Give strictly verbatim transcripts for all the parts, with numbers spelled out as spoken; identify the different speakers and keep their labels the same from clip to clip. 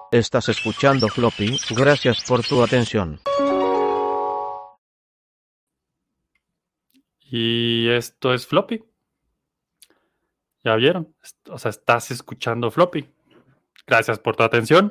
Speaker 1: Estás escuchando Floppy, gracias por tu atención.
Speaker 2: Y esto es Floppy. ¿Ya vieron? O sea, estás escuchando Floppy. Gracias por tu atención.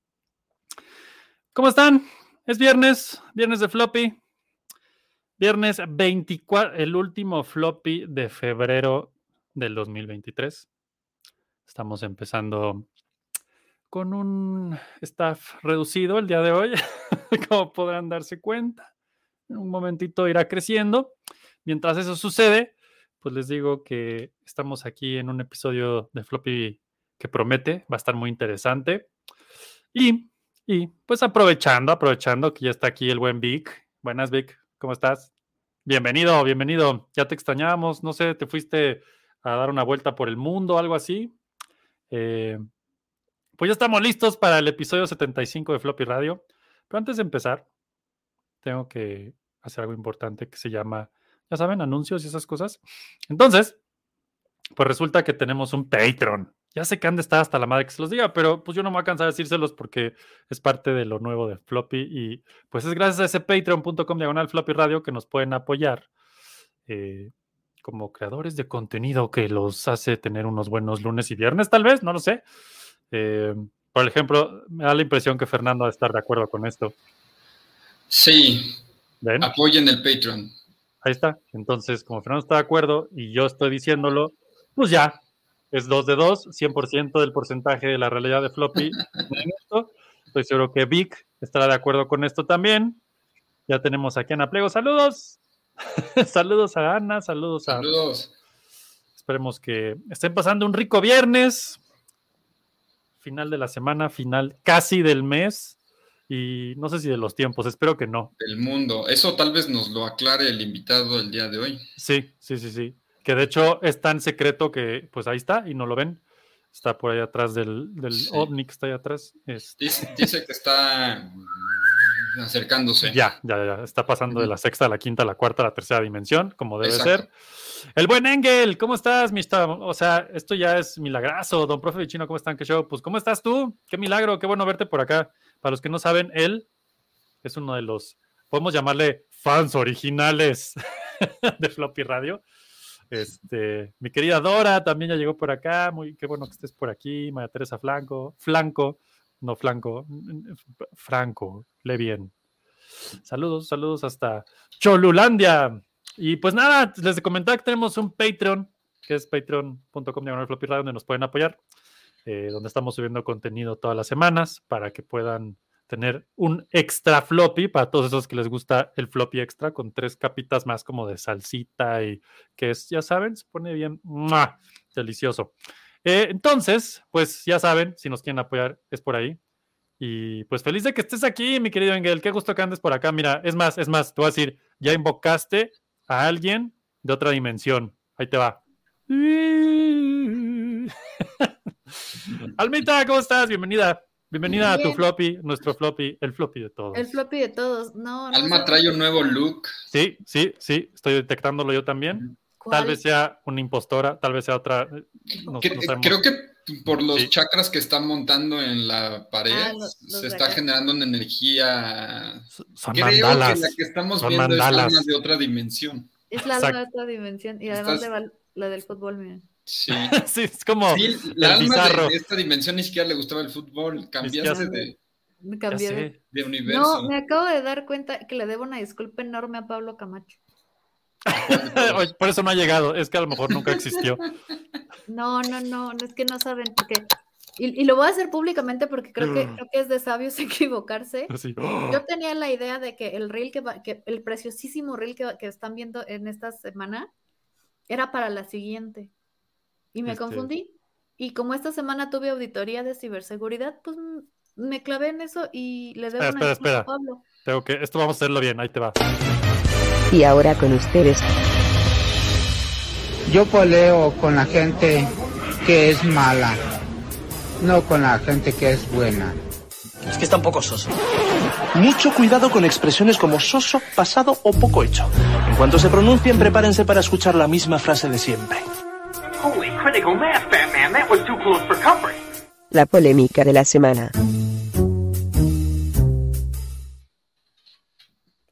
Speaker 2: ¿Cómo están? Es viernes, viernes de Floppy. Viernes veinticuatro, el último Floppy de febrero del dos mil veintitrés. Estamos empezando con un staff reducido el día de hoy, como podrán darse cuenta. En un momentito irá creciendo. Mientras eso sucede, pues les digo que estamos aquí en un episodio de Floppy que promete, va a estar muy interesante. Y, y pues aprovechando, aprovechando que ya está aquí el buen Vic. Buenas, Vic, ¿cómo estás? Bienvenido, bienvenido. Ya te extrañábamos, no sé, te fuiste a dar una vuelta por el mundo o algo así. Eh, pues ya estamos listos para el episodio setenta y cinco de Floppy Radio. Pero antes de empezar, tengo que hacer algo importante que se llama, ya saben, anuncios y esas cosas. Entonces, pues resulta que tenemos un Patreon. Ya sé que han de estar hasta la madre que se los diga, pero pues yo no me voy a cansar de decírselos porque es parte de lo nuevo de Floppy y pues es gracias a ese patreon punto com diagonal Floppy Radio que nos pueden apoyar eh, como creadores de contenido que los hace tener unos buenos lunes y viernes, tal vez, no lo sé. Eh, por ejemplo, me da la impresión que Fernando va a estar de acuerdo con esto.
Speaker 3: Sí,
Speaker 2: ¿ven?
Speaker 3: Apoyen el Patreon.
Speaker 2: Ahí está. Entonces, como Fernando está de acuerdo y yo estoy diciéndolo, pues ya, es dos de dos, cien por ciento del porcentaje de la realidad de Floppy. En esto. Estoy seguro que Vic estará de acuerdo con esto también. Ya tenemos aquí a Ana Plego. ¡Saludos! Saludos a Ana, saludos a...
Speaker 3: Saludos.
Speaker 2: Esperemos que estén pasando un rico viernes. Final de la semana, final casi del mes. Y no sé si de los tiempos, espero que no.
Speaker 3: Del mundo. Eso tal vez nos lo aclare el invitado el día de hoy.
Speaker 2: Sí, sí, sí, sí. Que de hecho es tan secreto que pues ahí está y no lo ven. Está por ahí atrás del, del sí. ovni que está ahí atrás. Este...
Speaker 3: Dice, dice que está acercándose.
Speaker 2: Ya, ya, ya. Está pasando uh-huh. de la sexta a la quinta, a la cuarta, a la tercera dimensión, como debe
Speaker 3: Exacto.
Speaker 2: ser. El buen Engel, ¿cómo estás, Mista? O sea, esto ya es milagrazo. Don Profe Vichino, ¿cómo están? ¿Qué show? Pues, ¿cómo estás tú? Qué milagro, qué bueno verte por acá. Para los que no saben, él es uno de los, podemos llamarle fans originales de Floppy Radio. Este, mi querida Dora también ya llegó por acá. Muy, qué bueno que estés por aquí. María Teresa Flanco, Flanco, no Flanco, Franco, le bien. Saludos, saludos hasta Cholulandia. Y pues nada, les comentaba que tenemos un Patreon, que es patreon punto com diagonal Floppy Radio, donde nos pueden apoyar, eh, donde estamos subiendo contenido todas las semanas para que puedan tener un extra floppy para todos esos que les gusta el floppy extra con tres capitas más como de salsita y que es, ya saben, se pone bien ¡mua! Delicioso. Eh, entonces, pues ya saben, si nos quieren apoyar es por ahí. Y pues feliz de que estés aquí, mi querido Engel. Qué gusto que andes por acá. Mira, es más, es más, te voy a decir, ya invocaste a alguien de otra dimensión. Ahí te va. Almita, ¿cómo estás? Bienvenida. Bienvenida Bien. a tu floppy, nuestro floppy, el floppy de todos.
Speaker 4: El floppy de todos, no. no
Speaker 3: Alma trae un nuevo look.
Speaker 2: Sí, sí, sí, estoy detectándolo yo también. ¿Cuál? Tal vez sea una impostora, tal vez sea otra. No,
Speaker 3: que,
Speaker 2: no
Speaker 3: creo que por los sí. chakras que están montando en la pared, ah, los, los se está acá. generando una energía.
Speaker 2: Son
Speaker 3: creo
Speaker 2: mandalas.
Speaker 3: que la que estamos
Speaker 2: Son
Speaker 3: viendo
Speaker 2: mandalas.
Speaker 3: es alma de otra dimensión.
Speaker 4: Es la alma de otra dimensión y además Estás... de la del fútbol, miren.
Speaker 3: Sí.
Speaker 2: sí, es como
Speaker 3: sí, la alma de, de esta dimensión ni siquiera le gustaba el fútbol, cambiaste
Speaker 2: es que
Speaker 3: de,
Speaker 4: me cambié
Speaker 3: de, de universo.
Speaker 4: No, me acabo de dar cuenta que le debo una disculpa enorme a Pablo Camacho.
Speaker 2: Por eso no ha llegado, es que a lo mejor nunca existió.
Speaker 4: No, no, no, no es que no saben, porque y, y lo voy a hacer públicamente porque creo que, creo que es de sabios equivocarse.
Speaker 2: Sí.
Speaker 4: Yo tenía la idea de que el reel que, va, que el preciosísimo reel que, que están viendo en esta semana era para la siguiente. Y me este... confundí. Y como esta semana tuve auditoría de ciberseguridad, pues me clavé en eso y le debo
Speaker 2: espera,
Speaker 4: una
Speaker 2: espera, espera.
Speaker 4: a Pablo.
Speaker 2: Tengo que, esto vamos a hacerlo bien, ahí te va.
Speaker 5: Y ahora con ustedes.
Speaker 6: Yo peleo con la gente que es mala, no con la gente que es buena.
Speaker 7: Es que está un poco soso.
Speaker 8: Mucho cuidado con expresiones como soso, pasado o poco hecho. En cuanto se pronuncien, prepárense para escuchar la misma frase de siempre.
Speaker 5: La polémica de la semana.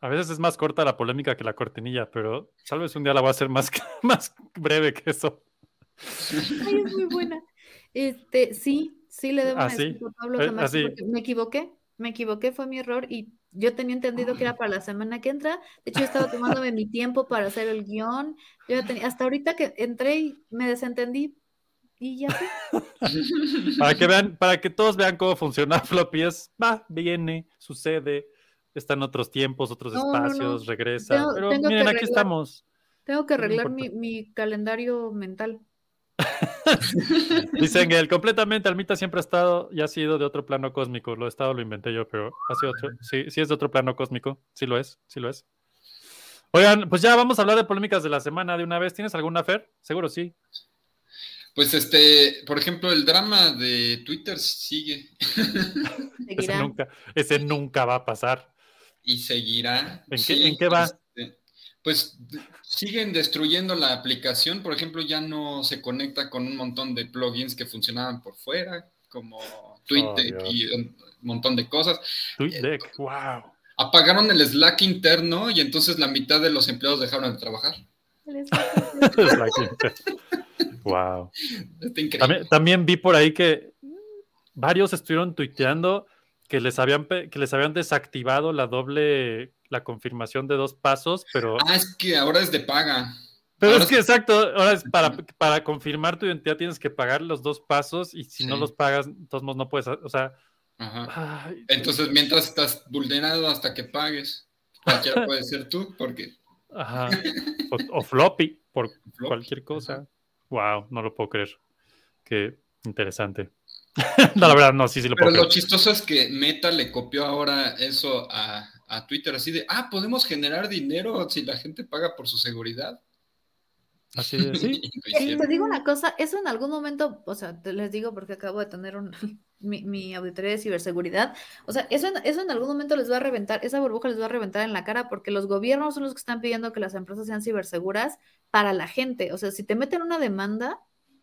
Speaker 2: A veces es más corta la polémica que la cortinilla, pero tal vez un día la voy a hacer más, más breve que eso.
Speaker 4: Ay, es muy buena. Este, sí, sí le debo
Speaker 2: ¿Ah,
Speaker 4: una
Speaker 2: sí?
Speaker 4: disculpa a Pablo
Speaker 2: Eh,
Speaker 4: Camacho
Speaker 2: así.
Speaker 4: porque me equivoqué, me equivoqué, fue mi error y yo tenía entendido que era para la semana que entra. De hecho, yo estaba tomándome mi tiempo para hacer el guión. Yo ya tenía, hasta ahorita que entré y me desentendí y ya sé.
Speaker 2: Para que vean, para que todos vean cómo funciona Floppy, es va, viene, sucede, está en otros tiempos, otros
Speaker 4: No, no, no.
Speaker 2: espacios, regresa.
Speaker 4: Tengo-
Speaker 2: pero
Speaker 4: tengo que
Speaker 2: miren, aquí
Speaker 4: arreglar-
Speaker 2: estamos.
Speaker 4: Tengo que
Speaker 2: No
Speaker 4: arreglar
Speaker 2: importa.
Speaker 4: mi, mi calendario mental.
Speaker 2: Dicen que el completamente Almita siempre ha estado y ha sido de otro plano cósmico. Lo he estado, lo inventé yo, pero ha sido otro. Sí, sí es de otro plano cósmico. Sí lo es, sí lo es. Oigan, pues ya vamos a hablar de polémicas de la semana de una vez. ¿Tienes alguna, Fer? Seguro sí.
Speaker 3: Pues este, por ejemplo, el drama de Twitter sigue.
Speaker 2: Ese
Speaker 4: Seguirá.
Speaker 2: nunca, ese nunca va a pasar.
Speaker 3: Y seguirá.
Speaker 2: ¿En
Speaker 3: Sí,
Speaker 2: qué, ¿en qué va?
Speaker 3: este, pues d- siguen destruyendo la aplicación. Por ejemplo, ya no se conecta con un montón de plugins que funcionaban por fuera, como TweetDeck
Speaker 2: Dios.
Speaker 3: y un montón de cosas.
Speaker 2: TweetDeck, wow.
Speaker 3: Apagaron el Slack interno y entonces la mitad de los empleados dejaron de trabajar.
Speaker 2: Es la que- wow.
Speaker 3: Está increíble.
Speaker 2: También, también vi por ahí que varios estuvieron tuiteando que les habían pe- que les habían desactivado la doble, la confirmación de dos pasos, pero,
Speaker 3: Ah, es que ahora es de paga.
Speaker 2: pero
Speaker 3: ahora
Speaker 2: es que exacto, ahora es para, para confirmar tu identidad tienes que pagar los dos pasos y si no
Speaker 3: Sí.
Speaker 2: los pagas, de todos modos no puedes, o sea,
Speaker 3: Ajá.
Speaker 2: ay,
Speaker 3: Entonces, mientras estás vulnerado hasta que pagues, cualquiera puede ser tú, porque
Speaker 2: ajá, o, o floppy por
Speaker 3: Floppy,
Speaker 2: cualquier cosa.
Speaker 3: ajá.
Speaker 2: Wow, no lo puedo creer. Qué interesante. No, la verdad, no, sí, sí lo
Speaker 3: Pero
Speaker 2: puedo
Speaker 3: lo
Speaker 2: creer.
Speaker 3: chistoso es que Meta le copió ahora eso a, a Twitter, así de, ah, podemos generar dinero si la gente paga por su seguridad.
Speaker 2: Así de, sí.
Speaker 3: Y lo
Speaker 4: Te,
Speaker 3: hicieron.
Speaker 4: te digo una cosa, eso en algún momento, o sea, te les digo porque acabo de tener un, mi, mi auditoría de ciberseguridad, o sea, eso en, eso en algún momento les va a reventar, esa burbuja les va a reventar en la cara porque los gobiernos son los que están pidiendo que las empresas sean ciberseguras para la gente, o sea, si te meten una demanda,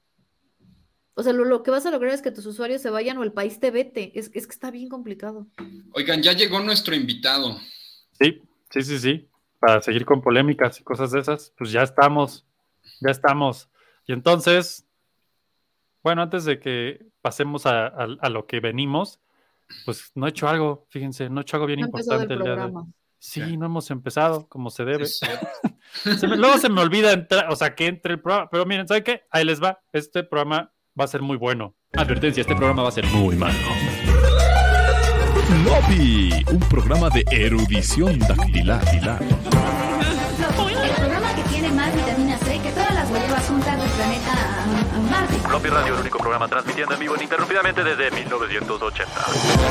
Speaker 4: o sea, lo, lo que vas a lograr es que tus usuarios se vayan o el país te vete, es, es que está bien complicado.
Speaker 3: Oigan, ya llegó nuestro invitado.
Speaker 2: Sí, sí, sí, sí. Para seguir con polémicas y cosas de esas, pues ya estamos, ya estamos. Y entonces, bueno, antes de que pasemos a, a, a lo que venimos, pues no he hecho algo, fíjense, no he hecho algo bien
Speaker 4: No ha empezado
Speaker 2: importante
Speaker 4: el
Speaker 2: el día de hoy.
Speaker 4: programa.
Speaker 2: Sí,
Speaker 3: Ya.
Speaker 2: no hemos empezado como se debe.
Speaker 3: Es cierto.
Speaker 2: Se me- luego se me olvida entrar, o sea, que entre el programa, pero miren, ¿saben qué? Ahí les va, este programa va a ser muy bueno.
Speaker 9: Advertencia, este programa va a ser muy malo. Floppy, un programa de erudición dactilar.
Speaker 10: El programa que tiene más vitamina C que todas las guayabas juntas del planeta a, a Marte.
Speaker 11: Floppy Radio, el único programa transmitiendo en vivo ininterrumpidamente desde mil novecientos ochenta.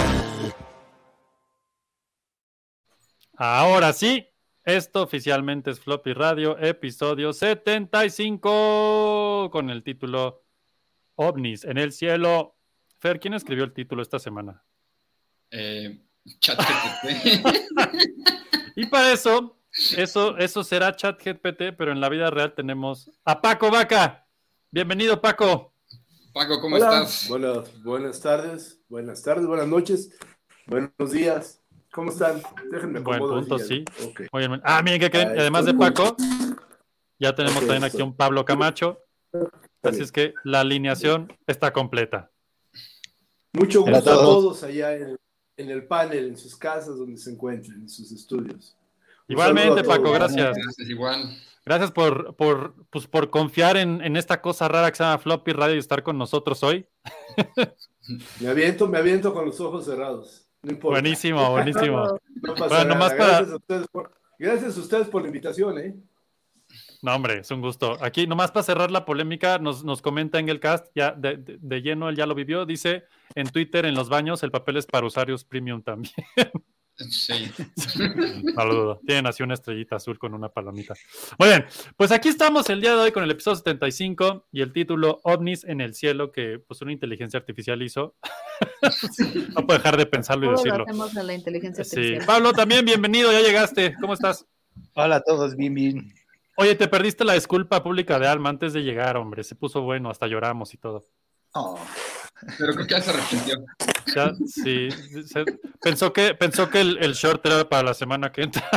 Speaker 2: Ahora sí, esto oficialmente es Floppy Radio, episodio setenta y cinco, con el título OVNIs en el cielo. Fer, ¿quién escribió el título esta semana?
Speaker 3: Eh, ChatGPT.
Speaker 2: Y para eso, eso, eso será ChatGPT, pero en la vida real tenemos a Paco Vaca. Bienvenido, Paco.
Speaker 3: Paco, ¿cómo
Speaker 12: Hola,
Speaker 3: estás?
Speaker 12: buenas, buenas tardes, buenas tardes, buenas noches, buenos días. ¿Cómo están? Déjenme
Speaker 2: Buen
Speaker 12: acomodo
Speaker 2: punto,
Speaker 12: el día.
Speaker 2: sí.
Speaker 12: Ok.
Speaker 2: Muy bien. Ah, miren que creen,
Speaker 12: Ah,
Speaker 2: además de
Speaker 12: estoy muy-
Speaker 2: Paco, ya tenemos
Speaker 12: Ok,
Speaker 2: también aquí a un Pablo Camacho. Así es que la alineación está completa.
Speaker 12: Mucho
Speaker 13: Hola a
Speaker 12: gusto a
Speaker 13: todos.
Speaker 12: todos allá en, en el panel, en sus casas, donde se encuentren, en sus estudios. Un
Speaker 2: Igualmente,
Speaker 12: saludo a
Speaker 2: Paco,
Speaker 12: todos.
Speaker 2: gracias.
Speaker 3: Gracias, igual.
Speaker 2: Gracias por, por, pues, por confiar en, en esta cosa rara que se llama Floppy Radio y estar con nosotros hoy.
Speaker 12: Me aviento, me aviento con los ojos cerrados. No importa.
Speaker 2: Buenísimo, buenísimo.
Speaker 12: No pasa
Speaker 2: Bueno,
Speaker 12: nada.
Speaker 2: nomás para-
Speaker 12: Gracias, a ustedes por, gracias a ustedes por la invitación, ¿eh?
Speaker 2: No, hombre, es un gusto. Aquí, nomás para cerrar la polémica, nos, nos comenta Engelcast, ya de, de, de lleno, él ya lo vivió, dice en Twitter, en los baños, el papel es para usuarios premium también.
Speaker 3: Sí.
Speaker 2: No lo dudo. Tienen así una estrellita azul con una palomita. Muy bien, pues aquí estamos el día de hoy con el episodio setenta y cinco y el título OVNIs en el cielo, que pues una inteligencia artificial hizo. No puedo dejar de pensarlo y
Speaker 4: Todos lo
Speaker 2: decirlo.
Speaker 4: hacemos en la inteligencia
Speaker 2: Sí.
Speaker 4: artificial.
Speaker 2: Pablo, también bienvenido, ya llegaste. ¿Cómo estás?
Speaker 13: Hola a todos, bien, bien.
Speaker 2: Oye, te perdiste la disculpa pública de Alma antes de llegar, hombre. Se puso bueno, hasta lloramos y todo.
Speaker 13: Oh,
Speaker 3: Pero creo que ya se arrepintió.
Speaker 2: Ya, sí, se- pensó que, pensó que el, el short era para la semana que entra.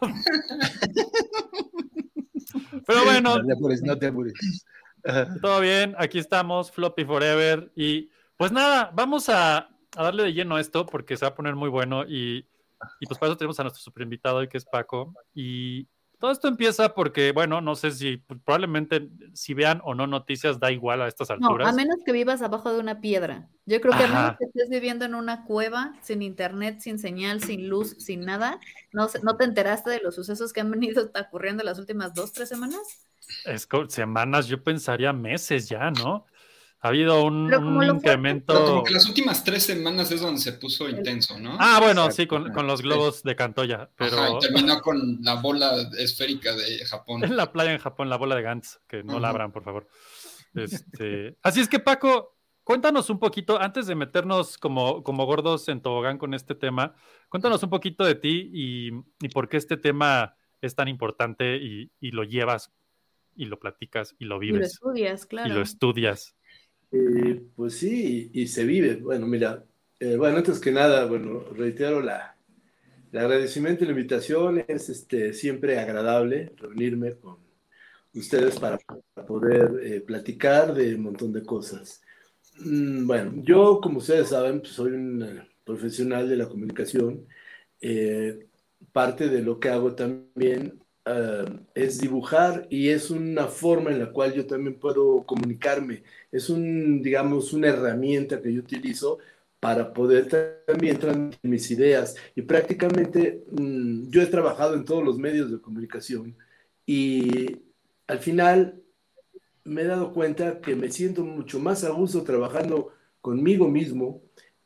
Speaker 2: Pero bueno,
Speaker 13: No te apures, no te apures.
Speaker 2: todo bien, aquí estamos, Floppy Forever. Y pues nada, vamos a, a darle de lleno a esto porque se va a poner muy bueno. Y, y pues para eso tenemos a nuestro super invitado hoy, que es Paco. Y todo esto empieza porque, bueno, no sé si probablemente si vean o no noticias, da igual a estas
Speaker 4: No,
Speaker 2: alturas.
Speaker 4: a menos que vivas abajo de una piedra. Yo creo que a menos
Speaker 2: Ajá.
Speaker 4: que estés viviendo en una cueva, sin internet, sin señal, sin luz, sin nada, no, se- no te enteraste de los sucesos que han venido ocurriendo las últimas dos, tres semanas.
Speaker 2: Es co- semanas, yo pensaría meses ya, ¿no? Ha habido un,
Speaker 4: Pero como
Speaker 2: un
Speaker 4: lo fuerte-
Speaker 2: incremento.
Speaker 3: Pero como que las últimas tres semanas es donde se puso intenso, ¿no?
Speaker 2: Ah, bueno,
Speaker 13: Exacto.
Speaker 2: sí, con, con los globos de Cantoya, pero
Speaker 3: Ajá, y terminó con la bola esférica de Japón.
Speaker 2: en la playa en Japón, la bola de Gantz, que no la
Speaker 3: Ajá.
Speaker 2: abran, por favor. Este, así es que, Paco, cuéntanos un poquito, antes de meternos como, como gordos en tobogán con este tema, cuéntanos un poquito de ti y, y por qué este tema es tan importante y, y lo llevas y lo platicas y lo
Speaker 4: Y lo
Speaker 2: vives
Speaker 4: estudias,
Speaker 2: y
Speaker 4: claro.
Speaker 2: lo estudias.
Speaker 12: Eh, pues sí, y, y se vive. Bueno, mira, eh, bueno, antes que nada, bueno, reitero la, el agradecimiento y la invitación. Es este, siempre agradable reunirme con ustedes para poder eh, platicar de un montón de cosas. Mm, bueno, yo, como ustedes saben, pues, soy un eh, profesional de la comunicación. Eh, parte de lo que hago también uh, es dibujar, y es una forma en la cual yo también puedo comunicarme. Es un, digamos, una herramienta que yo utilizo para poder también transmitir mis ideas. Y prácticamente mmm, yo he trabajado en todos los medios de comunicación, y al final me he dado cuenta que me siento mucho más a gusto trabajando conmigo mismo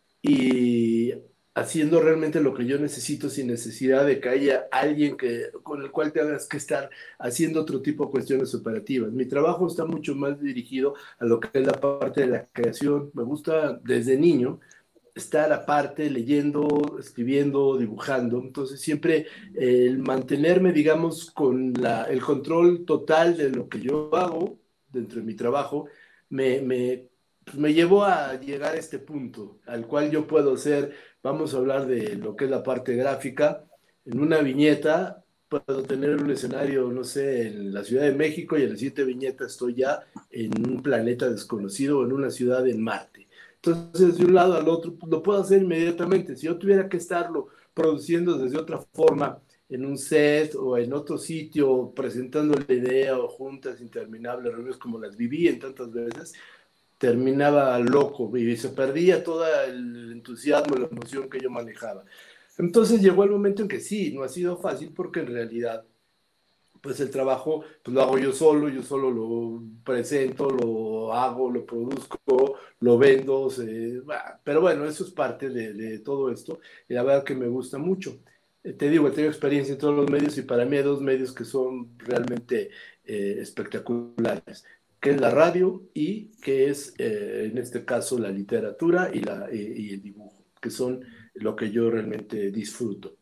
Speaker 12: y haciendo realmente lo que yo necesito, sin necesidad de que haya alguien que, con el cual tengas que estar haciendo otro tipo de cuestiones operativas. Mi trabajo está mucho más dirigido a lo que es la parte de la creación. Me gusta desde niño estar aparte, leyendo, escribiendo, dibujando. Entonces siempre eh, el mantenerme, digamos, con la, el control total de lo que yo hago dentro de mi trabajo, me... me pues me llevó a llegar a este punto, al cual yo puedo ser, vamos a hablar de lo que es la parte gráfica, en una viñeta puedo tener un escenario, no sé, en la Ciudad de México, y en la siguiente viñeta estoy ya en un planeta desconocido o en una ciudad en Marte. Entonces, de un lado al otro, pues, lo puedo hacer inmediatamente. Si yo tuviera que estarlo produciendo desde otra forma, en un set o en otro sitio, presentando la idea o juntas interminables, reuniones como las viví en tantas veces, terminaba loco y se perdía todo el entusiasmo y la emoción que yo manejaba. Entonces llegó el momento en que sí, no ha sido fácil, porque en realidad pues el trabajo pues lo hago yo solo, yo solo lo presento, lo hago, lo produzco, lo vendo, se, pero bueno, eso es parte de, de todo esto, y la verdad que me gusta mucho. Eh, te digo, he tenido experiencia en todos los medios, y para mí hay dos medios que son realmente eh, espectaculares, que es la radio y que es, eh, en este caso, la literatura y, la, y, y el dibujo, que son lo que yo realmente disfruto.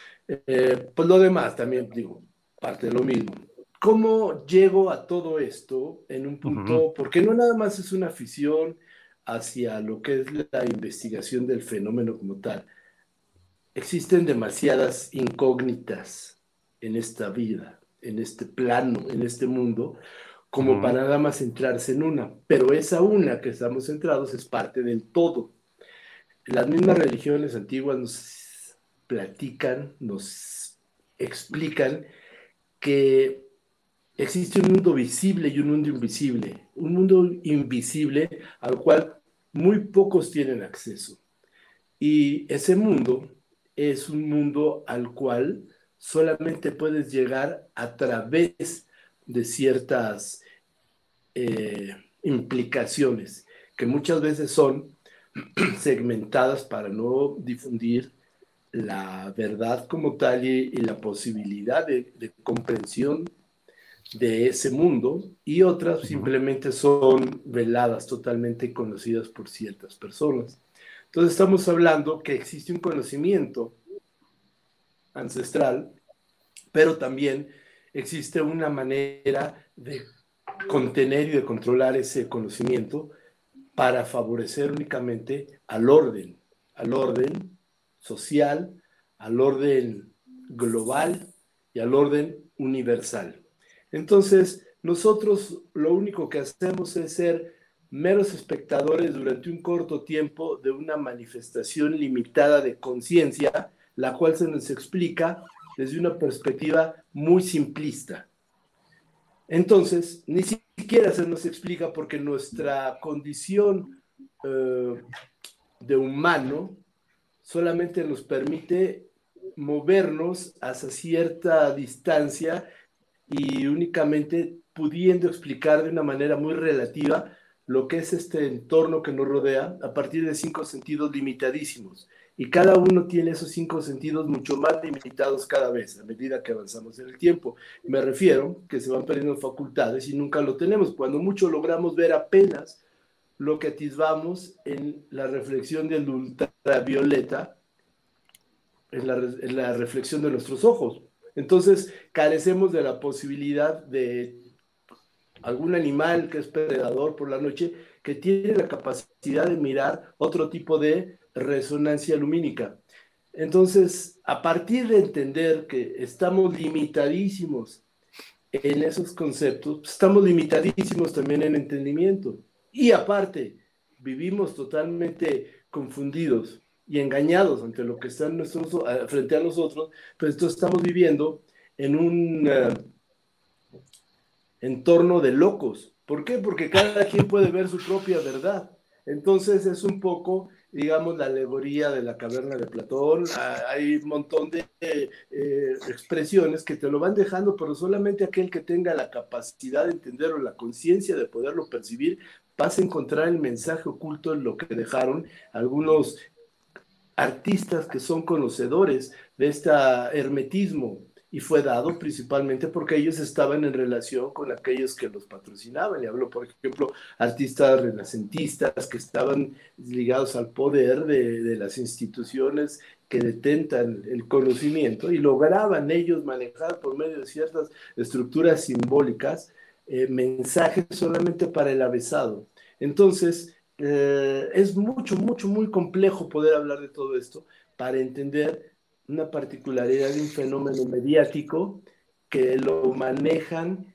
Speaker 12: Eh, pues lo demás también, digo, parte de lo mismo. ¿Cómo llego a todo esto en un punto? Uh-huh. Porque no nada más es una afición hacia lo que es la investigación del fenómeno como tal. Existen demasiadas incógnitas en esta vida, en este plano, en este mundo, como uh-huh. para nada más centrarse en una, pero esa una que estamos centrados es parte del todo. Las mismas religiones antiguas nos platican, nos explican que existe un mundo visible y un mundo invisible, un mundo invisible al cual muy pocos tienen acceso. Y ese mundo es un mundo al cual solamente puedes llegar a través de ciertas eh, implicaciones que muchas veces son segmentadas para no difundir la verdad como tal y, y la posibilidad de, de comprensión de ese mundo, y otras uh-huh. simplemente son veladas totalmente y conocidas por ciertas personas. Entonces estamos hablando que existe un conocimiento ancestral, pero también existe una manera de contener y de controlar ese conocimiento para favorecer únicamente al orden al orden social, al orden global y al orden universal. Entonces, nosotros lo único que hacemos es ser meros espectadores durante un corto tiempo de una manifestación limitada de conciencia, la cual se nos explica desde una perspectiva muy simplista. Entonces, ni siquiera se nos explica porque nuestra condición eh, de humano solamente nos permite movernos hacia cierta distancia y únicamente pudiendo explicar de una manera muy relativa lo que es este entorno que nos rodea a partir de cinco sentidos limitadísimos. Y cada uno tiene esos cinco sentidos mucho más limitados cada vez, a medida que avanzamos en el tiempo. Me refiero que se van perdiendo facultades y nunca lo tenemos. Cuando mucho logramos ver apenas lo que atisbamos en la reflexión del ultravioleta, en la, en la reflexión de nuestros ojos. Entonces, carecemos de la posibilidad de algún animal que es predador por la noche, que tiene la capacidad de mirar otro tipo de resonancia lumínica. Entonces, a partir de entender que estamos limitadísimos en esos conceptos, estamos limitadísimos también en entendimiento. Y aparte, vivimos totalmente confundidos y engañados ante lo que está en nuestros, frente a nosotros, pues entonces estamos viviendo en un uh, entorno de locos. ¿Por qué? Porque cada quien puede ver su propia verdad. Entonces es un poco, digamos, la alegoría de la caverna de Platón. Hay un montón de eh, expresiones que te lo van dejando, pero solamente aquel que tenga la capacidad de entenderlo, la conciencia de poderlo percibir, vas a encontrar el mensaje oculto en lo que dejaron algunos artistas que son conocedores de este hermetismo, y fue dado principalmente porque ellos estaban en relación con aquellos que los patrocinaban. Y hablo, por ejemplo, artistas renacentistas que estaban ligados al poder de, de las instituciones que detentan el conocimiento y lograban ellos manejar por medio de ciertas estructuras simbólicas eh, mensajes solamente para el avesado. Entonces, eh, es mucho, mucho, muy complejo poder hablar de todo esto para entender una particularidad de un fenómeno mediático que lo manejan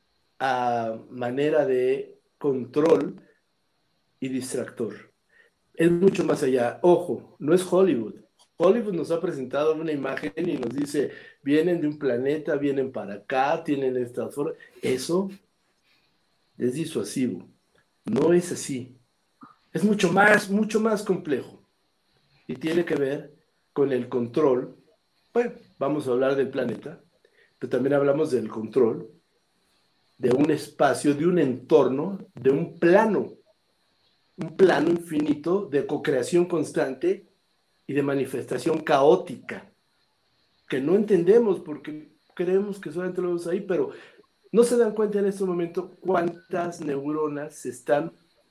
Speaker 12: a manera de control y distractor. Es mucho más allá. Ojo, no es Hollywood. Hollywood nos ha presentado una imagen y nos dice, vienen de un planeta, vienen para acá, tienen esta forma. Eso es disuasivo. No es así. Es mucho más, mucho más complejo. Y tiene que ver con el control. Bueno, vamos a hablar del planeta, pero también hablamos del control de un espacio, de un entorno, de un plano, un plano infinito de co-creación constante y de manifestación caótica, que no entendemos porque creemos que solamente lo vemos ahí, pero no se dan cuenta en este momento cuántas neuronas se están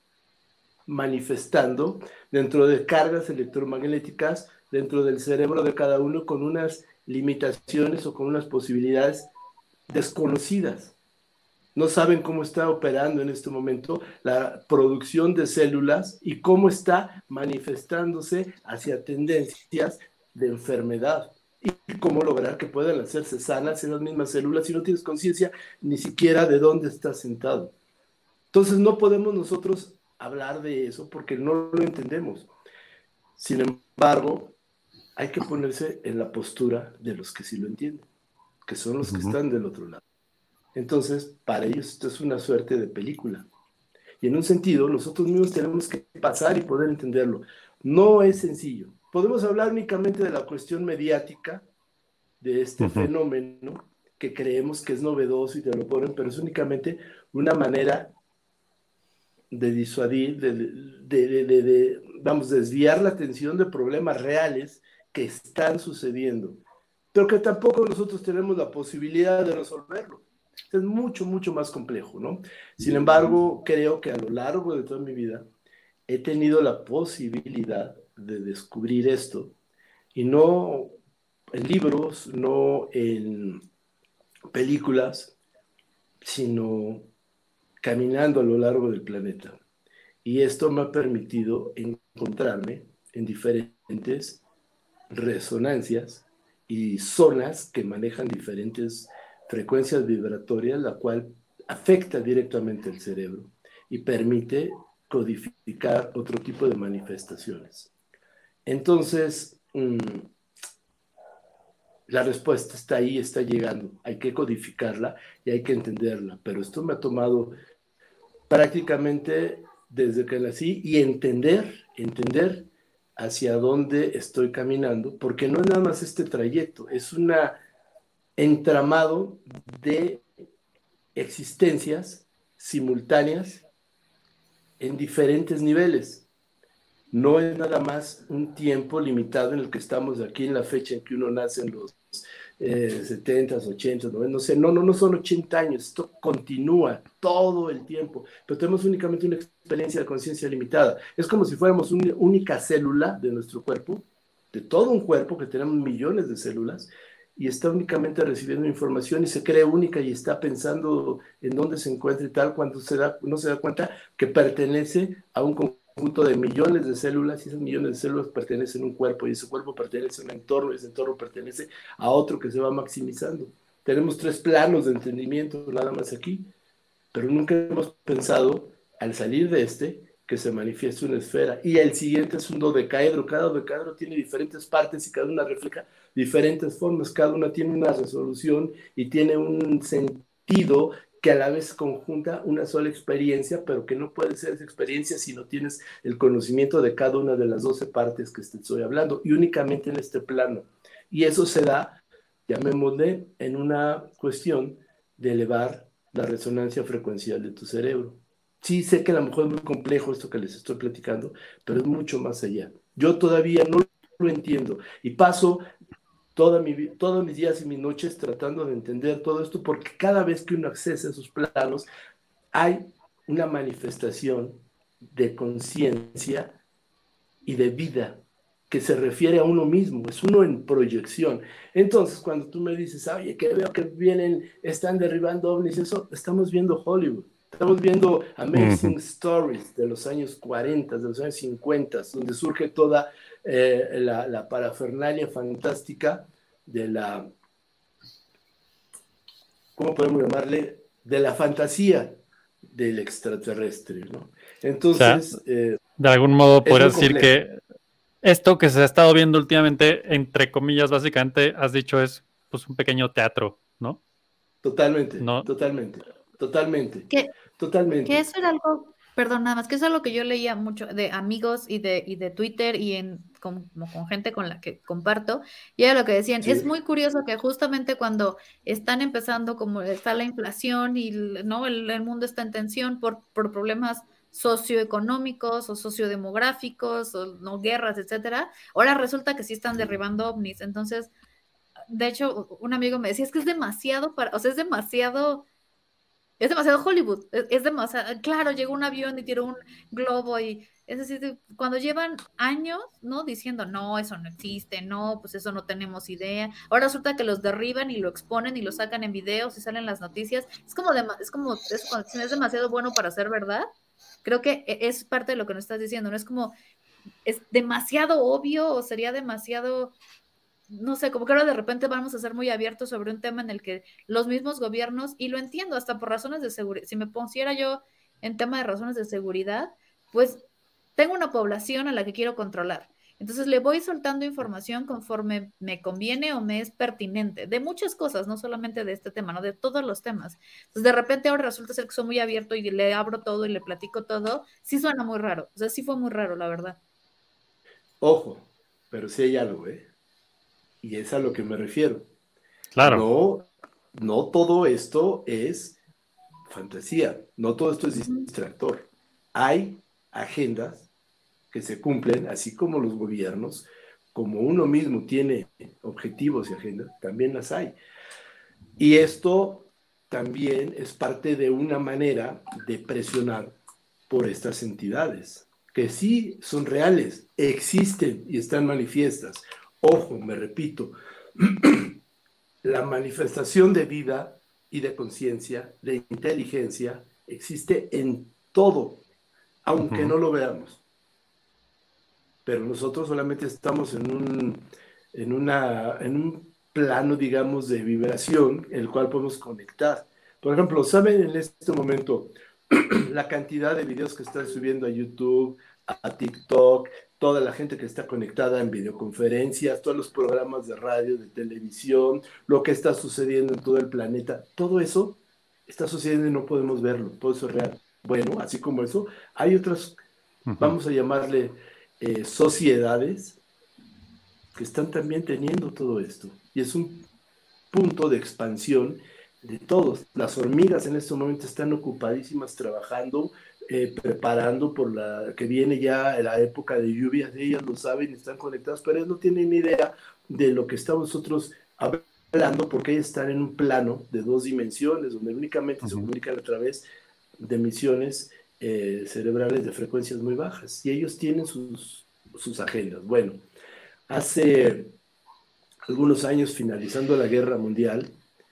Speaker 12: manifestando dentro de cargas electromagnéticas dentro del cerebro de cada uno con unas limitaciones o con unas posibilidades desconocidas. No saben cómo está operando en este momento la producción de células y cómo está manifestándose hacia tendencias de enfermedad y cómo lograr que puedan hacerse sanas esas mismas células si no tienes conciencia ni siquiera de dónde estás sentado. Entonces no podemos nosotros hablar de eso porque no lo entendemos. Sin embargo, hay que ponerse en la postura de los que sí lo entienden, que son los que uh-huh. están del otro lado. Entonces, para ellos esto es una suerte de película. Y en un sentido, nosotros mismos tenemos que pasar y poder entenderlo. No es sencillo. Podemos hablar únicamente de la cuestión mediática de este uh-huh. fenómeno que creemos que es novedoso y te lo ponen, pero es únicamente una manera de disuadir, de, de, de, de, de, vamos, desviar la atención de problemas reales que están sucediendo, pero que tampoco nosotros tenemos la posibilidad de resolverlo. Es mucho, mucho más complejo, ¿no? Sin embargo, creo que a lo largo de toda mi vida he tenido la posibilidad de descubrir esto, y no en libros, no en películas, sino caminando a lo largo del planeta. Y esto me ha permitido encontrarme en diferentes resonancias y zonas que manejan diferentes frecuencias vibratorias, la cual afecta directamente el cerebro y permite codificar otro tipo de manifestaciones. Entonces, mmm, la respuesta está ahí, está llegando. Hay que codificarla y hay que entenderla. Pero esto me ha tomado prácticamente desde que nací y entender, entender hacia dónde estoy caminando, porque no es nada más este trayecto, es un entramado de existencias simultáneas en diferentes niveles. No es nada más un tiempo limitado en el que estamos aquí en la fecha en que uno nace en los eh, setentas, ochentas, noventa, no sé, no, no, no son ochenta años, esto continúa todo el tiempo, pero tenemos únicamente una experiencia de conciencia limitada. Es como si fuéramos una única célula de nuestro cuerpo, de todo un cuerpo que tenemos millones de células, y está únicamente recibiendo información y se cree única y está pensando en dónde se encuentra y tal, cuando se da, no se da cuenta que pertenece a un conjunto de millones de células, y esas millones de células pertenecen a un cuerpo, y ese cuerpo pertenece a un entorno, y ese entorno pertenece a otro que se va maximizando. Tenemos tres planos de entendimiento nada más aquí, pero nunca hemos pensado, al salir de este, que se manifiesta una esfera, y el siguiente es un dodecaedro. Cada dodecaedro tiene diferentes partes y cada una refleja diferentes formas, cada una tiene una resolución y tiene un sentido que a la vez conjunta una sola experiencia, pero que no puede ser esa experiencia si no tienes el conocimiento de cada una de las doce partes que te estoy hablando, y únicamente en este plano. Y eso se da, llamémosle, en una cuestión de elevar la resonancia frecuencial de tu cerebro. Sí, sé que a lo mejor es muy complejo esto que les estoy platicando, pero es mucho más allá. Yo todavía no lo entiendo y paso toda mi, todos mis días y mis noches tratando de entender todo esto, porque cada vez que uno accede a esos planos hay una manifestación de conciencia y de vida que se refiere a uno mismo, es uno en proyección. Entonces, cuando tú me dices, oye, que veo que vienen, están derribando ovnis, eso, estamos viendo Hollywood. Estamos viendo Amazing uh-huh. Stories de los años cuarenta, de los años cincuenta, donde surge toda eh, la, la parafernalia fantástica de la, ¿cómo podemos llamarle? De la fantasía del extraterrestre, ¿no? Entonces... O sea, eh,
Speaker 2: de algún modo podrías decir que esto que se ha estado viendo últimamente, entre comillas, básicamente, has dicho es pues un pequeño teatro, ¿no?
Speaker 12: Totalmente, ¿no? totalmente. Totalmente,
Speaker 4: que,
Speaker 12: totalmente.
Speaker 4: Que eso era algo, perdón, nada más, que eso es lo que yo leía mucho de amigos y de, y de Twitter y en, con, como con gente con la que comparto, y era lo que decían, sí. Es muy curioso que justamente cuando están empezando, como está la inflación y ¿no? el, el mundo está en tensión por, por problemas socioeconómicos o sociodemográficos o no guerras, etcétera, ahora resulta que sí están derribando ovnis. Entonces, de hecho, un amigo me decía, es que es demasiado para, o sea, es demasiado Es demasiado Hollywood, es, es demasiado, claro, llegó un avión y tiró un globo y es decir, cuando llevan años, ¿no? Diciendo, no, eso no existe, no, pues eso no tenemos idea, ahora resulta que los derriban y lo exponen y lo sacan en videos y salen las noticias, es como, de, es como, es, es demasiado bueno para ser verdad, creo que es parte de lo que nos estás diciendo, no es como, es demasiado obvio o sería demasiado... no sé, como que ahora de repente vamos a ser muy abiertos sobre un tema en el que los mismos gobiernos, y lo entiendo hasta por razones de seguridad, si me pusiera yo en tema de razones de seguridad, pues tengo una población a la que quiero controlar, entonces le voy soltando información conforme me conviene o me es pertinente, de muchas cosas, no solamente de este tema, no de todos los temas. Entonces de repente ahora resulta ser que soy muy abierto y le abro todo y le platico todo, sí suena muy raro, o sea, sí fue muy raro, la verdad.
Speaker 12: Ojo, pero sí hay algo, ¿eh? Y es a lo que me refiero.
Speaker 2: Claro.
Speaker 12: No, no todo esto es fantasía, no todo esto es distractor. Hay agendas que se cumplen, así como los gobiernos, como uno mismo tiene objetivos y agendas, también las hay. Y esto también es parte de una manera de presionar por estas entidades, que sí son reales, existen y están manifiestas. Ojo, me repito, la manifestación de vida y de conciencia, de inteligencia, existe en todo, aunque uh-huh. no lo veamos. pero nosotros solamente estamos en un, en una, en un plano, digamos, de vibración, el cual podemos conectar. Por ejemplo, ¿saben en este momento la cantidad de videos que están subiendo a YouTube, a TikTok, toda la gente que está conectada en videoconferencias, todos los programas de radio, de televisión, lo que está sucediendo en todo el planeta? Todo eso está sucediendo y no podemos verlo, todo eso es real. Bueno, así como eso, hay otras, uh-huh. vamos a llamarle eh, sociedades que están también teniendo todo esto. Y es un punto de expansión de todos. Las hormigas en este momento están ocupadísimas trabajando, eh, preparando por la que viene ya la época de lluvias. Ellas lo saben, están conectadas, pero ellas no tienen ni idea de lo que estamos nosotros hablando, porque ellas están en un plano de dos dimensiones, donde únicamente uh-huh. se comunican a través de emisiones eh, cerebrales de frecuencias muy bajas. Y ellos tienen sus, sus agendas. Bueno, hace algunos años, finalizando la Guerra Mundial,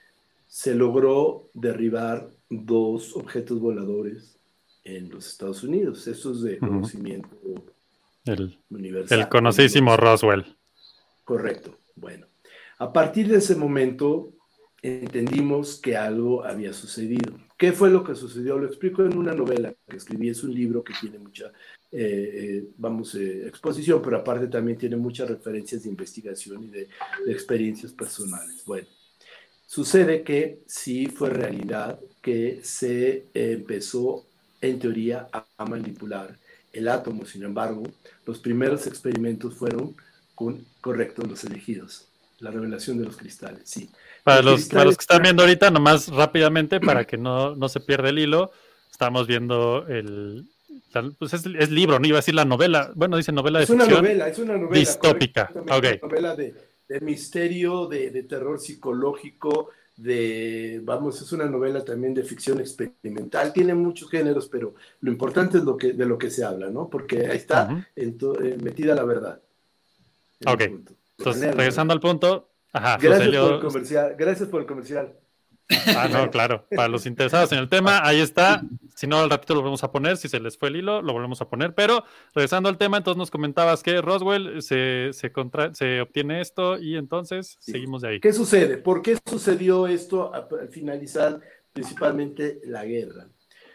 Speaker 12: se logró derribar dos objetos voladores en los Estados Unidos. Eso es de conocimiento uh-huh.
Speaker 2: el,
Speaker 12: universal.
Speaker 2: El conocidísimo Roswell.
Speaker 12: Correcto. Bueno, a partir de ese momento entendimos que algo había sucedido. ¿Qué fue lo que sucedió? Lo explico en una novela que escribí. Es un libro que tiene mucha, eh, eh, vamos, eh, exposición, pero aparte también tiene muchas referencias de investigación y de, de experiencias personales. Bueno, sucede que sí fue realidad que se eh, empezó, en teoría, a, a manipular el átomo. Sin embargo, los primeros experimentos fueron con, correctos, los elegidos. La revelación de los cristales, sí.
Speaker 2: Para los, cristales... para los que están viendo ahorita, nomás rápidamente, para que no, no se pierda el hilo, estamos viendo el... La, pues es, es libro, no iba a decir la novela. Bueno, dice novela de
Speaker 12: es una
Speaker 2: ficción.
Speaker 12: Novela, es una novela
Speaker 2: distópica. Okay.
Speaker 12: Una novela de, de misterio, de, de terror psicológico, de, vamos, es una novela también de ficción experimental. Tiene muchos géneros, pero lo importante es lo que, de lo que se habla, ¿no? Porque ahí está uh-huh. en to, eh, metida la verdad.
Speaker 2: Ok. Entonces, regresando al punto. Ajá,
Speaker 12: gracias
Speaker 2: sucedió...
Speaker 12: por el comercial. Gracias por el comercial.
Speaker 2: Ah, no, claro. Para los interesados en el tema, ahí está. Si no, al ratito lo volvemos a poner. Si se les fue el hilo, lo volvemos a poner. Pero, regresando al tema, entonces nos comentabas que Roswell se, se, contra... se obtiene esto y entonces sí. seguimos de ahí.
Speaker 12: ¿Qué sucede? ¿Por qué sucedió esto al finalizar principalmente la guerra?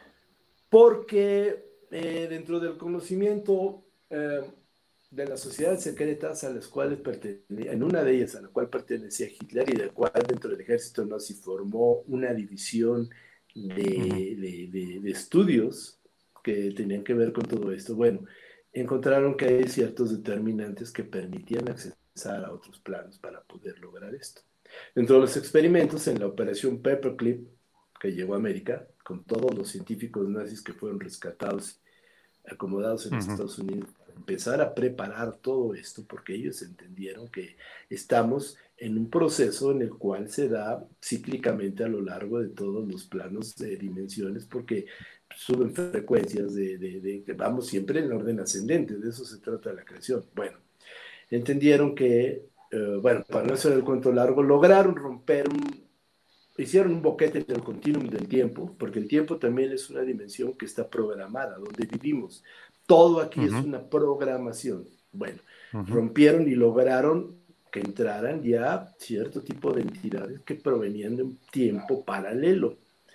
Speaker 12: Porque eh, dentro del conocimiento... Eh, de las sociedades secretas a las cuales pertenecía, en una de ellas a la cual pertenecía Hitler y del cual dentro del ejército nazi formó una división de, de, de, de estudios que tenían que ver con todo esto. Bueno, encontraron que hay ciertos determinantes que permitían accesar a otros planos para poder lograr esto. Dentro de los experimentos en la operación Paperclip, que llegó a América, con todos los científicos nazis que fueron rescatados y acomodados en uh-huh. los Estados Unidos, empezar a preparar todo esto, porque ellos entendieron que estamos en un proceso en el cual se da cíclicamente a lo largo de todos los planos de dimensiones, porque suben frecuencias de, de, de, de vamos siempre en orden ascendente, de eso se trata la creación. Bueno, entendieron que, eh, bueno, para no hacer el cuento largo, lograron romper un, hicieron un boquete en el continuum del tiempo, porque el tiempo también es una dimensión que está programada, donde vivimos. Todo aquí uh-huh. es una programación. Bueno, uh-huh. rompieron y lograron que entraran ya cierto tipo de entidades que provenían de un tiempo paralelo.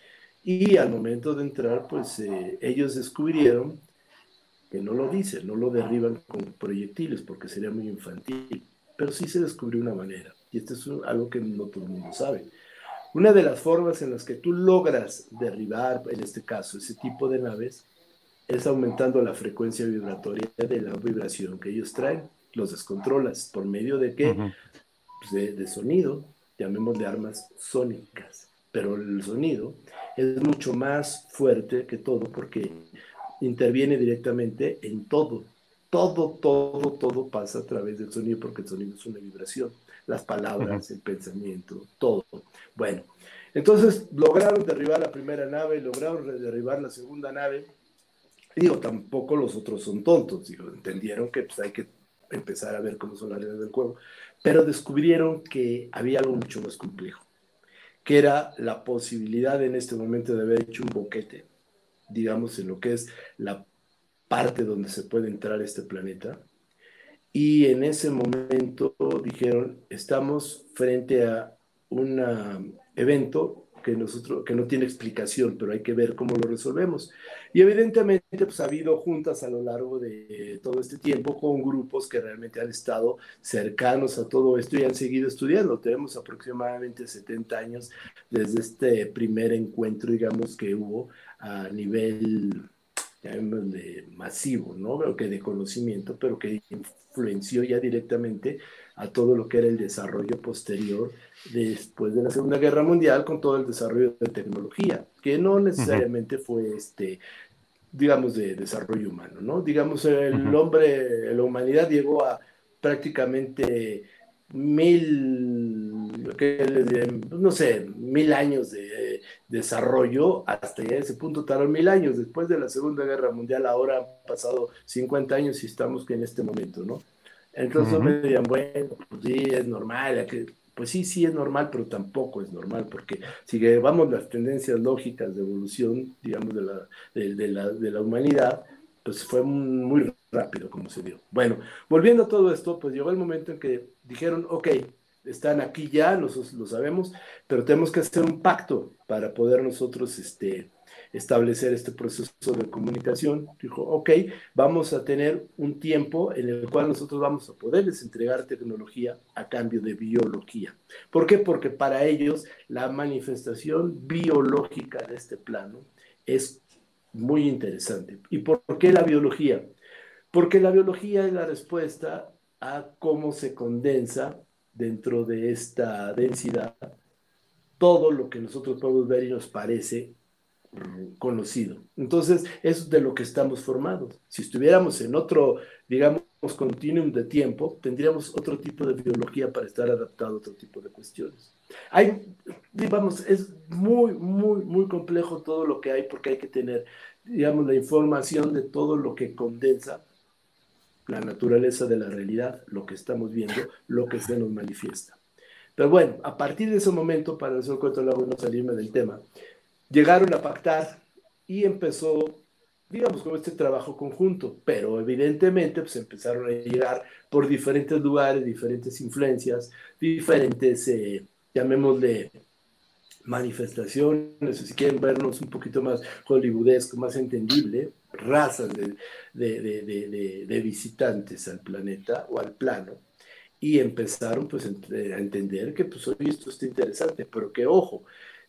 Speaker 12: Y al momento de entrar, pues eh, ellos descubrieron que no lo dicen, no lo derriban con proyectiles porque sería muy infantil, pero sí se descubrió una manera. Y esto es un, algo que no todo el mundo sabe. Una de las formas en las que tú logras derribar, en este caso, ese tipo de naves, es aumentando la frecuencia vibratoria de la vibración que ellos traen. Los descontrolas por medio de qué? Uh-huh. Pues de, de sonido, llamémosle armas sónicas. Pero el sonido es mucho más fuerte que todo porque interviene directamente en todo. Todo, todo, todo pasa a través del sonido porque el sonido es una vibración. Las palabras, uh-huh. el pensamiento, todo. Bueno, entonces lograron derribar la primera nave, lograron derribar la segunda nave. Digo, tampoco los otros son tontos, digo, entendieron que pues, hay que empezar a ver cómo son las reglas del juego, pero descubrieron que había algo mucho más complejo, que era la posibilidad en este momento de haber hecho un boquete, digamos, en lo que es la parte donde se puede entrar este planeta, y en ese momento dijeron, estamos frente a un evento que, nosotros, que no tiene explicación, pero hay que ver cómo lo resolvemos. Y evidentemente pues, ha habido juntas a lo largo de todo este tiempo con grupos que realmente han estado cercanos a todo esto y han seguido estudiando. Tenemos aproximadamente setenta años desde este primer encuentro, digamos, que hubo a nivel llamémosle masivo, ¿no? Creo que de conocimiento, pero que influenció ya directamente a todo lo que era el desarrollo posterior después de la Segunda Guerra Mundial con todo el desarrollo de tecnología, que no necesariamente fue este, digamos, de desarrollo humano, ¿no? Digamos, el uh-huh. hombre, la humanidad llegó a prácticamente mil, no sé, mil años de desarrollo, hasta ya ese punto tardaron mil años. Después de la Segunda Guerra Mundial, ahora han pasado cincuenta años y estamos en este momento, ¿no? Entonces uh-huh. me dirían, bueno, pues sí, es normal, pues sí, sí es normal, pero tampoco es normal, porque si llevamos las tendencias lógicas de evolución, digamos, de la, de, de la, de la humanidad, pues fue muy rápido como se dio. Bueno, volviendo a todo esto, pues llegó el momento en que dijeron, ok, están aquí ya, nosotros lo sabemos, pero tenemos que hacer un pacto para poder nosotros este, establecer este proceso de comunicación. Dijo, ok, vamos a tener un tiempo en el cual nosotros vamos a poderles entregar tecnología a cambio de biología. ¿Por qué? Porque para ellos la manifestación biológica de este plano es muy interesante. ¿Y por qué la biología? Porque la biología es la respuesta a cómo se condensa dentro de esta densidad todo lo que nosotros podemos ver y nos parece conocido. Entonces, eso es de lo que estamos formados. Si estuviéramos en otro, digamos, continuum de tiempo, tendríamos otro tipo de biología para estar adaptado a otro tipo de cuestiones. Hay, digamos, es muy, muy, muy complejo todo lo que hay, porque hay que tener, digamos, la información de todo lo que condensa la naturaleza de la realidad, lo que estamos viendo, lo que se nos manifiesta. Pero bueno, a partir de ese momento, para hacer cuento largo y no salirme del tema, llegaron a pactar y empezó, digamos, con este trabajo conjunto, pero evidentemente pues empezaron a llegar por diferentes lugares, diferentes influencias, diferentes, eh, llamémosle, manifestaciones, si quieren vernos un poquito más hollywoodesco, más entendible, razas de, de, de, de, de, de visitantes al planeta o al plano, y empezaron pues a entender que pues hoy esto está interesante, pero que ojo,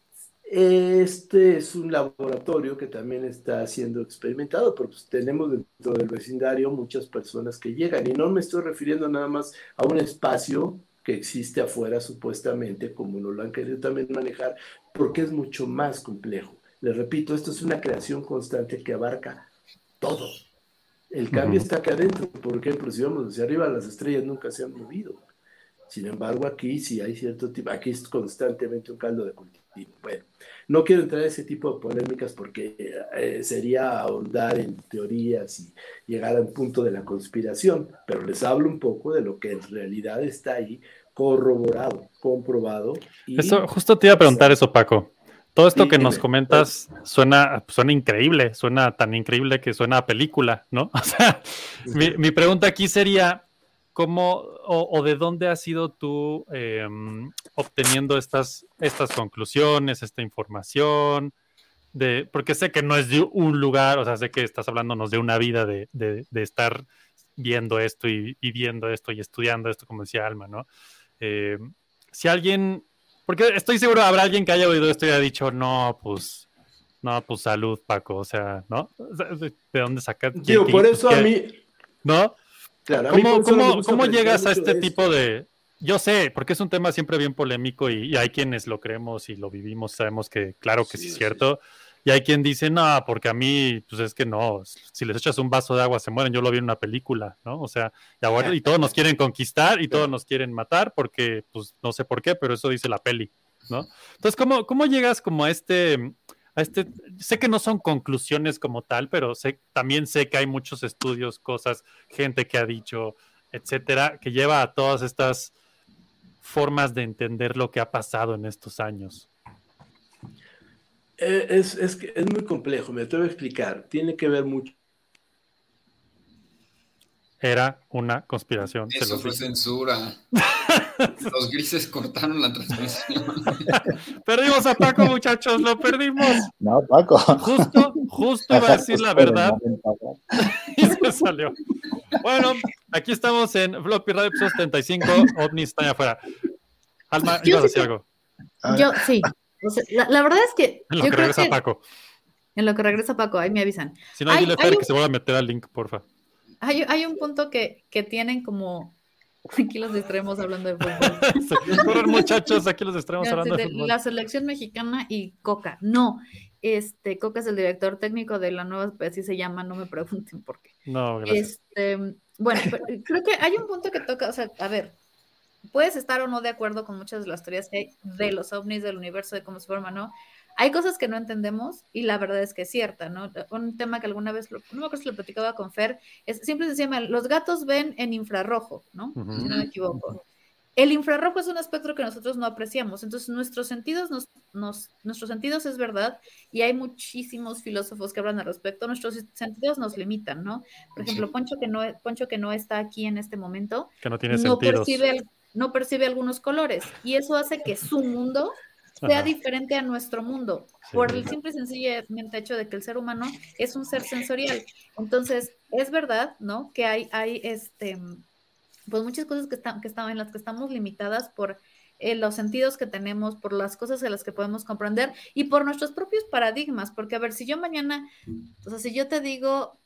Speaker 12: este es un laboratorio que también está siendo experimentado, pero pues tenemos dentro del vecindario muchas personas que llegan, y no me estoy refiriendo nada más a un espacio que existe afuera supuestamente, como no lo han querido también manejar, porque es mucho más complejo. Les repito, esto es una creación constante que abarca todo. El cambio uh-huh. está acá adentro. Por ejemplo, si vamos hacia arriba, las estrellas nunca se han movido. Sin embargo, aquí sí hay cierto tipo, aquí es constantemente un caldo de cultivo. Bueno, no quiero entrar en ese tipo de polémicas porque eh, sería ahondar en teorías y llegar al punto de la conspiración, pero les hablo un poco de lo que en realidad está ahí corroborado, comprobado. Y
Speaker 2: eso, justo te iba a preguntar eso, Paco. Todo esto sí, que nos comentas suena, suena increíble, suena tan increíble que suena a película, ¿no? O sea, mi, mi pregunta aquí sería, ¿cómo o, o de dónde has ido tú eh, obteniendo estas, estas conclusiones, esta información? De, porque sé que no es de un lugar, o sea, sé que estás hablándonos de una vida de, de, de estar viendo esto y, y viendo esto y estudiando esto, como decía Alma, ¿no? Eh, si alguien, porque estoy seguro habrá alguien que haya oído esto y haya dicho, no, pues, no, pues salud, Paco, o sea, ¿no? ¿De dónde sacas?
Speaker 12: Digo, por eso a mí...
Speaker 2: ¿No?
Speaker 12: Claro,
Speaker 2: ¿Cómo, cómo, ¿cómo llegas a este esto. tipo de...? Yo sé, porque es un tema siempre bien polémico y, y hay quienes lo creemos y lo vivimos, sabemos que claro que sí, sí es cierto, sí. Y hay quien dice, no, porque a mí, pues es que no, si les echas un vaso de agua se mueren, yo lo vi en una película, ¿no? O sea, y, ahora, y todos nos quieren conquistar y todos nos quieren matar porque, pues no sé por qué, pero eso dice la peli, ¿no? Entonces, ¿cómo, cómo llegas como a este... A este, sé que no son conclusiones como tal, pero sé, también sé que hay muchos estudios, cosas, gente que ha dicho, etcétera, que lleva a todas estas formas de entender lo que ha pasado en estos años.
Speaker 12: Eh, es, es, es muy complejo, me atrevo a explicar. Tiene que ver mucho
Speaker 2: Era una conspiración.
Speaker 3: Eso
Speaker 2: se los
Speaker 3: fue
Speaker 2: dije.
Speaker 3: censura. Los grises cortaron la transmisión.
Speaker 2: Perdimos a Paco, muchachos, lo perdimos.
Speaker 13: No, Paco.
Speaker 2: Justo, justo iba a decir la verdad. Y se salió. Bueno, aquí estamos en Floppy Radio episodio setenta y cinco. OVNIs están afuera. Alma,
Speaker 4: Yo
Speaker 2: ibas a
Speaker 4: sí
Speaker 2: decir
Speaker 4: que-
Speaker 2: algo.
Speaker 4: Yo, sí. O sea, la, la verdad es que.
Speaker 2: En lo
Speaker 4: yo
Speaker 2: que
Speaker 4: creo
Speaker 2: regresa
Speaker 4: que-
Speaker 2: Paco.
Speaker 4: En lo que regresa Paco, ahí me avisan.
Speaker 2: Si no, hay, dile a Fer
Speaker 4: hay,
Speaker 2: que se vuelva a meter al link, porfa.
Speaker 4: hay, hay un punto que, que tienen como. Aquí los distraemos hablando de fútbol.
Speaker 2: Se corran, muchachos, aquí los extremos
Speaker 4: Ya,
Speaker 2: hablando
Speaker 4: sí,
Speaker 2: de
Speaker 4: de
Speaker 2: fútbol.
Speaker 4: la selección mexicana y Coca. No, este, Coca es el director técnico de la nueva, así se llama, no me pregunten por qué.
Speaker 2: No, gracias.
Speaker 4: Este, bueno, pero creo que hay un punto que toca, o sea, a ver, puedes estar o no de acuerdo con muchas de las teorías que hay de los ovnis, del universo, de cómo se forma, ¿no? Hay cosas que no entendemos y la verdad es que es cierta, ¿no? Un tema que alguna vez, lo, no me acuerdo si lo platicaba con Fer, es, siempre se llama, los gatos ven en infrarrojo, ¿no?
Speaker 2: Ujú.
Speaker 4: Si no me equivoco. El infrarrojo es un espectro que nosotros no apreciamos, entonces nuestros sentidos, nos, nos, nuestros sentidos es verdad, y hay muchísimos filósofos que hablan al respecto, nuestros sentidos nos limitan, ¿no? Por ejemplo,
Speaker 2: Sí.
Speaker 4: Poncho que, no, Poncho que no está aquí en este momento,
Speaker 2: Que no tiene
Speaker 4: no
Speaker 2: sentidos.
Speaker 4: percibe, no percibe algunos colores, y eso hace que su mundo sea
Speaker 2: Ajá.
Speaker 4: diferente a nuestro mundo,
Speaker 2: Sí.
Speaker 4: por el simple y sencillamente hecho de que el ser humano es un ser sensorial. Entonces, es verdad, ¿no? Que hay, hay este, pues muchas cosas que están, que están, en las que estamos limitadas por eh, los sentidos que tenemos, por las cosas en las que podemos comprender y por nuestros propios paradigmas, porque a ver, si yo mañana, o sea, si yo te digo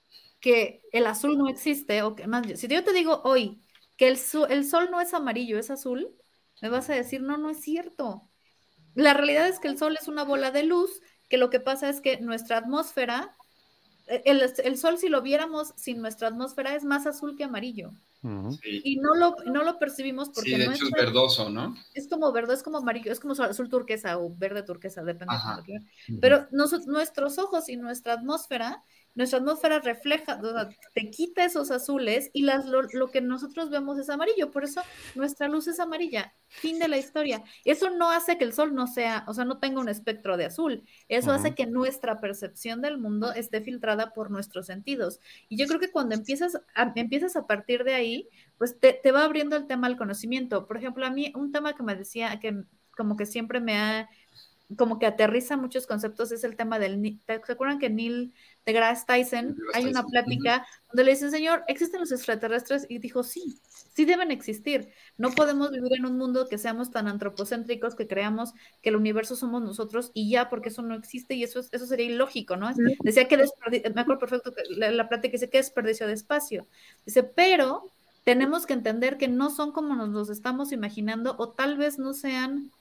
Speaker 4: que el azul no existe, o que más, si yo te digo hoy que el, su- el sol no es amarillo, es azul, me vas a decir, no, no es cierto. La realidad es que el sol es una bola de luz, que lo que pasa es que nuestra atmósfera, el, el sol si lo viéramos sin nuestra atmósfera es más azul que amarillo.
Speaker 2: Ujú.
Speaker 3: Sí,
Speaker 4: Y no lo, no lo percibimos porque
Speaker 3: sí, de
Speaker 4: no
Speaker 3: hecho es
Speaker 4: es,
Speaker 3: verdoso, ¿no?
Speaker 4: es como verde, es como amarillo, es como azul turquesa o verde turquesa, depende de
Speaker 3: Ajá.
Speaker 4: cómo lo quieran. Pero nos- nuestros ojos y nuestra atmósfera, nuestra atmósfera refleja, o sea, te quita esos azules y las, lo, lo que nosotros vemos es amarillo, por eso nuestra luz es amarilla, fin de la historia. Eso no hace que el sol no sea, o sea, no tenga un espectro de azul, eso hace
Speaker 2: Ujú.
Speaker 4: que nuestra percepción del mundo esté filtrada por nuestros sentidos. Y yo creo que cuando empiezas a, empiezas a partir de ahí, pues te, te va abriendo el tema al conocimiento. Por ejemplo, a mí un tema que me decía, que como que siempre me ha, como que aterriza muchos conceptos, es el tema del, Ni- ¿te- ¿se acuerdan que Neil deGrasse Tyson,
Speaker 3: deGrasse
Speaker 4: hay una
Speaker 3: Tyson,
Speaker 4: plática donde le dicen, señor, ¿existen los extraterrestres? Y dijo, sí, sí deben existir. No podemos vivir en un mundo que seamos tan antropocéntricos que creamos que el universo somos nosotros y ya, porque eso no existe y eso, es- eso sería ilógico, ¿no? Decía que, desperdi- me acuerdo perfecto que la, la plática dice que desperdicio de espacio. Dice, pero tenemos que entender que no son como nos los estamos imaginando o tal vez no sean,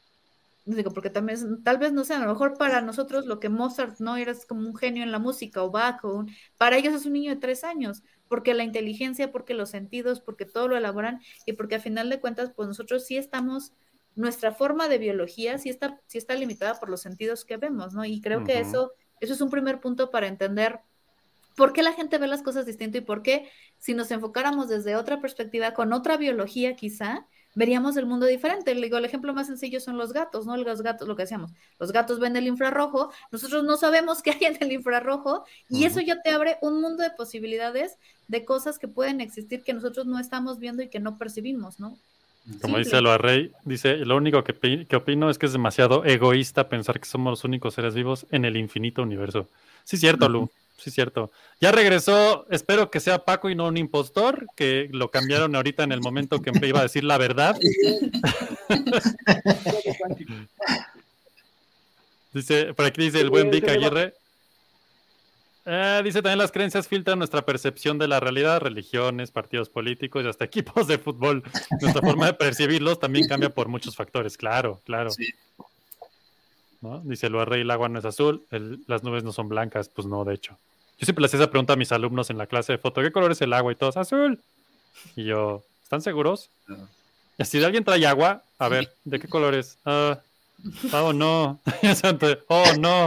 Speaker 4: digo, porque también es- tal vez no sean, a lo mejor para nosotros lo que Mozart no era es como un genio en la música o Bach, o un- para ellos es un niño de tres años, porque la inteligencia, porque los sentidos, porque todo lo elaboran y porque a final de cuentas, pues nosotros sí estamos, nuestra forma de biología sí está, sí está limitada por los sentidos que vemos, ¿no? Y creo que
Speaker 2: Ujú.
Speaker 4: eso, eso es un primer punto para entender por qué la gente ve las cosas distinto y por qué si nos enfocáramos desde otra perspectiva, con otra biología quizá, veríamos el mundo diferente. Le digo, el ejemplo más sencillo son los gatos, ¿no? Los gatos, lo que decíamos, los gatos ven el infrarrojo, nosotros no sabemos qué hay en el infrarrojo y eso ya te abre un mundo de posibilidades de cosas que pueden existir que nosotros no estamos viendo y que no percibimos, ¿no?
Speaker 2: Como
Speaker 4: Simple.
Speaker 2: dice Loa Rey, dice, lo único que, pi- que opino es que es demasiado egoísta pensar que somos los únicos seres vivos en el infinito universo. Sí, cierto, Lu. Sí, cierto. Ya regresó, espero que sea Paco y no un impostor, que lo cambiaron ahorita en el momento que iba a decir la verdad. Dice, por aquí dice el buen Vic Aguirre. Eh, dice también las creencias filtran nuestra percepción de la realidad, religiones, partidos políticos y hasta equipos de fútbol. Nuestra forma de percibirlos también cambia por muchos factores, claro, claro.
Speaker 3: Sí.
Speaker 2: ¿No? Dice Loa Rey, el agua no es azul, el- las nubes no son blancas, pues no, de hecho. Yo siempre le hacía esa pregunta a mis alumnos en la clase de foto, ¿qué color es el agua? Y todos, azul. Y yo, ¿están seguros?
Speaker 3: No.
Speaker 2: Y si alguien trae agua, a ver, ¿de qué color es? Ah, oh, no. Oh, no.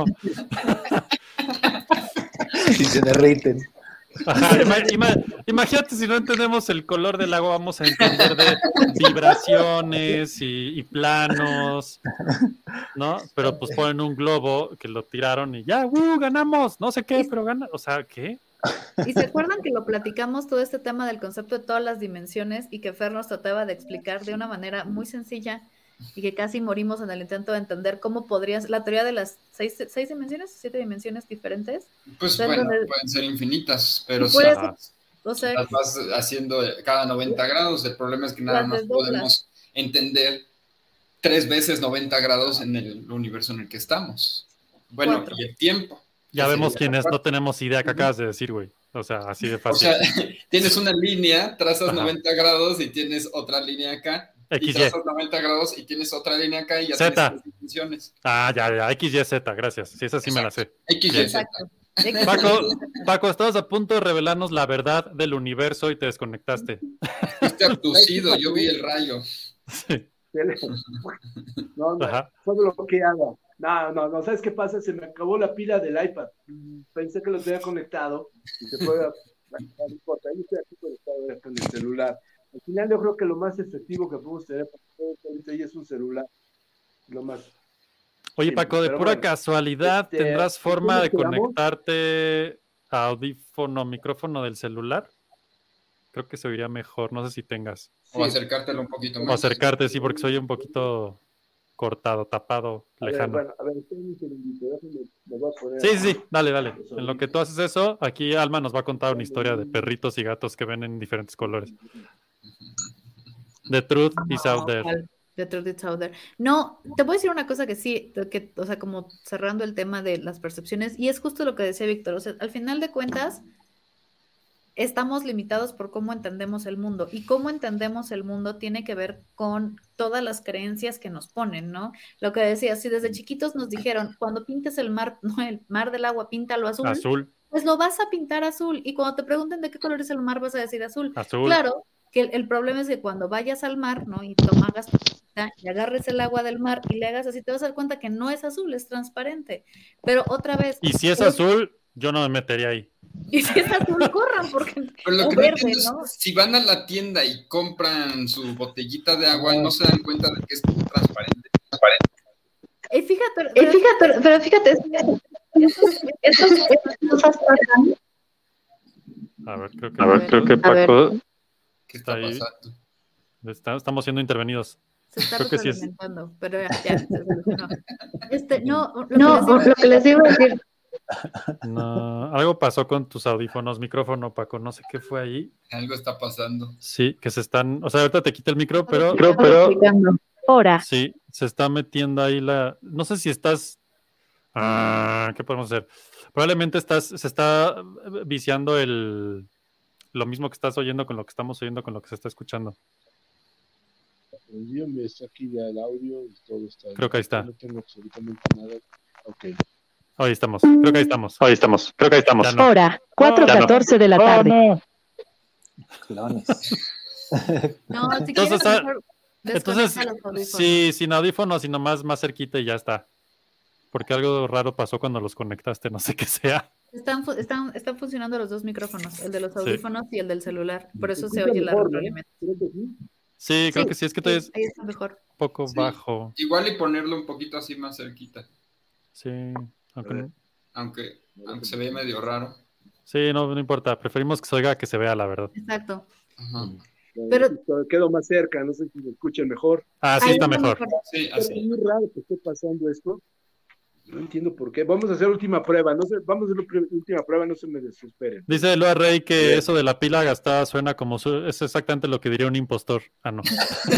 Speaker 13: Y se derriten.
Speaker 2: Ajá, ima- ima- imagínate si no entendemos el color del agua, vamos a entender de vibraciones y, y planos, ¿no? Pero pues ponen un globo que lo tiraron y ya, ¡uh! Ganamos, no sé qué, pero gana, o sea, ¿qué?
Speaker 4: ¿Y se acuerdan que lo platicamos todo este tema del concepto de todas las dimensiones y que Fer nos trataba de explicar de una manera muy sencilla y que casi morimos en el intento de entender cómo podrías, la teoría de las seis, seis dimensiones, siete dimensiones diferentes?
Speaker 3: Pues
Speaker 4: O sea,
Speaker 3: bueno,
Speaker 4: donde-
Speaker 3: pueden ser infinitas, pero
Speaker 4: Y
Speaker 3: sí,
Speaker 4: por eso, o sea,
Speaker 3: las vas haciendo cada noventa grados. El problema es que nada
Speaker 4: Las
Speaker 3: más
Speaker 4: desdoblas.
Speaker 3: podemos entender tres veces noventa grados en el universo en el que estamos. Bueno,
Speaker 4: Cuatro.
Speaker 3: y el tiempo.
Speaker 2: Ya
Speaker 3: que
Speaker 2: vemos
Speaker 3: sería
Speaker 2: quiénes
Speaker 3: cuatro.
Speaker 2: no tenemos idea que acabas de decir, güey. O sea, así de
Speaker 3: O
Speaker 2: fácil.
Speaker 3: sea, tienes una línea, trazas
Speaker 2: Ajá.
Speaker 3: noventa grados y tienes otra línea acá.
Speaker 2: X Y.
Speaker 3: Y trazas noventa grados y tienes otra línea acá y ya
Speaker 2: Z.
Speaker 3: tienes tres dimensiones.
Speaker 2: Ah, ya, ya. X, Y, Z, gracias. Sí, esa sí me la sé.
Speaker 3: X, Y, Z.
Speaker 4: Exacto.
Speaker 2: Paco, Paco, estabas a punto de revelarnos la verdad del universo y te desconectaste.
Speaker 3: Fuiste abducido, yo vi el rayo.
Speaker 2: Sí.
Speaker 12: No, no,
Speaker 2: Ajá.
Speaker 12: fue bloqueado. No, no, no, ¿sabes qué pasa? Se me acabó la pila del iPad. Pensé que lo tenía conectado y se fue a... No importa, yo estoy aquí conectado con el celular. Al final yo creo que lo más efectivo que podemos tener para todos ahorita ya es un celular. Lo más...
Speaker 2: Oye,
Speaker 12: Sí,
Speaker 2: Paco, de
Speaker 12: pero
Speaker 2: pura
Speaker 12: bueno,
Speaker 2: cashasualidad,
Speaker 12: este,
Speaker 2: ¿tendrás forma de
Speaker 12: ¿cómo quedamos?
Speaker 2: conectarte a audífono, micrófono del celular? Creo que se oiría mejor, no sé si tengas.
Speaker 3: O acercártelo un poquito
Speaker 2: O
Speaker 3: más.
Speaker 2: acercarte, sí, porque se oye un poquito cortado, tapado,
Speaker 12: A ver,
Speaker 2: lejano.
Speaker 12: bueno, a ver, espera un segundito, déjame, me voy a poner
Speaker 2: Sí,
Speaker 12: aquí.
Speaker 2: sí, dale, dale. En lo que tú haces eso, aquí Alma nos va a contar una historia de perritos y gatos que ven en diferentes colores. The truth is out there.
Speaker 4: ¿Cuál? The truth is out there. No, te voy a decir una cosa que sí, que, o sea, como cerrando el tema de las percepciones, y es justo lo que decía Víctor, o sea, al final de cuentas, estamos limitados por cómo entendemos el mundo, y cómo entendemos el mundo tiene que ver con todas las creencias que nos ponen, ¿no? Lo que decía, si desde chiquitos nos dijeron, cuando pintes el mar, no, el mar del agua, píntalo azul,
Speaker 2: Azul,
Speaker 4: pues lo vas a pintar azul, y cuando te pregunten de qué color es el mar, vas a decir azul.
Speaker 2: azul.
Speaker 4: Claro, que el, el problema es que cuando vayas al mar, ¿no? Y tomas tu pinta y agarres el agua del mar y le hagas así, te vas a dar cuenta que no es azul, es transparente. Pero otra vez.
Speaker 2: Y si es
Speaker 4: el-
Speaker 2: azul, yo no me metería ahí.
Speaker 4: Y si es azul, corran, porque.
Speaker 3: Pero lo
Speaker 4: o
Speaker 3: que no
Speaker 4: verde,
Speaker 3: entiendo es,
Speaker 4: ¿no?
Speaker 3: si van a la tienda y compran su botellita de agua, no se dan cuenta de que es transparente.
Speaker 4: Y fíjate,
Speaker 14: Y fíjate, pero fíjate, estos, estos, estas cosas pasan.
Speaker 2: A ver, creo que,
Speaker 4: A ver, creo que
Speaker 14: A ver.
Speaker 2: Paco
Speaker 3: ¿Qué
Speaker 2: está
Speaker 3: está
Speaker 2: ahí.
Speaker 3: pasando?
Speaker 2: Está- estamos siendo intervenidos.
Speaker 4: Se está
Speaker 2: Creo que sí es.
Speaker 4: retroalimentando, pero ya, ya, se solucionó. Este, no, lo que
Speaker 14: No,
Speaker 4: les digo-
Speaker 14: lo que les iba a decir,
Speaker 2: No, algo pasó con tus audífonos, micrófono, Paco, no sé qué fue ahí.
Speaker 3: Algo está pasando.
Speaker 2: Sí, que se están, o sea, ahorita te quita el micro, pero,
Speaker 14: estaba explicando. Ahora,
Speaker 2: sí, se está metiendo ahí la, no sé si estás, ah, ¿qué podemos hacer? Probablemente estás, se está viciando el, lo mismo que estás oyendo con lo que estamos oyendo con lo que se está escuchando.
Speaker 12: Envíame, está aquí ya el audio y todo está.
Speaker 2: Creo que ahí está.
Speaker 12: No tengo absolutamente nada. Ok.
Speaker 2: Ahí estamos, creo que ahí estamos. Ahí estamos, creo que ahí estamos.
Speaker 14: ahora, cuatro catorce de la tarde.
Speaker 4: No, si
Speaker 2: Entonces,
Speaker 4: quieres,
Speaker 2: ah,
Speaker 4: mejor
Speaker 2: Entonces,
Speaker 4: desconecta los audífonos.
Speaker 2: sí, sin audífonos, sino más, más cerquita y ya está. Porque algo raro pasó cuando los conectaste, no sé qué sea.
Speaker 4: Están, fu- están, están funcionando los dos micrófonos, el de los
Speaker 2: Sí.
Speaker 4: audífonos y el del celular. Por eso se
Speaker 12: escucha
Speaker 4: oye la
Speaker 12: mejor, ¿no?
Speaker 4: retroalimentación.
Speaker 12: Creo que sí.
Speaker 2: Sí, creo que sí, es que tú es
Speaker 4: Ahí está mejor.
Speaker 2: un poco
Speaker 3: Sí.
Speaker 2: bajo.
Speaker 3: Igual y ponerlo un poquito así más cerquita.
Speaker 2: Sí, aunque no-
Speaker 3: Aunque, aunque se ve medio raro.
Speaker 2: sí, no, no importa. Preferimos que se oiga a que se vea, la verdad.
Speaker 4: Exacto.
Speaker 3: Ajá.
Speaker 4: Pero-
Speaker 12: Pero quedo más cerca, no sé si me escuchan mejor.
Speaker 2: Ah, sí,
Speaker 4: Ahí
Speaker 2: está
Speaker 4: está
Speaker 2: mejor.
Speaker 4: mejor.
Speaker 3: Sí,
Speaker 12: Pero es
Speaker 3: así.
Speaker 12: muy raro que esté pasando esto. No entiendo por qué. Vamos a hacer última prueba. No sé, vamos a hacer la última prueba, no se me desesperen.
Speaker 2: Dice Loa Rey que
Speaker 12: Bien.
Speaker 2: eso de la pila gastada suena como su- es exactamente lo que diría un impostor. Ah, no.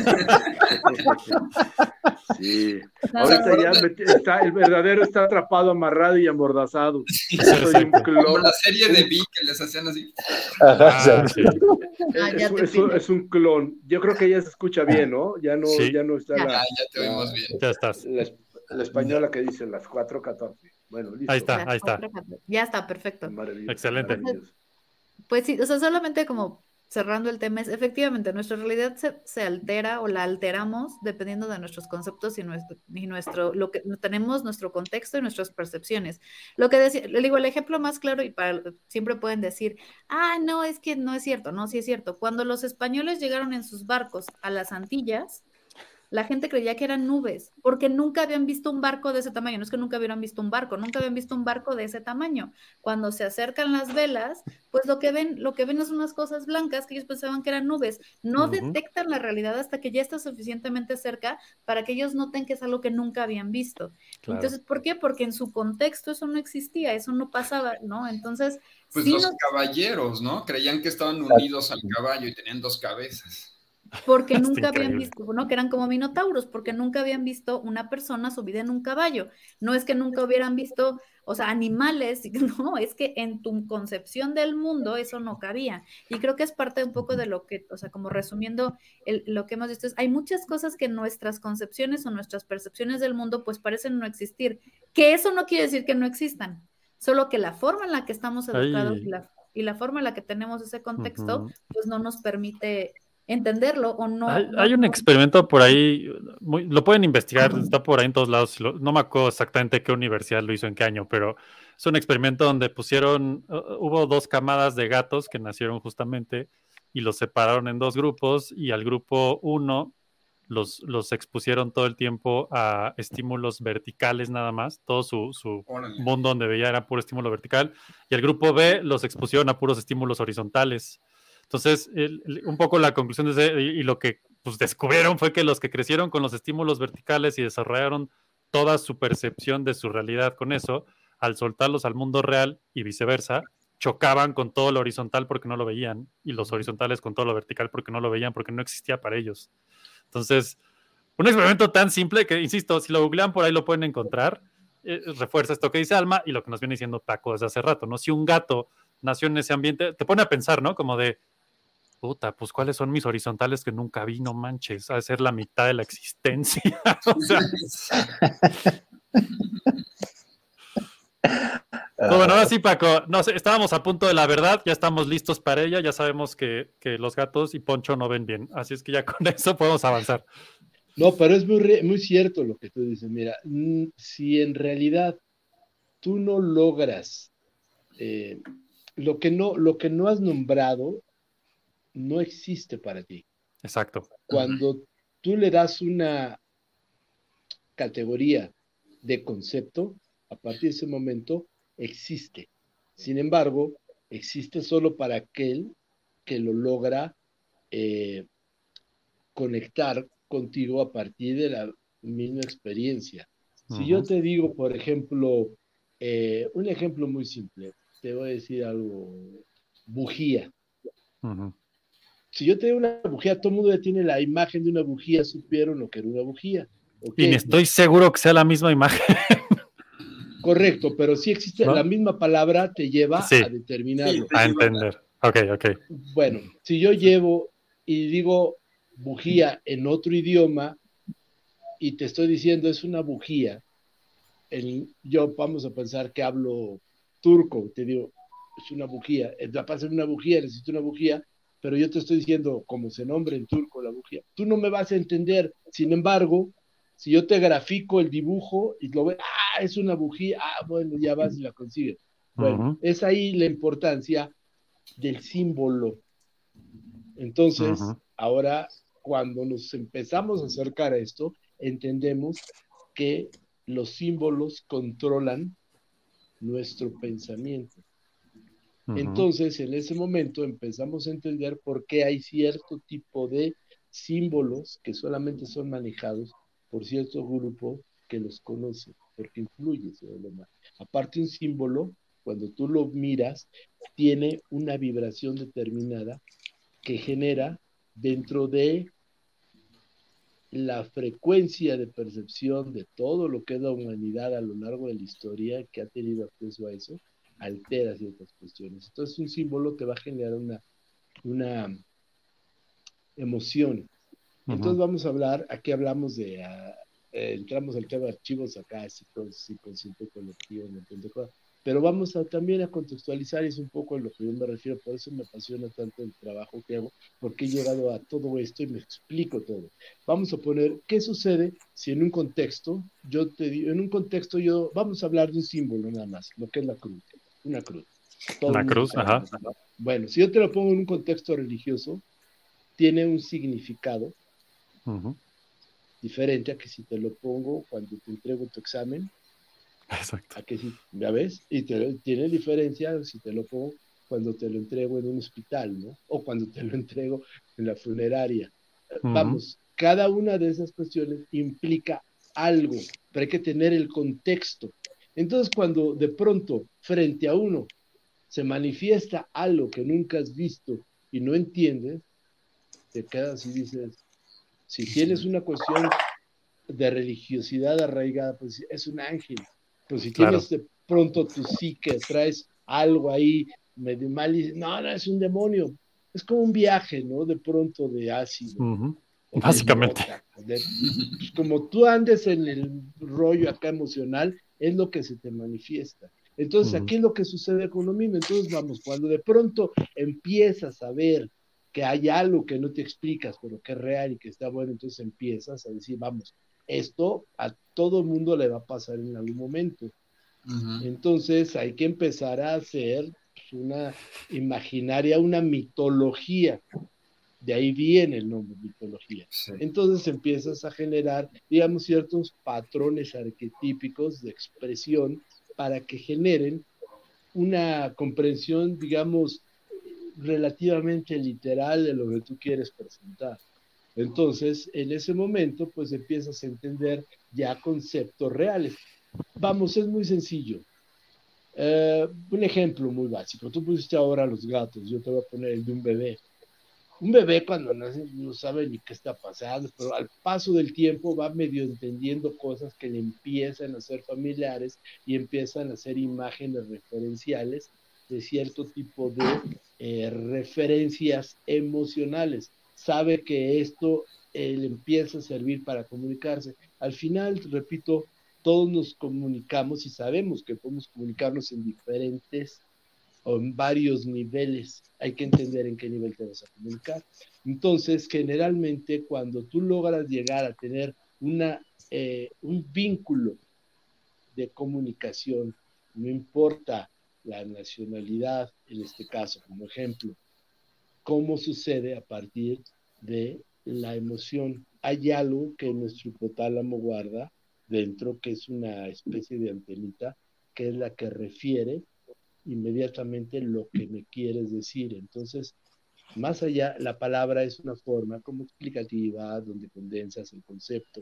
Speaker 12: Sí.
Speaker 4: No,
Speaker 12: Ahorita
Speaker 4: no,
Speaker 12: ya me- está, el verdadero está atrapado, amarrado y amordazado.
Speaker 2: Sí,
Speaker 12: Soy un
Speaker 2: exacto.
Speaker 3: Como
Speaker 12: clon.
Speaker 3: la serie de Vi que les hacían así.
Speaker 2: Ah, sí.
Speaker 4: Ah, ya
Speaker 12: Es,
Speaker 4: te
Speaker 12: es un,
Speaker 4: pillo.
Speaker 12: es un clon. Yo creo que ya se escucha bien, ¿no? Ya no,
Speaker 2: Sí.
Speaker 12: ya no está
Speaker 4: Ya.
Speaker 12: la,
Speaker 3: Ah, ya te oímos bien.
Speaker 2: Ya estás.
Speaker 12: la, la española que dice las cuatro catorce. Bueno, listo.
Speaker 2: Ahí está.
Speaker 4: Las
Speaker 2: ahí está.
Speaker 4: cuatro catorce. Ya está, perfecto.
Speaker 12: Maravilloso,
Speaker 2: Excelente.
Speaker 12: maravilloso.
Speaker 4: Pues sí, o sea, solamente como cerrando el tema, es efectivamente nuestra realidad se, se altera o la alteramos dependiendo de nuestros conceptos y nuestro, y nuestro, lo que tenemos, nuestro contexto y nuestras percepciones. Lo que decía, le digo, el ejemplo más claro, y para siempre pueden decir, ah, no, es que no es cierto, no, sí es cierto. Cuando los españoles llegaron en sus barcos a las Antillas, la gente creía que eran nubes, porque nunca habían visto un barco de ese tamaño. No es que nunca hubieran visto un barco, nunca habían visto un barco de ese tamaño. Cuando se acercan las velas, pues lo que ven, lo que ven es unas cosas blancas que ellos pensaban que eran nubes. No uh-huh. detectan la realidad hasta que ya está suficientemente cerca para que ellos noten que es algo que nunca habían visto. Claro. Entonces, ¿por qué? Porque en su contexto eso no existía, eso no pasaba, ¿no? Entonces...
Speaker 3: Pues
Speaker 4: sí
Speaker 3: los
Speaker 4: nos...
Speaker 3: caballeros, ¿no? Creían que estaban unidos al caballo y tenían dos cabezas.
Speaker 4: Porque nunca habían visto, ¿no? Que eran como minotauros, porque nunca habían visto una persona subida en un caballo. No es que nunca hubieran visto, o sea, animales, no, es que en tu concepción del mundo eso no cabía. Y creo que es parte un poco de lo que, o sea, como resumiendo el, lo que hemos visto, es, hay muchas cosas que nuestras concepciones o nuestras percepciones del mundo pues parecen no existir. Que eso no quiere decir que no existan, solo que la forma en la que estamos educados y la, y la forma en la que tenemos ese contexto, uh-huh. pues no nos permite entenderlo o no.
Speaker 2: Hay,
Speaker 4: no,
Speaker 2: hay un
Speaker 4: no.
Speaker 2: experimento por ahí, muy, lo pueden investigar, está por ahí en todos lados, lo, no me acuerdo exactamente qué universidad lo hizo, en qué año, pero es un experimento donde pusieron, uh, hubo dos camadas de gatos que nacieron justamente y los separaron en dos grupos y al grupo uno los, los expusieron todo el tiempo a estímulos verticales nada más, todo su, su mundo donde veía era puro estímulo vertical, y al grupo B los expusieron a puros estímulos horizontales. Entonces, el, el, un poco la conclusión de ese, y, y lo que pues, descubrieron fue que los que crecieron con los estímulos verticales y desarrollaron toda su percepción de su realidad con eso, al soltarlos al mundo real y viceversa, chocaban con todo lo horizontal porque no lo veían, y los horizontales con todo lo vertical porque no lo veían, porque no existía para ellos. Entonces, un experimento tan simple que, insisto, si lo googlean por ahí lo pueden encontrar, eh, refuerza esto que dice Alma y lo que nos viene diciendo Paco desde hace rato, ¿no? Si un gato nació en ese ambiente, te pone a pensar, ¿no? Como de, puta, pues ¿cuáles son mis horizontales que nunca vi? No manches, ha de ser la mitad de la existencia. O sea... Pues bueno, ahora sí, Paco, no sé, estábamos a punto de la verdad, ya estamos listos para ella, ya sabemos que, que los gatos y Poncho no ven bien, así es que ya con eso podemos avanzar.
Speaker 12: No, pero es muy, re, muy cierto lo que tú dices. Mira, si en realidad tú no logras eh, lo que no, lo que no has nombrado, no existe para ti.
Speaker 2: Exacto.
Speaker 12: Cuando tú le das una categoría de concepto, a partir de ese momento existe. Sin embargo, existe solo para aquel que lo logra eh, conectar contigo a partir de la misma experiencia. Uh-huh. Si yo te digo, por ejemplo, eh, un ejemplo muy simple, te voy a decir algo, bujía. Uh-huh. Si yo te digo una bujía, todo el mundo ya tiene la imagen de una bujía, supieron lo que era una bujía.
Speaker 2: ¿Okay? Y estoy seguro que sea la misma imagen.
Speaker 12: Correcto, pero sí existe, ¿no? La misma palabra te lleva sí. a determinarlo.
Speaker 2: Sí, a entender. Ok, ok.
Speaker 12: Bueno, si yo llevo y digo bujía en otro idioma y te estoy diciendo es una bujía, el, yo vamos a pensar que hablo turco, te digo, es una bujía, para hacer una bujía necesito una bujía, pero yo te estoy diciendo como se nombra en turco la bujía. Tú no me vas a entender, sin embargo, si yo te grafico el dibujo y lo ves, ah, es una bujía, ah, bueno, ya vas y la consigues. Bueno, uh-huh. Es ahí la importancia del símbolo. Entonces, uh-huh. ahora, cuando nos empezamos a acercar a esto, entendemos que los símbolos controlan nuestro pensamiento. Uh-huh. Entonces, en ese momento empezamos a entender por qué hay cierto tipo de símbolos que solamente son manejados por cierto grupo que los conoce, porque influye sobre lo más. Aparte, un símbolo, cuando tú lo miras, tiene una vibración determinada que genera dentro de la frecuencia de percepción de todo lo que es la humanidad a lo largo de la historia que ha tenido acceso a eso, altera ciertas cuestiones. Entonces, un símbolo te va a generar una, una emoción. Entonces, uh-huh. vamos a hablar, aquí hablamos de, uh, eh, entramos al tema de archivos acá, subconsciente colectivo, un montón de cosas, pero vamos a, también a contextualizar, y es un poco a lo que yo me refiero, por eso me apasiona tanto el trabajo que hago, porque he llegado a todo esto y me explico todo. Vamos a poner, ¿qué sucede si en un contexto, yo te digo, en un contexto yo, vamos a hablar de un símbolo nada más, lo que es la cruz, una cruz. Todo
Speaker 2: una cruz, ajá.
Speaker 12: Bueno, si yo te lo pongo en un contexto religioso, tiene un significado, uh-huh. Diferente a que si te lo pongo cuando te entrego tu examen.
Speaker 2: Exacto.
Speaker 12: A que si, ¿ya ves? Y te, tiene diferencia si te lo pongo cuando te lo entrego en un hospital, ¿no? O cuando te lo entrego en la funeraria. Uh-huh. Vamos, cada una de esas cuestiones implica algo, pero hay que tener el contexto. Entonces, cuando de pronto, frente a uno, se manifiesta algo que nunca has visto y no entiendes, te quedas y dices, si tienes una cuestión de religiosidad arraigada, pues es un ángel. Pues si
Speaker 2: claro.
Speaker 12: tienes de pronto tu psique, traes algo ahí medio mal y dices, no, no, es un demonio. Es como un viaje, ¿no? De pronto de ácido.
Speaker 2: Uh-huh. Básicamente.
Speaker 12: De, de, pues como tú andes en el rollo acá emocional, es lo que se te manifiesta. Entonces, uh-huh. aquí es lo que sucede con lo mismo. Entonces, vamos, cuando de pronto empiezas a ver que hay algo que no te explicas, pero que es real y que está bueno, entonces empiezas a decir, vamos, esto a todo el mundo le va a pasar en algún momento. Uh-huh. Entonces, hay que empezar a hacer una imaginaria, una mitología. De ahí viene el nombre mitología. Sí. Entonces empiezas a generar, digamos, ciertos patrones arquetípicos de expresión para que generen una comprensión, digamos, relativamente literal de lo que tú quieres presentar. Entonces, en ese momento, pues empiezas a entender ya conceptos reales. Vamos, es muy sencillo. Uh, un ejemplo muy básico. Tú pusiste ahora los gatos, yo te voy a poner el de un bebé. Un bebé cuando nace no sabe ni qué está pasando, pero al paso del tiempo va medio entendiendo cosas que le empiezan a ser familiares y empiezan a ser imágenes referenciales de cierto tipo de eh, referencias emocionales. Sabe que esto eh, le empieza a servir para comunicarse. Al final, repito, todos nos comunicamos y sabemos que podemos comunicarnos en diferentes o en varios niveles. Hay que entender en qué nivel te vas a comunicar. Entonces, generalmente, cuando tú logras llegar a tener una, eh, un vínculo de comunicación, no importa la nacionalidad, en este caso, como ejemplo, ¿cómo sucede a partir de la emoción? Hay algo que nuestro hipotálamo guarda dentro, que es una especie de antenita, que es la que refiere inmediatamente lo que me quieres decir. Entonces, más allá, la palabra es una forma como explicativa donde condensas el concepto.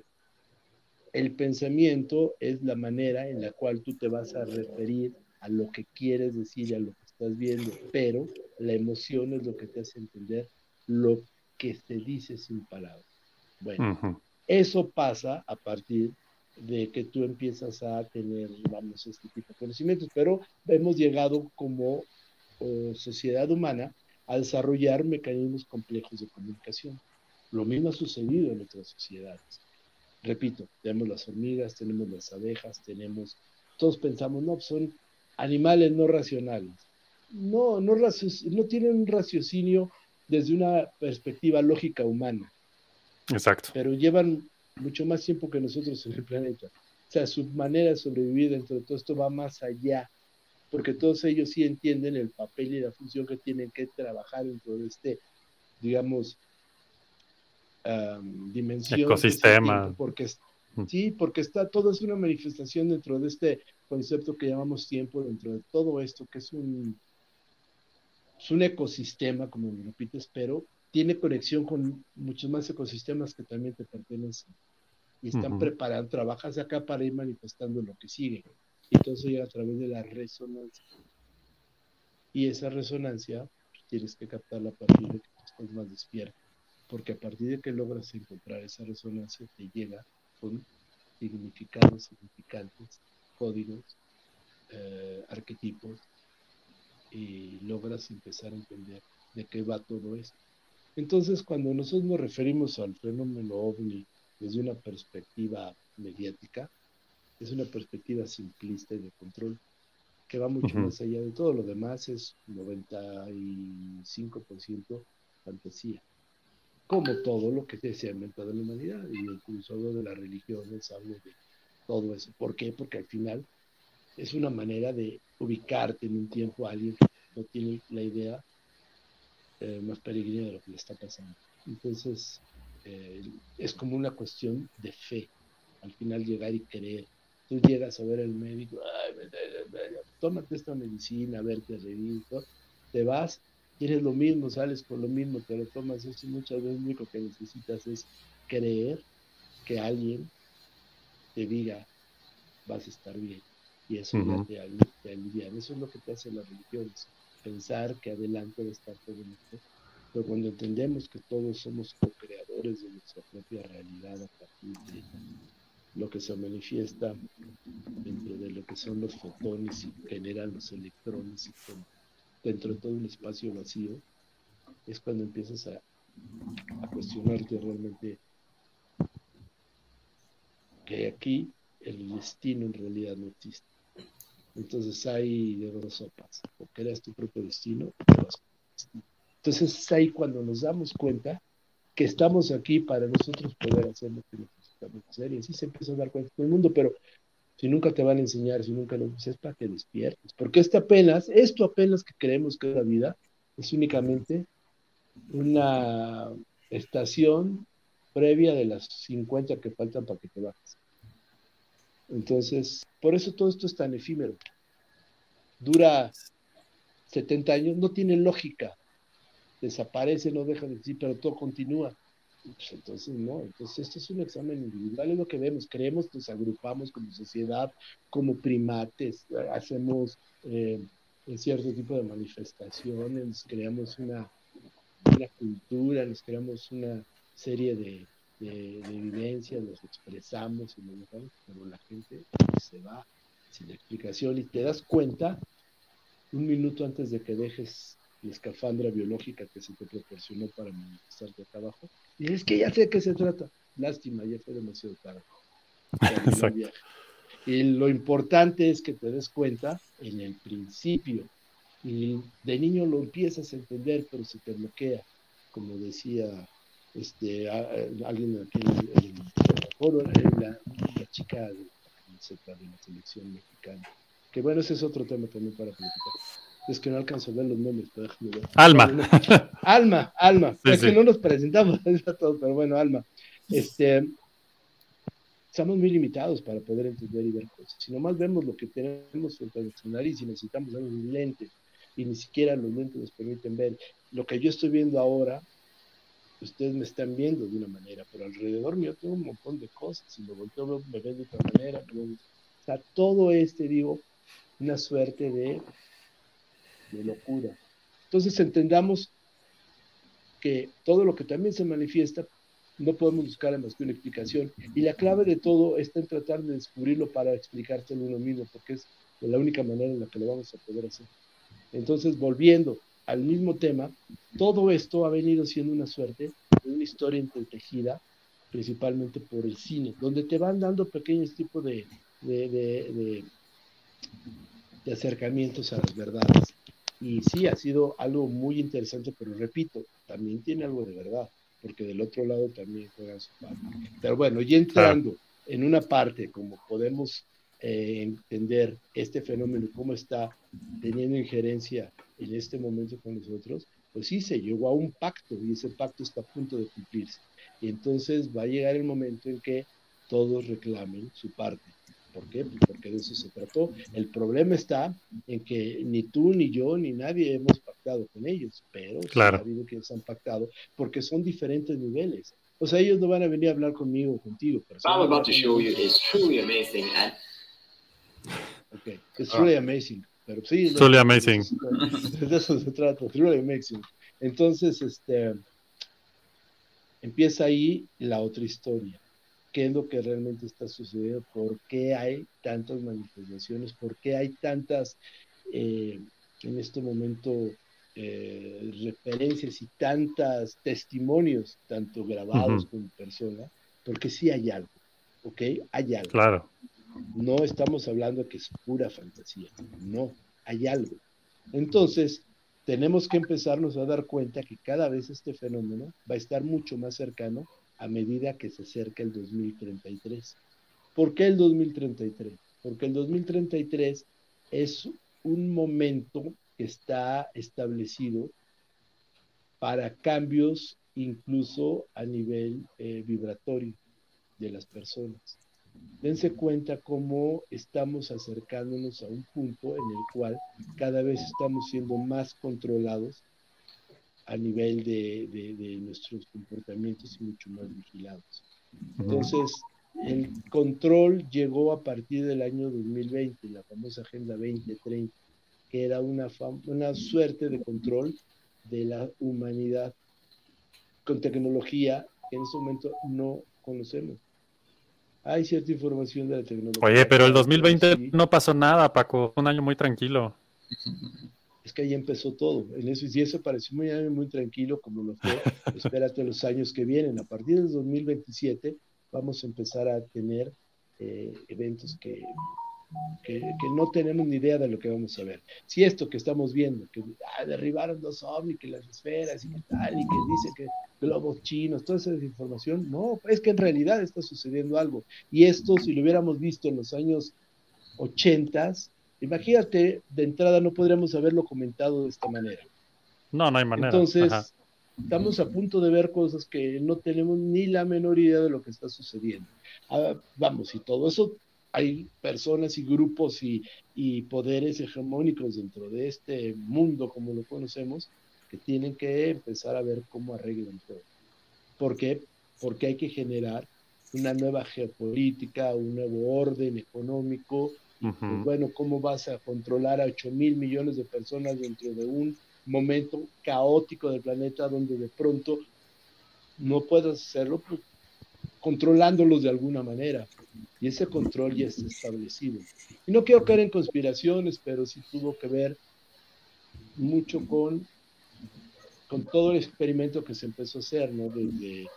Speaker 12: El pensamiento es la manera en la cual tú te vas a referir a lo que quieres decir y a lo que estás viendo, pero la emoción es lo que te hace entender lo que se dice sin palabras. Bueno, uh-huh. Eso pasa a partir de que tú empiezas a tener, vamos, este tipo de conocimientos, pero hemos llegado como oh, sociedad humana a desarrollar mecanismos complejos de comunicación. Lo mismo ha sucedido en otras sociedades. Repito, tenemos las hormigas, tenemos las abejas, tenemos, todos pensamos, no, son animales no racionales. No, no, no tienen un raciocinio desde una perspectiva lógica humana.
Speaker 2: Exacto.
Speaker 12: Pero llevan mucho más tiempo que nosotros en el planeta. O sea, su manera de sobrevivir dentro de todo esto va más allá, porque todos ellos sí entienden el papel y la función que tienen que trabajar dentro de este, digamos, um, dimensión.
Speaker 2: Ecosistema.
Speaker 12: Porque, sí, porque está, todo es una manifestación dentro de este concepto que llamamos tiempo, dentro de todo esto, que es un, es un ecosistema, como me repites, pero tiene conexión con muchos más ecosistemas que también te pertenecen. Y están uh-huh. preparando, trabajas acá para ir manifestando lo que sigue. Y entonces llega a través de la resonancia. Y esa resonancia pues, tienes que captarla a partir de que estás más despierto. Porque a partir de que logras encontrar esa resonancia, te llega con significados, significantes, códigos, eh, arquetipos, y logras empezar a entender de qué va todo esto. Entonces, cuando nosotros nos referimos al fenómeno ovni desde una perspectiva mediática, es una perspectiva simplista y de control, que va mucho uh-huh. más allá de todo. Lo demás es noventa y cinco por ciento fantasía, como todo lo que se ha inventado en la humanidad, y incluso hablo de las religiones, hablo de todo eso. ¿Por qué? Porque al final es una manera de ubicarte en un tiempo a alguien que no tiene la idea Eh, más peregrino de lo que le está pasando. Entonces, eh, es como una cuestión de fe, al final llegar y creer. Tú llegas a ver al médico, ay, tómate esta medicina, a ver qué reviso, te vas, quieres lo mismo, sales con lo mismo, te lo tomas eso, y muchas veces lo único que necesitas es creer que alguien te diga, vas a estar bien, y eso uh-huh. ya te, te alivia. Eso es lo que te hace las religiones, pensar que adelante va a estar todo mejor. Pero cuando entendemos que todos somos co-creadores de nuestra propia realidad a partir de lo que se manifiesta dentro de lo que son los fotones y generan los electrones y todo, dentro de todo un espacio vacío, es cuando empiezas a, a cuestionarte realmente que aquí el destino en realidad no existe. Entonces hay de dos sopas, o creas tu propio destino o te vas con el destino. Entonces es ahí cuando nos damos cuenta que estamos aquí para nosotros poder hacer lo que necesitamos hacer, y así se empieza a dar cuenta todo el mundo. Pero si nunca te van a enseñar, si nunca lo dices, es para que despiertes, porque esto apenas, esto apenas que creemos que es la vida, es únicamente una estación previa de las cincuenta que faltan para que te bajes. Entonces, por eso todo esto es tan efímero. Dura setenta años, no tiene lógica. Desaparece, no deja de existir, pero todo continúa. Pues entonces, no. Entonces, esto es un examen individual, es lo que vemos. Creemos, nos agrupamos como sociedad, como primates, hacemos eh, un cierto tipo de manifestaciones, creamos una, una cultura, nos creamos una serie de, de, de evidencias, los expresamos y nos dejamos, pero la gente se va sin explicación y te das cuenta un minuto antes de que dejes la escafandra biológica que se te proporcionó para manifestarte acá abajo, y es que ya sé de qué se trata. Lástima, ya fue demasiado tarde. Y lo importante es que te des cuenta en el principio, y de niño lo empiezas a entender, pero se te bloquea, como decía este, a, a, alguien aquí en el foro, la, la chica de la, de la selección mexicana, que bueno, ese es otro tema también para platicar. Es que no alcanzo a ver los nombres, pero déjame ver.
Speaker 2: Alma.
Speaker 12: No, no. Alma, Alma. Sí, es sí. que no nos presentamos a todos, pero bueno, Alma. Este, estamos muy limitados para poder entender y ver cosas. Si nomás vemos lo que tenemos frente a nuestra nariz y necesitamos un lente, y ni siquiera los lentes nos permiten ver lo que yo estoy viendo ahora, ustedes me están viendo de una manera, pero alrededor mío tengo un montón de cosas. Si lo volteo, me ven de otra manera. Pero, o sea, todo este, digo, una suerte de de locura. Entonces entendamos que todo lo que también se manifiesta no podemos buscar más que una explicación, y la clave de todo está en tratar de descubrirlo para explicárselo uno mismo, porque es de la única manera en la que lo vamos a poder hacer. Entonces, volviendo al mismo tema, todo esto ha venido siendo una suerte de una historia entretejida principalmente por el cine, donde te van dando pequeños tipos de, de, de, de, de acercamientos a las verdades. Y sí, ha sido algo muy interesante, pero repito, también tiene algo de verdad, porque del otro lado también juega su parte. Pero bueno, ya entrando ah. en una parte, como podemos eh, entender este fenómeno, cómo está teniendo injerencia en este momento con nosotros, pues sí, se llegó a un pacto, y ese pacto está a punto de cumplirse. Y entonces va a llegar el momento en que todos reclamen su parte. ¿Por qué? Pues porque de eso se trató. El problema está en que ni tú, ni yo, ni nadie hemos pactado con ellos, pero
Speaker 2: claro.
Speaker 12: sí ha habido quienes han pactado, porque son diferentes niveles. O sea, ellos no van a venir a hablar conmigo o contigo. Pero
Speaker 15: I'm about to show you is truly amazing. And...
Speaker 12: Ok, it's truly oh. amazing. Pero sí,
Speaker 2: truly no, amazing.
Speaker 12: De eso se trata, truly amazing. Entonces, este, empieza ahí la otra historia. ¿Qué es lo que realmente está sucediendo? ¿Por qué hay tantas manifestaciones? ¿Por qué hay tantas, eh, en este momento, eh, referencias y tantos testimonios, tanto grabados uh-huh. como personas? Porque sí hay algo, ¿ok? Hay algo.
Speaker 2: Claro.
Speaker 12: No estamos hablando que es pura fantasía, no, hay algo. Entonces, tenemos que empezarnos a dar cuenta que cada vez este fenómeno va a estar mucho más cercano a medida que se acerca el dos mil treinta y tres. ¿Por qué el dos mil treinta y tres? Porque el dos mil treinta y tres es un momento que está establecido para cambios incluso a nivel eh, vibratorio de las personas. Dense cuenta cómo estamos acercándonos a un punto en el cual cada vez estamos siendo más controlados a nivel de, de, de nuestros comportamientos y mucho más vigilados. Entonces, el control llegó a partir del año dos mil veinte, la famosa Agenda veinte treinta, que era una, fam- una suerte de control de la humanidad con tecnología que en este momento no conocemos. Hay cierta información de la tecnología.
Speaker 2: Oye, pero el
Speaker 12: claro,
Speaker 2: dos mil veinte
Speaker 12: sí.
Speaker 2: no pasó nada, Paco. Fue un año muy tranquilo.
Speaker 12: Es que ahí empezó todo. En eso, y si eso pareció muy, muy tranquilo, como lo fue, espérate los años que vienen. A partir del dos mil veintisiete vamos a empezar a tener eh, eventos que, que, que no tenemos ni idea de lo que vamos a ver. Si esto que estamos viendo, que ah, derribaron dos ovnis, que las esferas y que tal, y que dice que globos chinos, toda esa desinformación, no, es que en realidad está sucediendo algo. Y esto, si lo hubiéramos visto en los años ochentas, imagínate, de entrada no podríamos haberlo comentado de esta manera.
Speaker 2: No, no hay manera.
Speaker 12: Entonces,
Speaker 2: Ajá.
Speaker 12: estamos a punto de ver cosas que no tenemos ni la menor idea de lo que está sucediendo. Ah, vamos, y todo eso, hay personas y grupos y, y poderes hegemónicos dentro de este mundo, como lo conocemos, que tienen que empezar a ver cómo arreglan todo. ¿Por qué? Porque hay que generar una nueva geopolítica, un nuevo orden económico.
Speaker 2: Uh-huh.
Speaker 12: Pues bueno, ¿cómo vas a controlar a ocho mil millones de personas dentro de un momento caótico del planeta donde de pronto no puedas hacerlo pues, controlándolos de alguna manera? Y ese control ya está establecido. Y no quiero caer en conspiraciones, pero sí tuvo que ver mucho con, con todo el experimento que se empezó a hacer, ¿no? Desde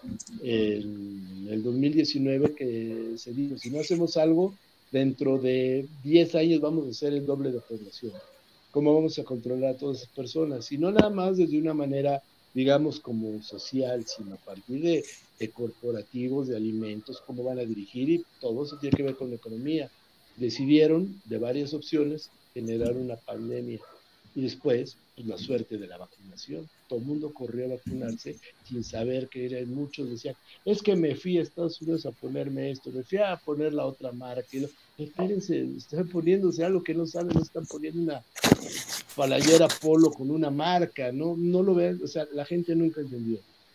Speaker 12: el, el dos mil diecinueve que se dijo, si no hacemos algo, dentro de diez años vamos a ser el doble de población. ¿Cómo vamos a controlar a todas esas personas? Y no nada más desde una manera, digamos, como social, sino a partir de, de corporativos, de alimentos, cómo van a dirigir, y todo eso tiene que ver con la economía. Decidieron, de varias opciones, generar una pandemia. Y después, pues la suerte de la vacunación. Todo el mundo corrió a vacunarse sin saber que eran. Muchos decían, es que me fui a Estados Unidos a ponerme esto, me fui a poner la otra marca. Y lo, espérense, están poniéndose algo que no saben, no están poniendo una playera polo con una marca, no, no lo ven, o sea, la gente nunca entendió.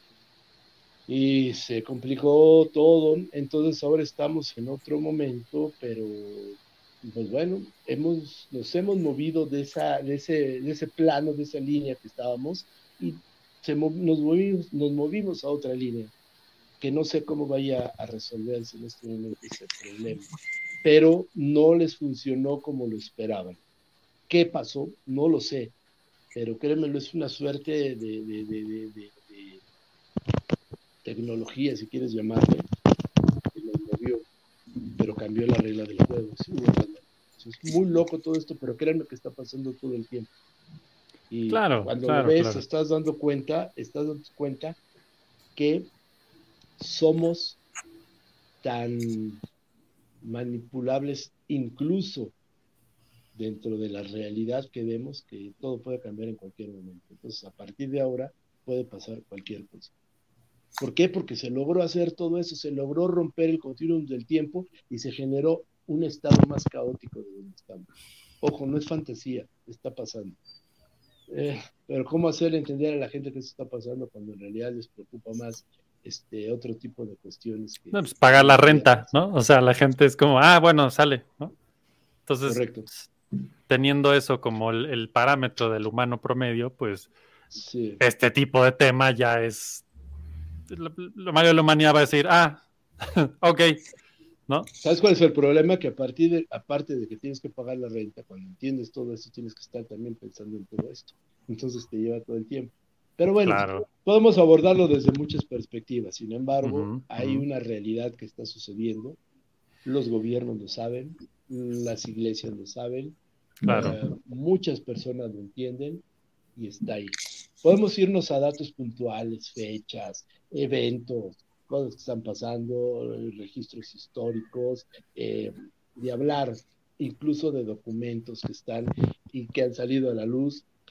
Speaker 12: Y se complicó todo, entonces ahora estamos en otro momento, pero pues bueno, hemos, nos hemos movido de, esa, de, ese, de ese plano, de esa línea que estábamos, y se, nos, movimos, nos movimos a otra línea, que no sé cómo vaya a resolverse en este momento ese problema, pero no les funcionó como lo esperaban. ¿Qué pasó? No lo sé, pero créemelo, es una suerte de, de, de, de, de, de tecnología, si quieres llamarle, que nos movió, pero cambió la regla del juego. Sí, es muy loco todo esto, pero créanme que está pasando todo el tiempo. Y
Speaker 2: claro,
Speaker 12: cuando
Speaker 2: claro,
Speaker 12: lo ves,
Speaker 2: claro.
Speaker 12: estás dando cuenta, estás dando cuenta que somos tan manipulables incluso dentro de la realidad que vemos, que todo puede cambiar en cualquier momento. Entonces, a partir de ahora puede pasar cualquier cosa. ¿Por qué? Porque se logró hacer todo eso, se logró romper el continuum del tiempo y se generó un estado más caótico de donde estamos. Ojo, no es fantasía, está pasando. Eh, pero ¿cómo hacerle entender a la gente que eso está pasando cuando en realidad les preocupa más este otro tipo de cuestiones? Que,
Speaker 2: no, pues pagar la renta, ¿no? O sea, la gente es como, ah, bueno, sale, ¿no? Entonces,
Speaker 12: correcto.
Speaker 2: Teniendo eso como el, el parámetro del humano promedio, pues
Speaker 12: sí.
Speaker 2: Este tipo de tema ya es... La, la mayoría de la humanidad va a decir, ah, ok, ¿no?
Speaker 12: ¿Sabes cuál es el problema? Que a partir de, aparte de que tienes que pagar la renta, cuando entiendes todo esto, tienes que estar también pensando en todo esto. Entonces te lleva todo el tiempo. Pero bueno,
Speaker 2: claro.
Speaker 12: podemos abordarlo desde muchas perspectivas. Sin embargo,
Speaker 2: uh-huh,
Speaker 12: hay
Speaker 2: uh-huh.
Speaker 12: una realidad que está sucediendo. Los gobiernos lo saben, las iglesias lo saben,
Speaker 2: claro.
Speaker 12: eh, muchas personas lo entienden y está ahí. Podemos irnos a datos puntuales, fechas, eventos, cosas que están pasando, registros históricos, eh, de hablar incluso de documentos que están y que han salido a la luz, que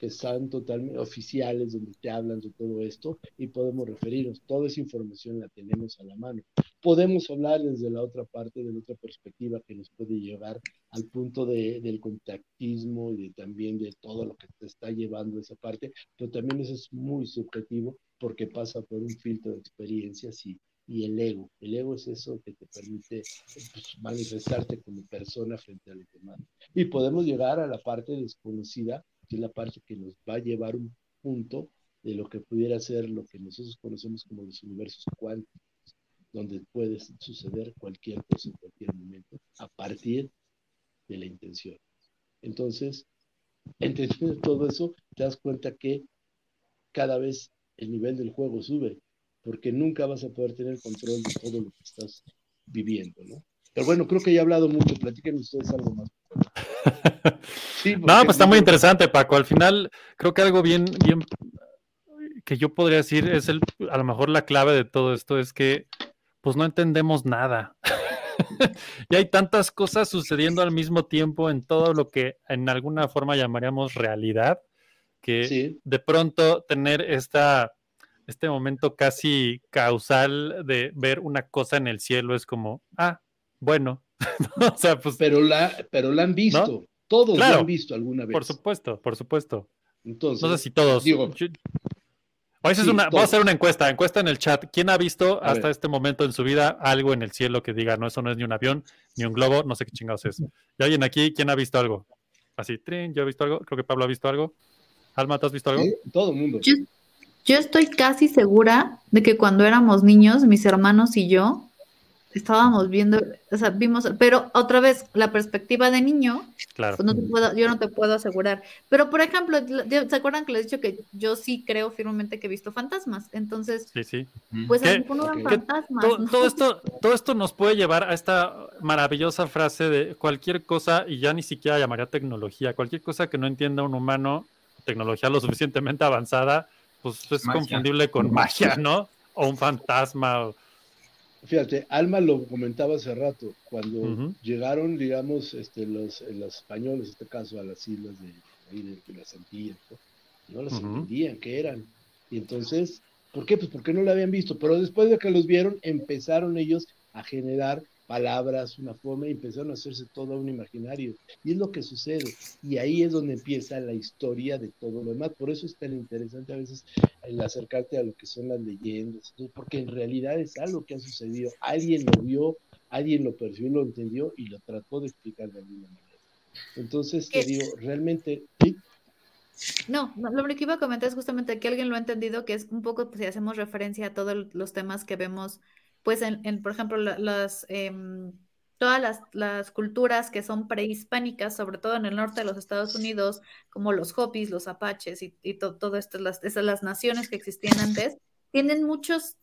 Speaker 12: que están totalmente oficiales, donde te hablan de todo esto y podemos referirnos. Toda esa información la tenemos a la mano. Podemos hablar desde la otra parte, de la otra perspectiva que nos puede llevar al punto de, del contactismo y de, también de todo lo que te está llevando a esa parte, pero también eso es muy subjetivo porque pasa por un filtro de experiencias y, y el ego. El ego es eso que te permite pues, manifestarte como persona frente a los demás. Y podemos llegar a la parte desconocida, que es la parte que nos va a llevar un punto de lo que pudiera ser lo que nosotros conocemos como los universos cuánticos, donde puede suceder cualquier cosa en cualquier momento, a partir de la intención. Entonces, entendiendo todo eso, te das cuenta que cada vez el nivel del juego sube, porque nunca vas a poder tener control de todo lo que estás viviendo, ¿no? Pero bueno, creo que ya he hablado mucho, platiquen ustedes algo más.
Speaker 2: Sí, no, pues está muy interesante, Paco. Al final, creo que algo bien, bien que yo podría decir es el, a lo mejor la clave de todo esto es que pues no entendemos nada. Y hay tantas cosas sucediendo al mismo tiempo en todo lo que en alguna forma llamaríamos realidad, que sí. De pronto tener esta, este momento casi causal de ver una cosa en el cielo es como, ah, bueno. O sea, pues,
Speaker 12: pero, la, pero la han visto, ¿no? Todos claro, la han visto alguna vez.
Speaker 2: Por supuesto, por supuesto.
Speaker 12: Entonces,
Speaker 2: no sé si todos. Digo, yo, Hoy sí, una, vamos a hacer una encuesta, encuesta en el chat. ¿Quién ha visto a hasta ver. este momento en su vida algo en el cielo que diga, no, eso no es ni un avión, ni un globo, no sé qué chingados es? ¿Y alguien aquí, quién ha visto algo? Así, trin, yo he visto algo, creo que Pablo ha visto algo. Alma, ¿tú has visto algo?
Speaker 12: Sí, todo el mundo.
Speaker 4: Yo, yo estoy casi segura de que cuando éramos niños, mis hermanos y yo, estábamos viendo, o sea, vimos, pero otra vez, la perspectiva de niño,
Speaker 2: claro.
Speaker 4: pues no te puedo, yo no te puedo asegurar. Pero, por ejemplo, ¿se acuerdan que les he dicho que yo sí creo firmemente que he visto fantasmas? Entonces,
Speaker 2: sí, sí.
Speaker 4: pues a lo mejor no eran fantasmas.
Speaker 2: Todo,
Speaker 4: ¿no?
Speaker 2: todo, esto, todo esto nos puede llevar a esta maravillosa frase de cualquier cosa, y ya ni siquiera llamaría tecnología, cualquier cosa que no entienda un humano, tecnología lo suficientemente avanzada, pues es magia. Confundible con magia, ¿no? O un fantasma, o...
Speaker 12: Fíjate, Alma lo comentaba hace rato, cuando uh-huh. llegaron, digamos, este, los, los españoles, en este caso, a las islas de, de, de, de las Antillas, ¿no? no las uh-huh. entendían qué eran. Y entonces, ¿por qué? Pues porque no lo habían visto, pero después de que los vieron, empezaron ellos a generar palabras, una forma, y empezaron a hacerse todo un imaginario. Y es lo que sucede. Y ahí es donde empieza la historia de todo lo demás. Por eso es tan interesante a veces el acercarte a lo que son las leyendas, porque en realidad es algo que ha sucedido. Alguien lo vio, alguien lo percibió, lo entendió y lo trató de explicar de alguna manera. Entonces, te digo, realmente... ¿sí?
Speaker 4: No, no, lo que iba a comentar es justamente que alguien lo ha entendido, que es un poco, pues, si hacemos referencia a todos los temas que vemos, pues, en, en por ejemplo, la, las, eh, todas las, las culturas que son prehispánicas, sobre todo en el norte de los Estados Unidos, como los Hopis, los Apaches y, y to, todo esto, las, esas, las naciones que existían antes, tienen muchos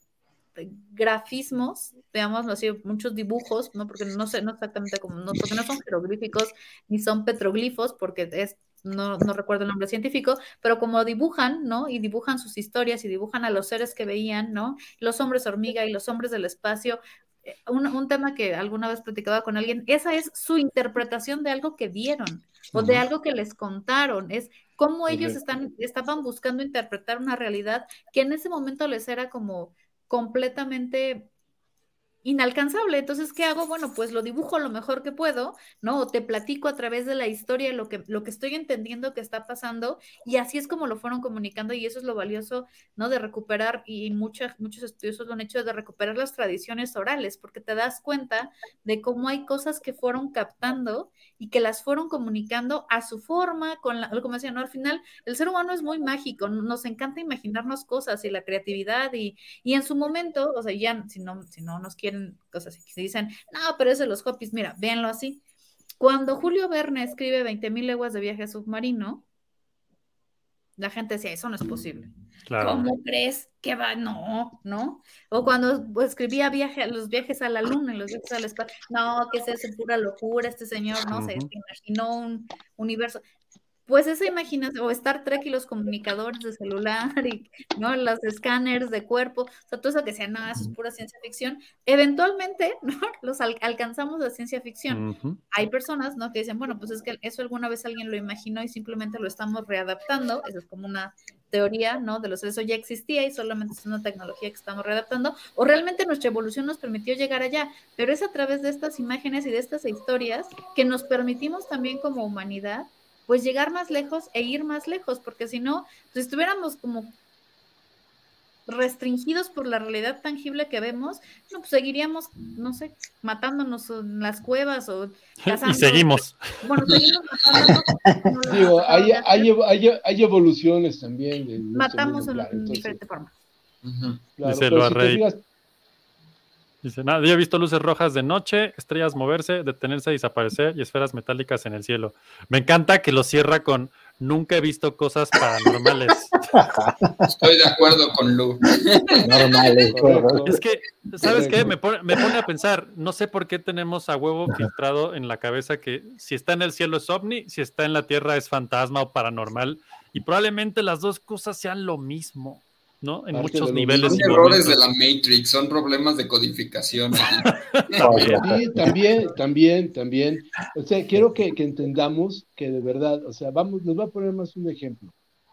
Speaker 4: grafismos, veámoslo así, muchos dibujos, ¿no? Porque no sé, no exactamente como, no, porque no son jeroglíficos ni son petroglifos, porque es No, no recuerdo el nombre científico, pero como dibujan, ¿no? Y dibujan sus historias y dibujan a los seres que veían, ¿no? Los hombres hormiga y los hombres del espacio. Un, un tema que alguna vez platicaba con alguien, esa es su interpretación de algo que vieron o uh-huh. de algo que les contaron, es cómo ellos uh-huh. están, estaban buscando interpretar una realidad que en ese momento les era como completamente inalcanzable. Entonces, ¿qué hago? Bueno, pues lo dibujo lo mejor que puedo, ¿no? O te platico a través de la historia lo que, lo que estoy entendiendo que está pasando, y así es como lo fueron comunicando, y eso es lo valioso, ¿no? De recuperar, y muchos, muchos estudiosos lo han hecho, de recuperar las tradiciones orales, porque te das cuenta de cómo hay cosas que fueron captando y que las fueron comunicando a su forma, con la, como decía, ¿no? Al final, el ser humano es muy mágico, nos encanta imaginarnos cosas y la creatividad, y, y en su momento, o sea, ya, si no, si no nos quieren cosas que se dicen, no, pero eso de los Hopis, mira, véanlo así. Cuando Julio Verne escribe veinte mil leguas de viaje submarino, la gente decía, eso no es posible. Claro. ¿Cómo crees que va? No, ¿no? O cuando escribía viaje, los viajes a la luna, los viajes al espacio, no, que es eso, pura locura, este señor, no sé, uh-huh. se imaginó un universo. Pues esa imaginación, o Star Trek y los comunicadores de celular, y ¿no? Los escáneres de cuerpo, o sea, todo eso que sea, no, eso es pura ciencia ficción. Eventualmente, ¿no? Los al- alcanzamos la ciencia ficción.
Speaker 2: Ujú.
Speaker 4: Hay personas, ¿no? Que dicen, bueno, pues es que eso alguna vez alguien lo imaginó y simplemente lo estamos readaptando. Eso es como una teoría, ¿no? De los eso ya existía y solamente es una tecnología que estamos readaptando. O realmente nuestra evolución nos permitió llegar allá, pero es a través de estas imágenes y de estas historias que nos permitimos también como humanidad pues llegar más lejos e ir más lejos, porque si no, si estuviéramos como restringidos por la realidad tangible que vemos, no, pues seguiríamos, no sé, matándonos en las cuevas o cazando.
Speaker 2: Y seguimos.
Speaker 4: Bueno, seguimos matándonos. No lo
Speaker 16: Digo,
Speaker 4: hemos
Speaker 16: hay,
Speaker 4: tratado de
Speaker 16: hay,
Speaker 4: hacer.
Speaker 16: hay, hay evoluciones también. En nuestro
Speaker 4: Matamos
Speaker 16: mismo
Speaker 4: en,
Speaker 16: plan,
Speaker 4: en
Speaker 16: entonces,
Speaker 4: diferente forma.
Speaker 3: Ujú.
Speaker 16: claro,
Speaker 2: Dice
Speaker 16: pero
Speaker 2: Loa
Speaker 16: si te
Speaker 2: Rey.
Speaker 16: fijas,
Speaker 2: Dice, nada, yo he visto luces rojas de noche, estrellas moverse, detenerse, desaparecer y esferas metálicas en el cielo. Me encanta que lo cierra con nunca he visto cosas paranormales.
Speaker 3: Estoy de acuerdo con Lu.
Speaker 13: Normales,
Speaker 16: correcto.
Speaker 2: Es que, ¿sabes qué?
Speaker 16: Correcto.
Speaker 2: Me pone, me pone a pensar, no sé por qué tenemos a huevo filtrado en la cabeza que si está en el cielo es ovni, si está en la tierra es fantasma o paranormal, y probablemente las dos cosas sean lo mismo, ¿no? En
Speaker 16: Parte
Speaker 2: muchos
Speaker 16: de lo
Speaker 2: niveles
Speaker 3: Son
Speaker 2: y
Speaker 3: errores de
Speaker 2: momentos.
Speaker 3: la Matrix, son problemas de codificación.
Speaker 2: También.
Speaker 16: Sí, también, también, también. O sea, quiero que, que entendamos que de verdad, o sea, vamos, les voy a poner más un ejemplo.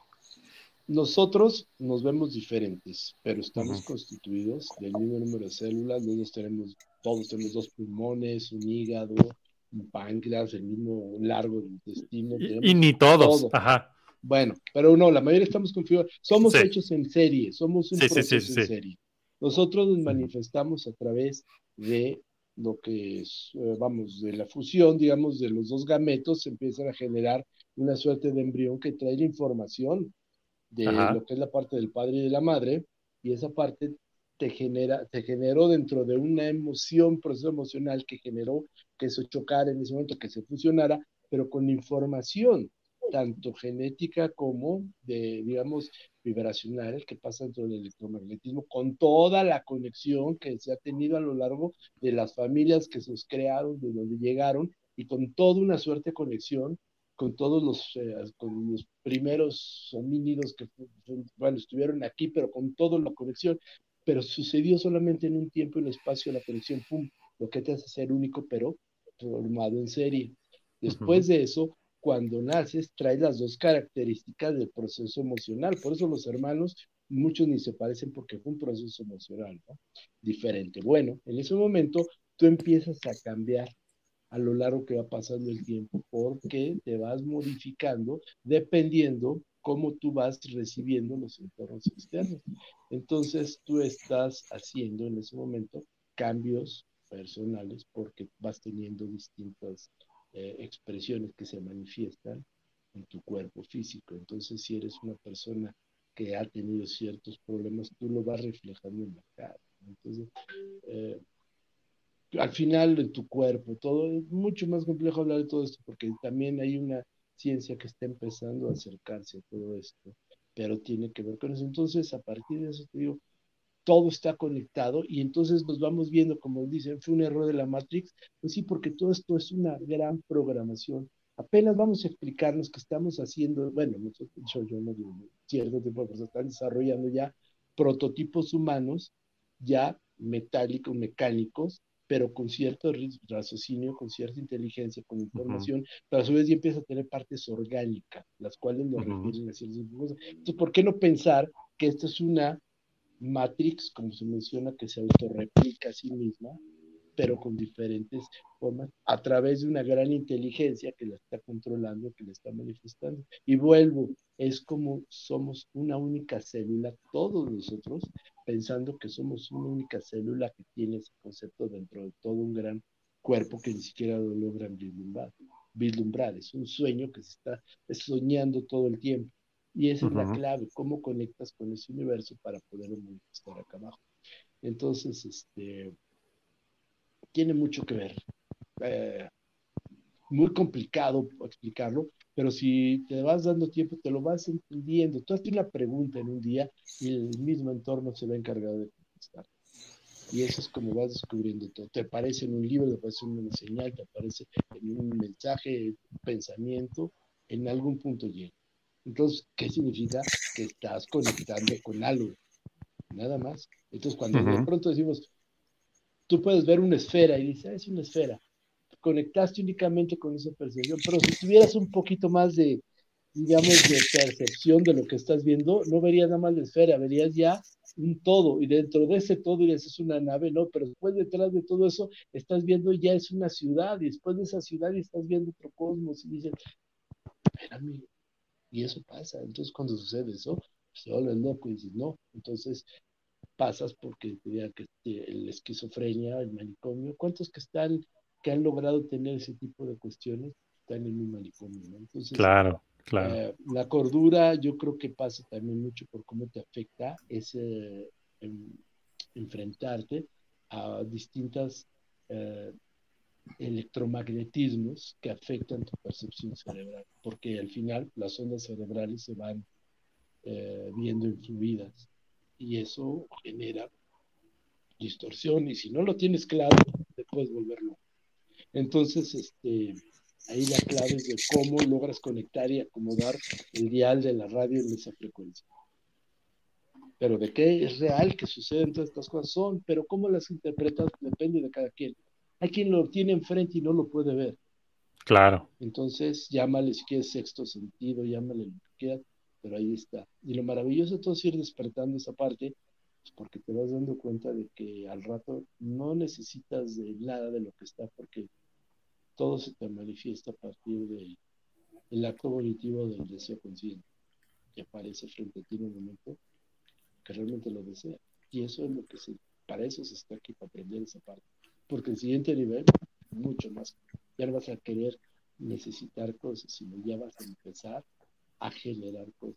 Speaker 16: Nosotros nos vemos diferentes, pero estamos
Speaker 2: Ujú.
Speaker 16: constituidos del mismo número de células, nosotros tenemos, todos tenemos dos pulmones, un hígado, un páncreas, el mismo largo del intestino,
Speaker 2: Y,
Speaker 16: tenemos
Speaker 2: y ni todos,
Speaker 16: todo.
Speaker 2: ajá.
Speaker 16: Bueno, pero no, la mayoría estamos configurados, somos
Speaker 2: Sí.
Speaker 16: hechos en serie, somos un
Speaker 2: Sí, sí, sí,
Speaker 16: proceso
Speaker 2: sí.
Speaker 16: en serie. Nosotros nos manifestamos a través de lo que es, eh, vamos, de la fusión, digamos, de los dos gametos, se empiezan a generar una suerte de embrión que trae la información de
Speaker 2: Ajá.
Speaker 16: lo que es la parte del padre y de la madre, y esa parte te genera, te generó dentro de una emoción, proceso emocional que generó que eso chocara en ese momento, que se fusionara, pero con información, tanto genética como de, digamos, vibracional, que pasa dentro del electromagnetismo, con toda la conexión que se ha tenido a lo largo de las familias que se crearon, de donde llegaron, y con toda una suerte de conexión con todos los, eh, con los primeros homínidos que bueno, estuvieron aquí, pero con toda la conexión, pero sucedió solamente en un tiempo y un espacio la conexión, pum, lo que te hace ser único, pero formado en serie. Después
Speaker 2: Ujú.
Speaker 16: de eso, cuando naces, traes las dos características del proceso emocional, por eso los hermanos, muchos ni se parecen porque fue un proceso emocional, ¿no? Diferente. Bueno, en ese momento tú empiezas a cambiar a lo largo que va pasando el tiempo, porque te vas modificando dependiendo cómo tú vas recibiendo los entornos externos. Entonces tú estás haciendo en ese momento cambios personales porque vas teniendo distintas eh, expresiones que se manifiestan en tu cuerpo físico. Entonces si eres una persona que ha tenido ciertos problemas, tú lo vas reflejando en la cara. Entonces, eh, al final de tu cuerpo, todo es mucho más complejo hablar de todo esto porque también hay una ciencia que está empezando a acercarse a todo esto, pero tiene que ver con eso. Entonces, a partir de eso te digo, todo está conectado y entonces nos vamos viendo, como dicen, fue un error de la Matrix, pues sí, porque todo esto es una gran programación. Apenas vamos a explicarnos que estamos haciendo, bueno, nosotros, yo, yo no digo, cierto tipo de personas están desarrollando ya prototipos humanos, ya metálicos, mecánicos, pero con cierto raciocinio, con cierta inteligencia, con información, uh-huh. pero a su vez ya empieza a tener partes orgánicas, las cuales nos uh-huh. refieren a ciertas cosas. Entonces, ¿por qué no pensar que esta es una Matrix, como se menciona, que se autorreplica a sí misma, pero con diferentes formas, a través de una gran inteligencia que la está controlando, que la está manifestando? Y vuelvo, es como somos una única célula, todos nosotros, pensando que somos una única célula que tiene ese concepto dentro de todo un gran cuerpo que ni siquiera lo logran vislumbrar. vislumbrar. Es un sueño que se está soñando todo el tiempo. Y esa uh-huh. es la clave, cómo conectas con ese universo para poderlo manifestar acá abajo. Entonces, este, tiene mucho que ver. Eh, muy complicado explicarlo, pero si te vas dando tiempo, te lo vas entendiendo. Tú haces una pregunta en un día y el mismo entorno se va encargado de contestar. Y eso es como vas descubriendo todo. Te aparece en un libro, te aparece en una señal, te aparece en un mensaje, un pensamiento, en algún punto llega. Entonces, ¿qué significa? Que estás conectando con algo, nada más. Entonces, cuando uh-huh. de pronto decimos, tú puedes ver una esfera y dices, ah, es una esfera, conectaste únicamente con esa percepción, pero si tuvieras un poquito más de, digamos, de percepción de lo que estás viendo, no verías nada más la esfera, verías ya un todo, y dentro de ese todo dirías, es una nave, no, pero después detrás de todo eso, estás viendo ya es una ciudad, y después de esa ciudad estás viendo otro cosmos, y dices, espérame, y eso pasa. Entonces cuando sucede eso, se vuelve loco y dices, no, entonces pasas porque te digan que la esquizofrenia, el manicomio, ¿cuántos que están, que han logrado tener ese tipo de cuestiones, están en un manicomio, ¿no? Entonces,
Speaker 2: claro, claro.
Speaker 16: Eh, la cordura yo creo que pasa también mucho por cómo te afecta ese eh, enfrentarte a distintas eh, electromagnetismos que afectan tu percepción cerebral, porque al final las ondas cerebrales se van eh, viendo influidas y eso genera distorsión, y si no lo tienes claro te puedes volver loco. Entonces este ahí la clave es de cómo logras conectar y acomodar el dial de la radio en esa frecuencia. Pero de qué es real que suceden todas estas cosas son, pero cómo las interpretas depende de cada quien. Hay quien lo tiene enfrente y no lo puede ver.
Speaker 2: Claro.
Speaker 16: Entonces, llámale si quieres sexto sentido, llámale lo que quieras, pero ahí está. Y lo maravilloso de todo es ir despertando esa parte, pues porque te vas dando cuenta de que al rato no necesitas de nada de lo que está, porque todo se te manifiesta a partir del el acto volitivo del deseo consciente, que aparece frente a ti en un momento que realmente lo desea. Y eso es lo que se, para eso se está aquí, para aprender esa parte. Porque el siguiente nivel, mucho más, ya no vas a querer necesitar cosas, sino ya vas a empezar a generar cosas.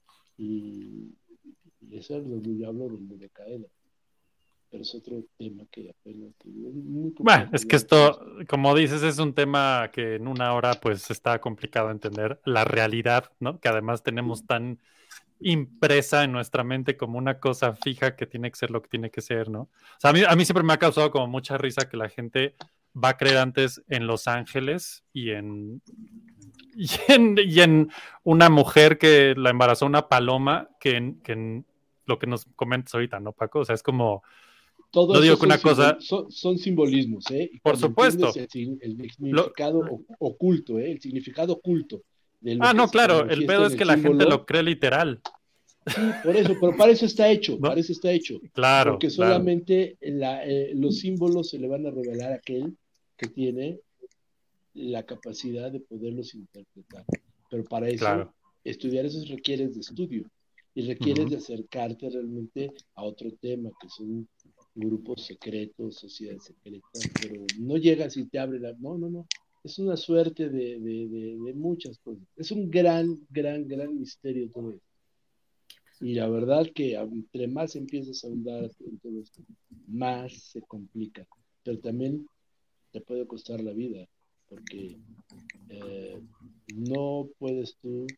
Speaker 16: Y, y eso es lo que yo hablo del decaída. Pero es otro tema que apenas... Que es muy
Speaker 2: bueno, es que esto, como dices, es un tema que en una hora pues está complicado entender. La realidad, ¿no? Que además tenemos tan impresa en nuestra mente como una cosa fija que tiene que ser lo que tiene que ser, ¿no? O sea, a mí, a mí siempre me ha causado como mucha risa que la gente va a creer antes en los ángeles y en, y en, y en una mujer que la embarazó una paloma que en, que en lo que nos comentas ahorita, ¿no, Paco? O sea, es como...
Speaker 16: Todo
Speaker 2: no digo que una
Speaker 16: son,
Speaker 2: cosa...
Speaker 16: son, son simbolismos, ¿eh? Y
Speaker 2: por supuesto.
Speaker 16: El, el significado lo... oculto, ¿eh? El significado oculto. De
Speaker 2: ah, no, claro. El pedo es que la símbolo. gente lo cree literal.
Speaker 16: Sí, por eso, pero para eso está hecho, ¿no? Para eso está hecho.
Speaker 2: Claro.
Speaker 16: Porque solamente claro. La, eh, los símbolos se le van a revelar a aquel que tiene la capacidad de poderlos interpretar. Pero para eso, claro. estudiar eso requiere de estudio. Y requieres uh-huh. de acercarte realmente a otro tema, que son grupos secretos, sociedades secretas, pero no llegas y te abre la... No, no, no. Es una suerte de, de, de, de muchas cosas. Es un gran, gran, gran misterio todo esto. Y la verdad que entre más empiezas a ahondar en todo esto, más se complica. Pero también te puede costar la vida, porque eh, no puedes tú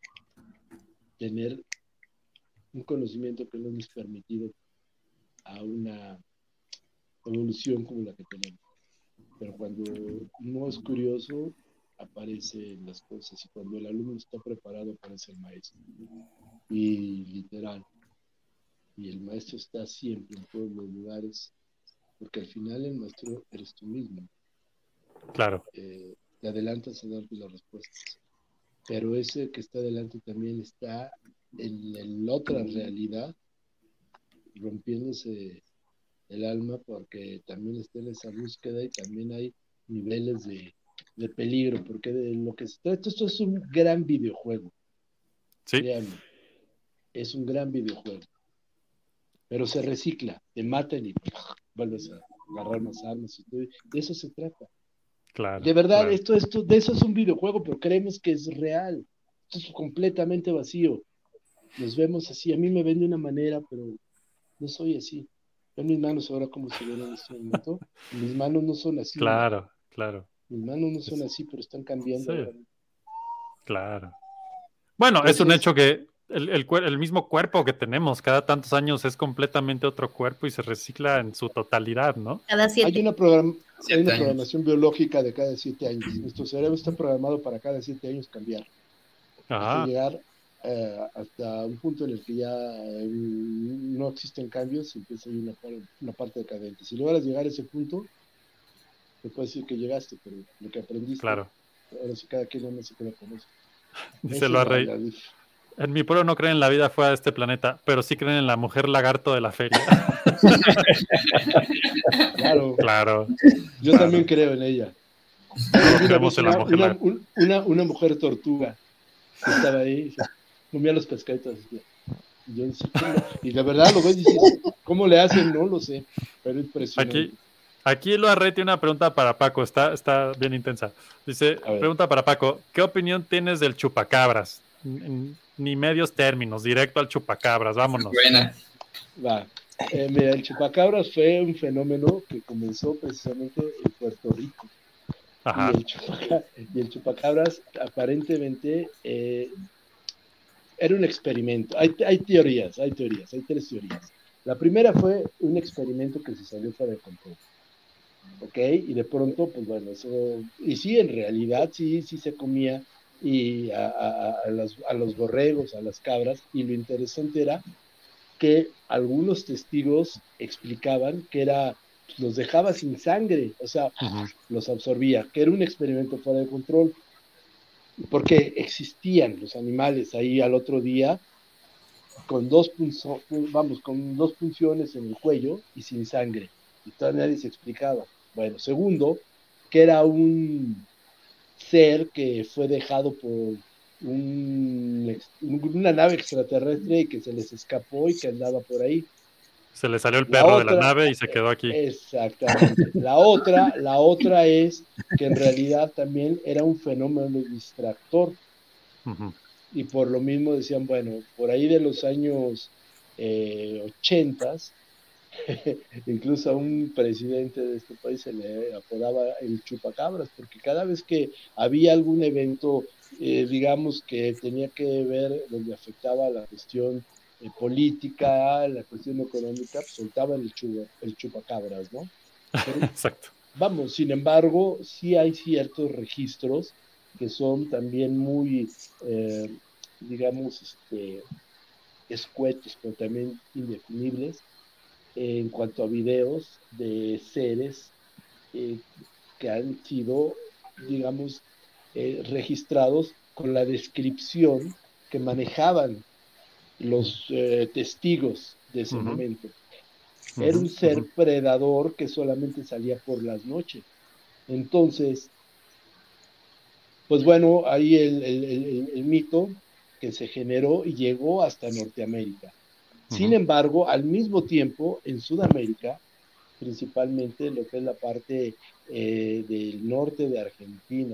Speaker 16: tener un conocimiento que no es permitido a una evolución como la que tenemos. Pero cuando no es curioso, aparecen las cosas, y cuando el alumno está preparado, aparece el maestro. Y literal, y el maestro está siempre en todos los lugares, porque al final el maestro eres tú mismo.
Speaker 2: Claro.
Speaker 16: Eh, te adelantas a darte las respuestas, pero ese que está adelante también está en, en la otra realidad, rompiéndose el alma, porque también está en esa búsqueda y también hay niveles de, de peligro, porque de lo que se trata, esto es un gran videojuego.
Speaker 2: Sí.
Speaker 16: Créanme, es un gran videojuego, pero se recicla, te matan y vuelves a agarrar más armas y todo. De eso se trata.
Speaker 2: Claro.
Speaker 16: De verdad,
Speaker 2: claro.
Speaker 16: esto, esto, de eso es un videojuego, pero creemos que es real. Esto es completamente vacío. Nos vemos así, a mí me ven de una manera, pero no soy así. Ven mis manos ahora como se ven en este momento. Mis manos no son así.
Speaker 2: Claro,
Speaker 16: ¿no?
Speaker 2: claro.
Speaker 16: Mis manos no son así, pero están cambiando.
Speaker 2: Sí.
Speaker 16: Ahora.
Speaker 2: Claro. Bueno, Entonces, es un hecho que el, el, el mismo cuerpo que tenemos cada tantos años es completamente otro cuerpo y se recicla en su totalidad, ¿no?
Speaker 4: Cada siete.
Speaker 16: Hay una, program hay una programación biológica de cada siete años. Nuestro cerebro está programado para cada siete años cambiar. hasta llegar eh, hasta un punto en el que ya eh, no existen cambios y empieza a ir una, una parte decadente. Si logras llegar a ese punto, te puedes decir que llegaste, pero lo que aprendiste,
Speaker 2: claro.
Speaker 16: Ahora sí cada quien no se queda con eso.
Speaker 2: Dice lo Rey. En mi pueblo no creen en la vida fuera de este planeta, pero sí creen en la mujer lagarto de la feria.
Speaker 16: Claro.
Speaker 2: Claro.
Speaker 16: Yo
Speaker 2: claro.
Speaker 16: también creo en ella. Una, vez una, una, una, una mujer tortuga que estaba ahí, comía los pescaditos. Y, yo, y la verdad lo ves y dices, ¿cómo le hacen? No lo sé, pero impresionante.
Speaker 2: Aquí, aquí lo Arre tiene una pregunta para Paco, está, está bien intensa. Dice, pregunta para Paco, ¿qué opinión tienes del chupacabras? Ni medios términos, directo al chupacabras, vámonos.
Speaker 3: Buena.
Speaker 16: Va. Eh, mira, el chupacabras fue un fenómeno que comenzó precisamente en Puerto Rico.
Speaker 2: Ajá.
Speaker 16: Y, el chupaca, y el chupacabras aparentemente eh, era un experimento. Hay, hay teorías, hay teorías, hay tres teorías. La primera fue un experimento que se salió fuera de control. ¿Ok? Y de pronto, pues bueno, eso... Y sí, en realidad, sí, sí se comía y a, a, a, los, a los borregos, a las cabras, y lo interesante era que algunos testigos explicaban que era, los dejaba sin sangre, o sea, uh-huh. los absorbía, que era un experimento fuera de control, porque existían los animales ahí al otro día con dos, punzo, vamos, con dos punciones en el cuello y sin sangre, y todavía nadie se explicaba. Bueno, segundo, que era un ser que fue dejado por un, una nave extraterrestre y que se les escapó y que andaba por ahí.
Speaker 2: Se le salió el perro la otra, de la nave y se quedó aquí.
Speaker 16: Exactamente. La otra, la otra es que en realidad también era un fenómeno distractor. Uh-huh. Y por lo mismo decían, bueno, por ahí de los años eh, ochentas, incluso a un presidente de este país se le apodaba el chupacabras, porque cada vez que había algún evento, eh, digamos, que tenía que ver, donde afectaba la cuestión eh, política, la cuestión económica, pues, soltaba el, chupa, el chupacabras, ¿no? Pero,
Speaker 2: exacto.
Speaker 16: Vamos, sin embargo, sí hay ciertos registros que son también muy, eh, digamos, este, escuetos, pero también indefinibles, en cuanto a videos de seres eh, que han sido, digamos, eh, registrados con la descripción que manejaban los eh, testigos de ese uh-huh. momento. Uh-huh. Era un ser uh-huh. predador que solamente salía por las noches. Entonces, pues bueno, ahí el, el, el, el mito que se generó y llegó hasta Norteamérica. Sin embargo, al mismo tiempo, en Sudamérica, principalmente lo que es la parte eh, del norte de Argentina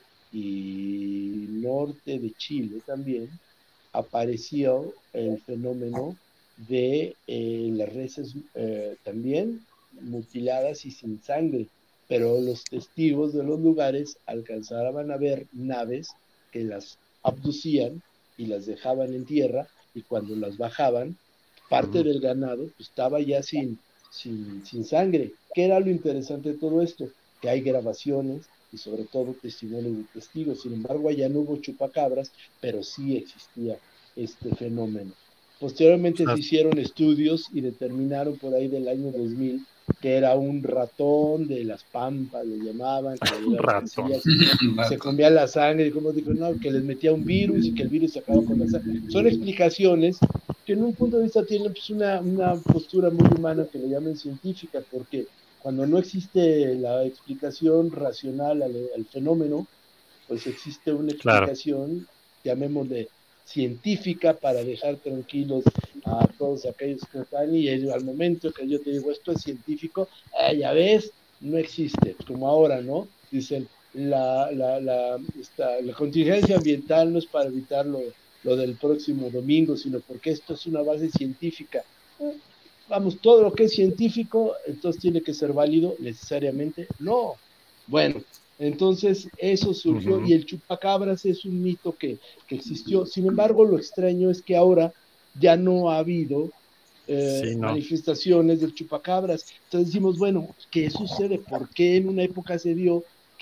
Speaker 16: y norte de Chile también, apareció el fenómeno de eh, las reses eh, también mutiladas y sin sangre, pero los testigos de los lugares alcanzaban a ver naves que las abducían y las dejaban en tierra, y cuando las bajaban, parte uh-huh. del ganado pues, estaba ya sin, sin, sin sangre. ¿Qué era lo interesante de todo esto? Que hay grabaciones y sobre todo testimonios de testigos. Sin embargo, allá no hubo chupacabras, pero sí existía este fenómeno. Posteriormente ah. se hicieron estudios y determinaron por ahí del año dos mil que era un ratón de las pampas, le llamaban, que
Speaker 2: un ratón.
Speaker 16: Se, se comía la sangre, y como digo, no, que les metía un virus y que el virus se acababa con la sangre. Son explicaciones que en un punto de vista tienen pues, una, una postura muy humana que le llaman científica, porque cuando no existe la explicación racional al, al fenómeno, pues existe una explicación, claro. llamémosle científica, para dejar tranquilos a todos aquellos que están, y al momento que yo te digo esto es científico, eh, ya ves, no existe, como ahora, ¿no? Dicen, la, la, la, esta, la contingencia ambiental no es para evitar lo, lo del próximo domingo, sino porque esto es una base científica. Eh, vamos, todo lo que es científico, entonces tiene que ser válido necesariamente, no. Bueno, entonces eso surgió, uh-huh. y el chupacabras es un mito que, que existió. Sin embargo, lo extraño es que ahora ya no ha habido eh, sí, no. manifestaciones del chupacabras. Entonces decimos, bueno, ¿qué sucede? ¿Por qué en una época se dio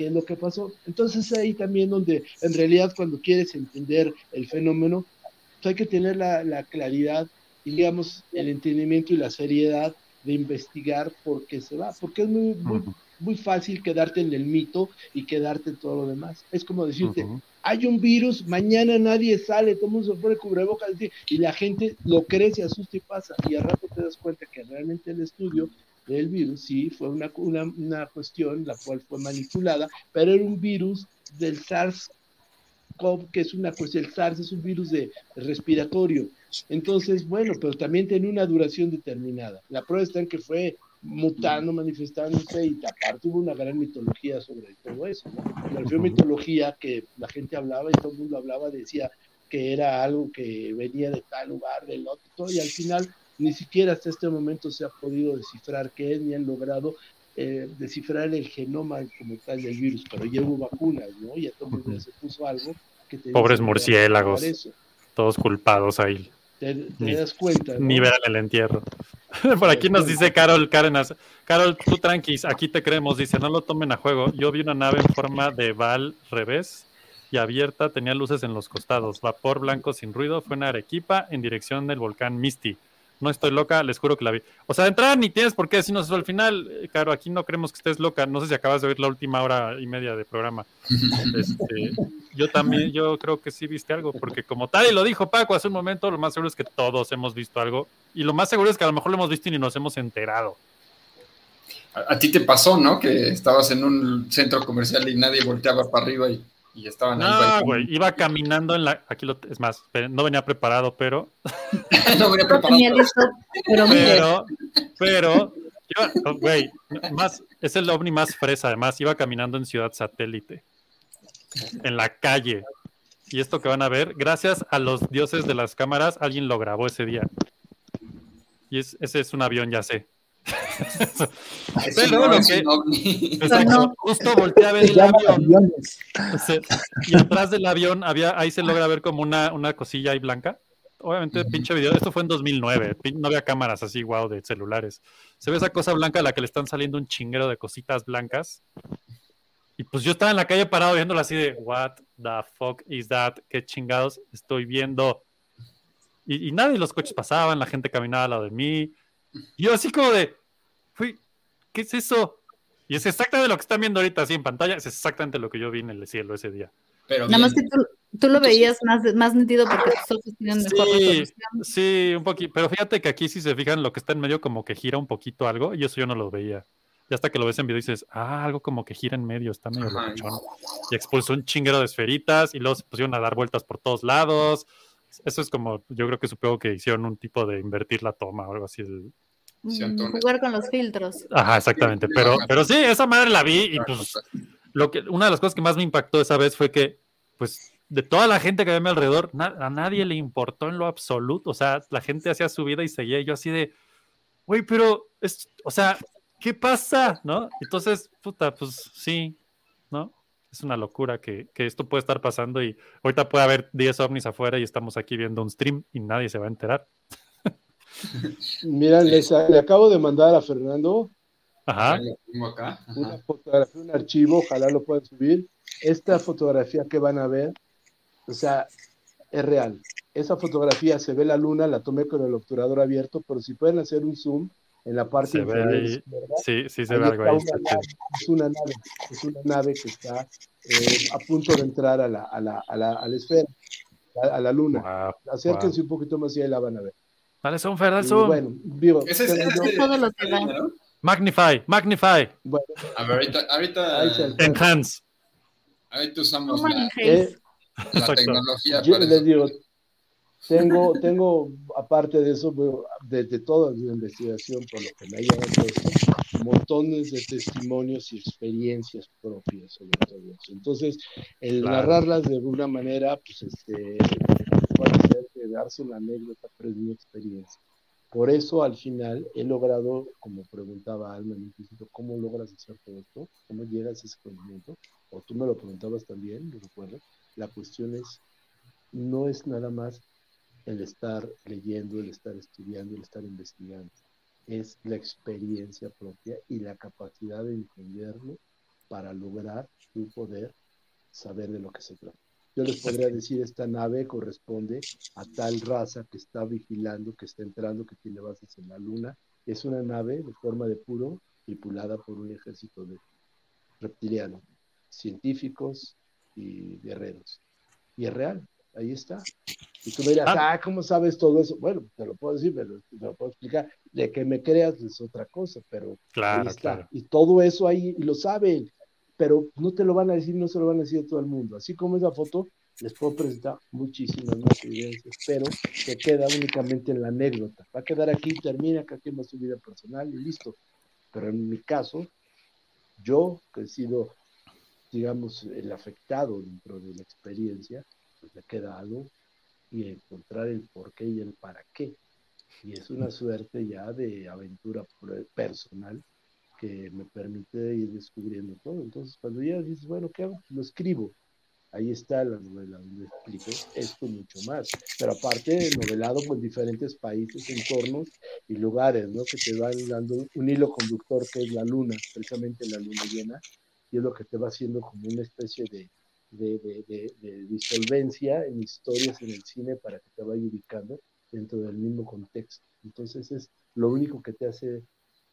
Speaker 16: qué es lo que pasó. Entonces ahí también donde en realidad cuando quieres entender el fenómeno, pues hay que tener la, la claridad, digamos, el entendimiento y la seriedad de investigar por qué se va, porque es muy, muy, muy fácil quedarte en el mito y quedarte en todo lo demás. Es como decirte, uh-huh. hay un virus, mañana nadie sale, todo el mundo se pone cubrebocas y la gente lo cree, se asusta y pasa, y al rato te das cuenta que realmente el estudio del virus sí fue una, una, una cuestión la cual fue manipulada, pero era un virus del SARS-CoV, que es una cuestión, el SARS es un virus de respiratorio. Entonces, bueno, pero también tiene una duración determinada. La prueba está en que fue mutando, manifestándose, y aparte hubo una gran mitología sobre todo eso, ¿no? La uh-huh. mitología que la gente hablaba y todo el mundo hablaba, decía que era algo que venía de tal lugar, del otro, todo, y al final ni siquiera hasta este momento se ha podido descifrar qué es, ni han logrado eh, descifrar el genoma como tal del virus, pero ya hubo vacunas, ¿no? Y entonces uh-huh. se puso algo que tenía
Speaker 2: pobres
Speaker 16: que
Speaker 2: murciélagos,
Speaker 16: eso.
Speaker 2: Todos culpados ahí.
Speaker 16: Te, te
Speaker 2: ni,
Speaker 16: das cuenta, ¿no?
Speaker 2: Ni vean el entierro. Por aquí nos dice Carol Cárdenas. Carol, tú tranquis, aquí te creemos. Dice, no lo tomen a juego. Yo vi una nave en forma de Val revés y abierta, tenía luces en los costados. Vapor blanco sin ruido. Fue en Arequipa en dirección del volcán Misti. No estoy loca, les juro que la vi. O sea, de entrada ni tienes por qué decirnos eso al final. Caro, aquí no creemos que estés loca. No sé si acabas de oír la última hora y media de programa. Este, yo también, yo creo que sí viste algo, porque como tal, y lo dijo Paco hace un momento, lo más seguro es que todos hemos visto algo. Y lo más seguro es que a lo mejor lo hemos visto y ni nos hemos enterado.
Speaker 3: A, a ti te pasó, ¿no? Que estabas en un centro comercial y nadie volteaba para arriba y... Y estaban
Speaker 2: no,
Speaker 3: ahí.
Speaker 2: güey, iba caminando en la... Aquí lo... Es más, no venía preparado, pero...
Speaker 3: no venía preparado.
Speaker 2: Pero, pero, pero güey, más, es el ovni más fresa, además. Iba caminando en Ciudad Satélite. En la calle. Y esto que van a ver, gracias a los dioses de las cámaras, alguien lo grabó ese día. Y es, ese es un avión, ya sé. Pero lo que, exacto, no. Justo volteé a ver el avión y atrás del avión había, ahí se logra ver como una, una cosilla ahí blanca. Obviamente, uh-huh. pinche video, esto fue en dos mil nueve, no había cámaras así, wow, de celulares. Se ve esa cosa blanca a la que le están saliendo un chinguero de cositas blancas. Y pues yo estaba en la calle parado viéndolo así de, what the fuck is that? ¿Qué chingados estoy viendo? Y, y nada, y los coches pasaban, la gente caminaba al lado de mí. Y yo así como de, fui, ¿qué es eso? Y es exactamente lo que están viendo ahorita así en pantalla, es exactamente lo que yo vi en el cielo ese día.
Speaker 4: Pero nada más que tú, tú lo veías más, más nítido porque tus ojos tienen mejor
Speaker 2: sí,
Speaker 4: resolución.
Speaker 2: Sí, un poquito, pero fíjate que aquí si se fijan lo que está en medio como que gira un poquito algo y eso yo no lo veía. Y hasta que lo ves en video dices, ah, algo como que gira en medio, está medio locochón. Y expulsó un chinguero de esferitas y luego se pusieron a dar vueltas por todos lados. Eso es como, yo creo que supongo que hicieron un tipo de invertir la toma o algo así. El...
Speaker 4: Mm, jugar con los filtros.
Speaker 2: Ajá, exactamente. Pero, pero sí, esa madre la vi y pues lo que, una de las cosas que más me impactó esa vez fue que, pues, de toda la gente que había a mi alrededor, na- a nadie le importó en lo absoluto. O sea, la gente hacía su vida y seguía. Y yo así de, güey, pero, es, o sea, ¿qué pasa? ¿No? Entonces, puta, pues sí, ¿no? Es una locura que, que esto puede estar pasando y ahorita puede haber diez ovnis afuera y estamos aquí viendo un stream y nadie se va a enterar.
Speaker 16: Mira, les, le acabo de mandar a Fernando
Speaker 2: Ajá.
Speaker 3: Acá. Ajá.
Speaker 16: una fotografía, un archivo, ojalá lo puedan subir. Esta fotografía que van a ver, o sea, es real. Esa fotografía se ve la luna, la tomé con el obturador abierto, pero si pueden hacer un zoom en la parte
Speaker 2: Se ve
Speaker 16: inferior
Speaker 2: ahí,
Speaker 16: izquierda,
Speaker 2: sí, sí se
Speaker 16: ahí
Speaker 2: ve algo ahí.
Speaker 16: está una nave, es una nave, es una nave que está eh, a punto de entrar a la, a la, a la, a la esfera, a, a la luna.
Speaker 2: Wow,
Speaker 16: Acérquense
Speaker 2: wow.
Speaker 16: un poquito más y ahí la van a ver.
Speaker 2: Dale zoom, Fer, dale
Speaker 16: Y
Speaker 2: zoom.
Speaker 16: bueno, digo,
Speaker 3: Ese es,
Speaker 16: pero
Speaker 3: ese
Speaker 16: yo-
Speaker 3: es-
Speaker 4: Todo lo que da.
Speaker 3: ¿no?
Speaker 2: Magnify, magnify,
Speaker 16: bueno,
Speaker 3: A ver, ahorita, ahorita,
Speaker 16: ahí se alcanza.
Speaker 2: enhance.
Speaker 3: ahorita usamos
Speaker 4: Toma
Speaker 3: la,
Speaker 4: el Face.
Speaker 16: Eh,
Speaker 3: la
Speaker 2: Exacto.
Speaker 3: tecnología
Speaker 16: Yo
Speaker 3: para
Speaker 16: les
Speaker 3: eso.
Speaker 16: digo, tengo, tengo, aparte de eso, bueno, de, de toda la investigación, por lo que me ha llevado todo esto, montones de testimonios y experiencias propias sobre todo eso. Entonces, el
Speaker 2: Claro.
Speaker 16: narrarlas de una manera, pues, este, puede ser que darse una anécdota, pero es mi experiencia. Por eso, al final, he logrado, como preguntaba Alma en un principio, ¿cómo logras hacer todo esto? ¿Cómo llegas a ese conocimiento? O tú me lo preguntabas también, lo recuerdo. La cuestión es, no es nada más el estar leyendo, el estar estudiando, el estar investigando. Es la experiencia propia y la capacidad de entenderlo para lograr tu poder saber de lo que se trata. Yo les podría decir, esta nave corresponde a tal raza que está vigilando, que está entrando, que tiene bases en la luna. Es una nave de forma de puro, tripulada por un ejército de reptiliano, científicos y guerreros. Y es real, ahí está. Y tú me dirás, ah, ¿cómo sabes todo eso? Bueno, te lo puedo decir, pero te lo puedo explicar. De que me creas es otra cosa, pero
Speaker 2: claro,
Speaker 16: ahí está.
Speaker 2: Claro.
Speaker 16: Y todo eso ahí, y lo saben, pero no te lo van a decir, no se lo van a decir a todo el mundo. Así como esa foto, les puedo presentar muchísimas más evidencias, pero se queda únicamente en la anécdota. Va a quedar aquí, termina, que aquí más su vida personal y listo. Pero en mi caso, yo, que he sido, digamos, el afectado dentro de la experiencia, pues me queda algo y encontrar el por qué y el para qué. Y es una suerte ya de aventura personal que me permite ir descubriendo todo. Entonces, cuando ya dices, bueno, ¿qué hago? Lo escribo. Ahí está la novela donde explico esto mucho más. Pero aparte, novelado por diferentes países, entornos y lugares, ¿no? Que te van dando un hilo conductor que es la luna, precisamente la luna llena, y es lo que te va haciendo como una especie de, de, de, de, de disolvencia en historias en el cine para que te vaya ubicando dentro del mismo contexto. Entonces, es lo único que te hace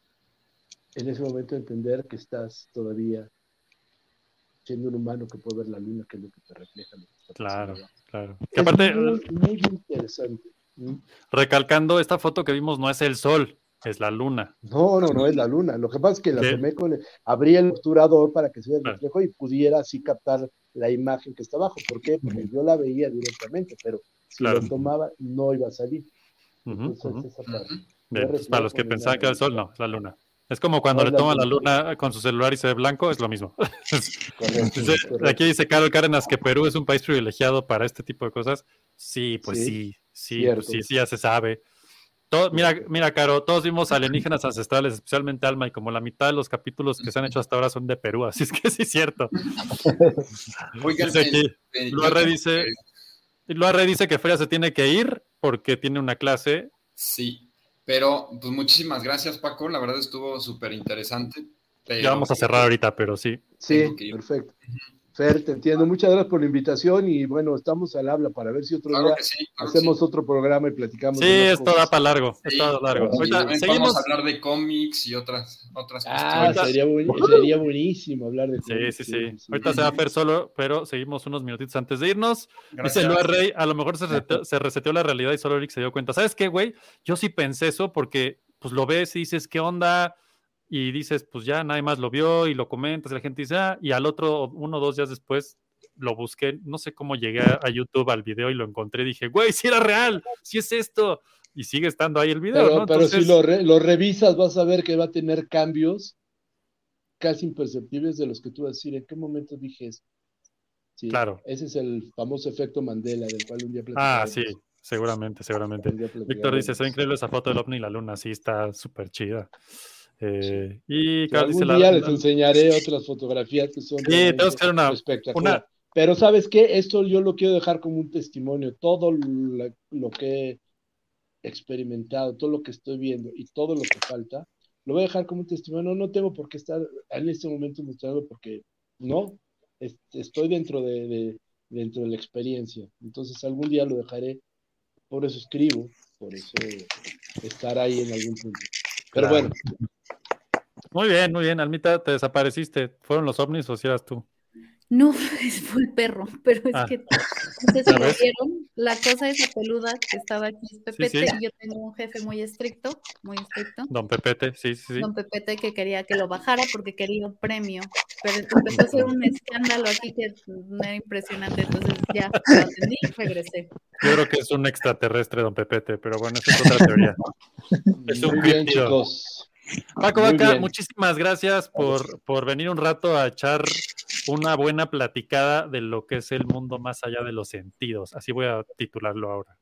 Speaker 16: en ese momento entender que estás todavía siendo un humano que puede ver la luna, que es lo que te refleja. Lo que está
Speaker 2: claro,
Speaker 16: pasando.
Speaker 2: claro. Que
Speaker 16: Es
Speaker 2: aparte,
Speaker 16: muy, muy interesante.
Speaker 2: recalcando, esta foto que vimos no es el sol, es la luna.
Speaker 16: No, no, no es la luna. Lo que pasa es que la
Speaker 2: ¿Qué?
Speaker 16: tomé con el, abría el obturador para que se vea el reflejo y pudiera así captar la imagen que está abajo. ¿Por qué? Porque yo la veía directamente, pero si
Speaker 2: claro.
Speaker 16: lo tomaba no iba a salir.
Speaker 2: Uh-huh,
Speaker 16: Entonces
Speaker 2: uh-huh.
Speaker 16: esa parte.
Speaker 2: Bien,
Speaker 16: No
Speaker 2: pues para los que pensaban que era el sol, no, es la luna. Es como cuando
Speaker 16: No,
Speaker 2: le toman
Speaker 16: la
Speaker 2: la luna con su celular y se ve blanco, es lo mismo.
Speaker 16: Correcto,
Speaker 2: Dice,
Speaker 16: correcto.
Speaker 2: aquí dice Carol Cárdenas que Perú es un país privilegiado para este tipo de cosas. Sí, pues sí, sí, sí, pues sí, sí, ya se sabe. Todo, mira, mira, Caro, todos vimos alienígenas ancestrales, especialmente Alma, y como la mitad de los capítulos que se han hecho hasta ahora son de Perú, así es que sí es cierto.
Speaker 3: Oigan,
Speaker 2: dice aquí,
Speaker 3: eh,
Speaker 2: Luarre dice, Luarre dice que Feria se tiene que ir porque tiene una clase.
Speaker 3: Sí. Pero, pues muchísimas gracias, Paco. La verdad estuvo súper interesante. Pero...
Speaker 2: Ya vamos a cerrar ahorita, pero sí.
Speaker 16: Sí, perfecto. Fer, te entiendo. Muchas gracias por la invitación y bueno, estamos al habla para ver si otro
Speaker 3: claro
Speaker 16: día
Speaker 3: que sí, claro
Speaker 16: hacemos
Speaker 3: que sí.
Speaker 16: otro programa y platicamos.
Speaker 2: Sí,
Speaker 16: de
Speaker 2: esto da para largo.
Speaker 3: Sí,
Speaker 2: esto da largo.
Speaker 3: Sí,
Speaker 2: ahorita,
Speaker 3: sí,
Speaker 2: seguimos.
Speaker 3: Vamos a hablar de cómics y otras, otras
Speaker 16: ah,
Speaker 3: cuestiones.
Speaker 16: Sería, bu sería buenísimo hablar de
Speaker 2: cómics. Sí, sí, sí.
Speaker 16: sí, sí.
Speaker 2: Ahorita se va a Fer solo, pero seguimos unos minutitos antes de irnos.
Speaker 3: Gracias.
Speaker 2: Dice Luis Rey, a lo mejor se reseteó, se reseteó la realidad y solo Eric se dio cuenta. ¿Sabes qué, güey? Yo sí pensé eso porque pues lo ves y dices, ¿qué onda? Y dices, pues ya nadie más lo vio y lo comentas y la gente dice, ah, y al otro, uno o dos días después lo busqué, no sé cómo llegué a YouTube al video y lo encontré y dije, güey, sí era real, sí es esto, y sigue estando ahí el video,
Speaker 16: pero,
Speaker 2: ¿no?
Speaker 16: Pero
Speaker 2: Entonces...
Speaker 16: si lo, re lo revisas vas a ver que va a tener cambios casi imperceptibles de los que tú vas a decir, ¿en qué momento dije esto? Sí,
Speaker 2: claro.
Speaker 16: Ese es el famoso efecto Mandela del cual un día platicamos.
Speaker 2: Ah, sí, seguramente, seguramente. Víctor dice, se ve increíble esa foto del ovni y la luna, sí, está súper chida. Eh, y
Speaker 16: sí,
Speaker 2: Carl
Speaker 16: algún
Speaker 2: dice
Speaker 16: día
Speaker 2: la,
Speaker 16: les enseñaré otras fotografías que son
Speaker 2: sí, tenemos que hacer una,
Speaker 16: espectaculares.
Speaker 2: Una...
Speaker 16: Pero ¿sabes qué? Esto yo lo quiero dejar como un testimonio. Todo lo, lo que he experimentado, todo lo que estoy viendo y todo lo que falta, lo voy a dejar como un testimonio. No tengo por qué estar en este momento mostrando porque no, es, estoy dentro de, de, dentro de la experiencia. Entonces algún día lo dejaré, por eso escribo, por eso estar ahí en algún punto. Pero
Speaker 2: claro.
Speaker 16: bueno.
Speaker 2: Muy bien, muy bien. Almita, te desapareciste. ¿Fueron los ovnis o si eras tú?
Speaker 4: No, fue el perro, pero es ah. que no sé si lo vieron, la cosa esa peluda que estaba aquí es Pepete, sí, sí. Y yo tengo un jefe muy estricto, muy estricto.
Speaker 2: Don Pepete, sí, sí, sí.
Speaker 4: Don Pepete que quería que lo bajara porque quería un premio, pero empezó a hacer un escándalo aquí que era impresionante, entonces ya lo atendí y regresé.
Speaker 2: Yo creo que es un extraterrestre, Don Pepete, pero bueno, esa es otra teoría. Es un
Speaker 16: muy bien, chicos.
Speaker 2: Paco Vaca, muchísimas gracias por, por venir un rato a echar una buena platicada de lo que es el mundo más allá de los sentidos. Así voy a titularlo ahora.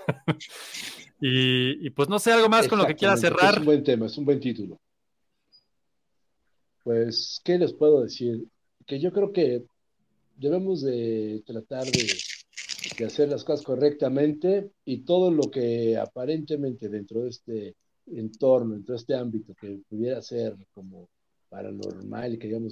Speaker 2: y, y pues no sé, algo más con lo que quiera cerrar.
Speaker 16: Es un buen tema, es un buen título. Pues, ¿qué les puedo decir? Que yo creo que debemos de tratar de, de hacer las cosas correctamente y todo lo que aparentemente dentro de este entorno, dentro de este ámbito que pudiera ser como paranormal y que digamos,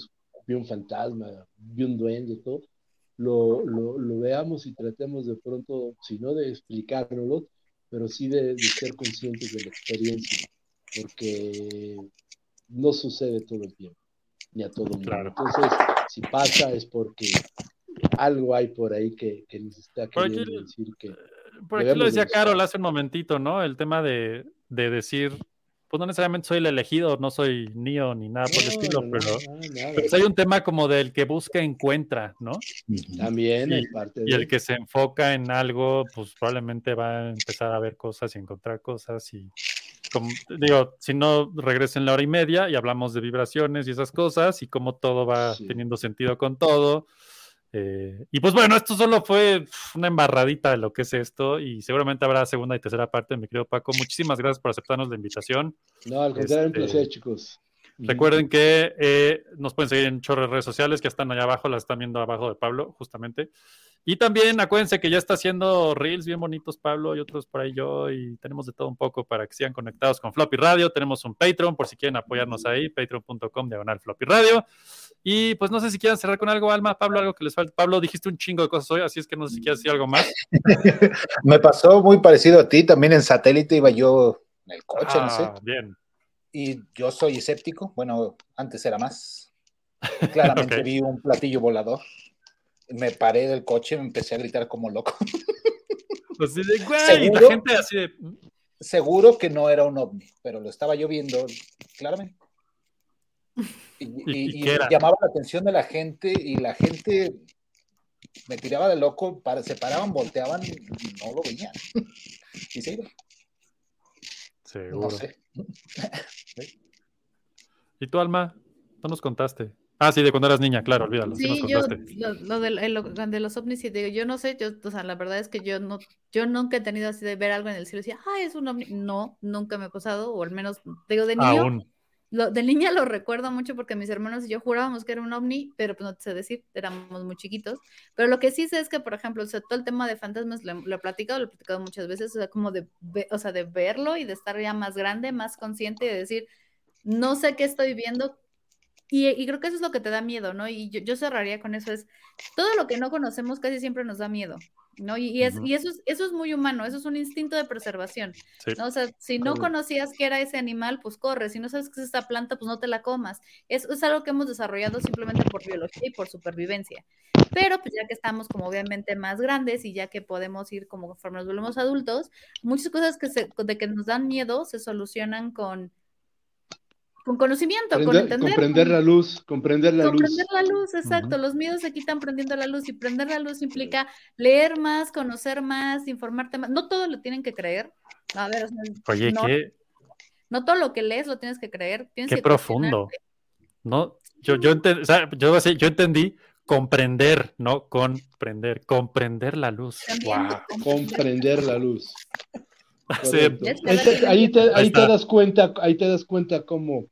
Speaker 16: vi un fantasma, vi un duende, todo, lo, lo, lo veamos y tratemos de pronto, si no de explicárnoslo, pero sí de, de ser conscientes de la experiencia, porque no sucede todo el tiempo, ni a todo el mundo.
Speaker 2: Claro.
Speaker 16: Entonces, si pasa es porque algo hay por ahí que, que nos está
Speaker 2: Por
Speaker 16: queriendo
Speaker 2: aquí-
Speaker 16: decir que...
Speaker 2: Por aquí lo decía Carol hace un momentito, ¿no? El tema de, de decir, pues no necesariamente soy el elegido, no soy Neo ni nada por el
Speaker 16: No,
Speaker 2: estilo,
Speaker 16: no, no,
Speaker 2: pero,
Speaker 16: no, nada.
Speaker 2: pero sí hay un tema como del que busca encuentra, ¿no?
Speaker 16: También
Speaker 2: Y,
Speaker 16: hay parte
Speaker 2: y
Speaker 16: de...
Speaker 2: el que se enfoca en algo, pues probablemente va a empezar a ver cosas y encontrar cosas y, como, digo, si no, regresen la hora y media y hablamos de vibraciones y esas cosas y cómo todo va
Speaker 16: Sí.
Speaker 2: teniendo sentido con todo. Eh, y pues bueno, esto solo fue uf, una embarradita de lo que es esto y seguramente habrá segunda y tercera parte, mi querido Paco. Muchísimas gracias por aceptarnos la invitación.
Speaker 16: No, al contrario, un
Speaker 2: Este,
Speaker 16: placer, chicos.
Speaker 2: Recuerden que eh, nos pueden seguir en chorro de redes sociales que están allá abajo, las están viendo abajo de Pablo, justamente. Y también acuérdense que ya está haciendo reels bien bonitos Pablo y otros por ahí yo, y tenemos de todo un poco para que sigan conectados con Floppy Radio. Tenemos un Patreon por si quieren apoyarnos ahí, patreon punto com diagonal Floppy Radio. Y pues no sé si quieran cerrar con algo, Alma, Pablo, algo que les falta. Pablo, dijiste un chingo de cosas hoy, así es que no sé si quieres decir algo más.
Speaker 13: Me pasó muy parecido a ti, también en satélite iba yo en el coche, no sé.
Speaker 2: Ah, bien.
Speaker 13: Y yo soy escéptico, bueno, antes era más. Claramente
Speaker 2: Ok.
Speaker 13: vi un platillo volador. Me paré del coche y me empecé a gritar como loco.
Speaker 2: Pues sí, de, güey, y la
Speaker 13: ¿Seguro?
Speaker 2: gente así de...
Speaker 13: Seguro que no era un ovni, pero lo estaba yo viendo claramente. Y,
Speaker 2: ¿Y-
Speaker 13: y-
Speaker 2: y
Speaker 13: y
Speaker 2: qué era?
Speaker 13: llamaba la atención de la gente y la gente me tiraba de loco, para, se paraban, volteaban y no lo veían. Y se iban.
Speaker 2: Seguro.
Speaker 13: No sé.
Speaker 2: ¿Y tú, Alma? No nos contaste. Ah, sí, de cuando eras niña, claro, olvídalo. Sí,
Speaker 4: Sí,
Speaker 2: nos
Speaker 4: yo,
Speaker 2: contaste.
Speaker 4: lo, lo del- el- lo de los ovnis, sí, digo, yo no sé, yo, o sea, la verdad es que yo no, yo nunca he tenido así de ver algo en el cielo y decir, ah, es un ovni. No, nunca me ha pasado, o al menos, digo, de niño,
Speaker 2: Aún.
Speaker 4: lo, de niña lo recuerdo mucho porque mis hermanos y yo jurábamos que era un ovni, pero pues no te sé decir, éramos muy chiquitos. Pero lo que sí sé es que, por ejemplo, o sea, todo el tema de fantasmas lo, lo he platicado, lo he platicado muchas veces, o sea, como de, ve- o sea, de verlo y de estar ya más grande, más consciente y de decir, no sé qué estoy viendo. Y, y creo que eso es lo que te da miedo, ¿no? Y yo, yo cerraría con eso, es todo lo que no conocemos casi siempre nos da miedo, ¿no? Y, y es,
Speaker 2: Ujú.
Speaker 4: y eso es, eso es muy humano, eso es un instinto de preservación,
Speaker 2: Sí.
Speaker 4: ¿no? O sea, si no
Speaker 2: Correcto.
Speaker 4: conocías qué era ese animal, pues corre, si no sabes qué es esta planta, pues no te la comas. Es, es algo que hemos desarrollado simplemente por biología y por supervivencia. Pero pues ya que estamos como obviamente más grandes y ya que podemos ir como conforme nos volvemos adultos, muchas cosas que se, de que nos dan miedo se solucionan con con conocimiento, con
Speaker 16: Comprender,
Speaker 4: entender.
Speaker 16: comprender
Speaker 4: con-
Speaker 16: la luz, comprender la
Speaker 4: Comprender
Speaker 16: luz.
Speaker 4: la luz, exacto.
Speaker 2: Ujú.
Speaker 4: Los miedos se quitan prendiendo la luz y prender la luz implica leer más, conocer más, informarte más. No todo lo tienen que creer. A ver, o sea,
Speaker 2: Oye,
Speaker 4: no,
Speaker 2: qué,
Speaker 4: no todo lo que lees lo tienes que creer. Tienes
Speaker 2: qué
Speaker 4: que cuestionar.
Speaker 2: profundo. No, yo, yo, enten- o sea, yo, así- yo entendí comprender, no comprender, comprender la luz.
Speaker 4: También
Speaker 2: Wow.
Speaker 16: Comprender la luz.
Speaker 2: Sí,
Speaker 16: Correcto.
Speaker 4: ¿Ves?
Speaker 16: Ahí
Speaker 4: Cada
Speaker 16: te,
Speaker 4: quien
Speaker 16: ahí te-
Speaker 4: entiende.
Speaker 16: ahí
Speaker 2: Ahí
Speaker 16: te
Speaker 2: está.
Speaker 16: das cuenta, ahí te das cuenta cómo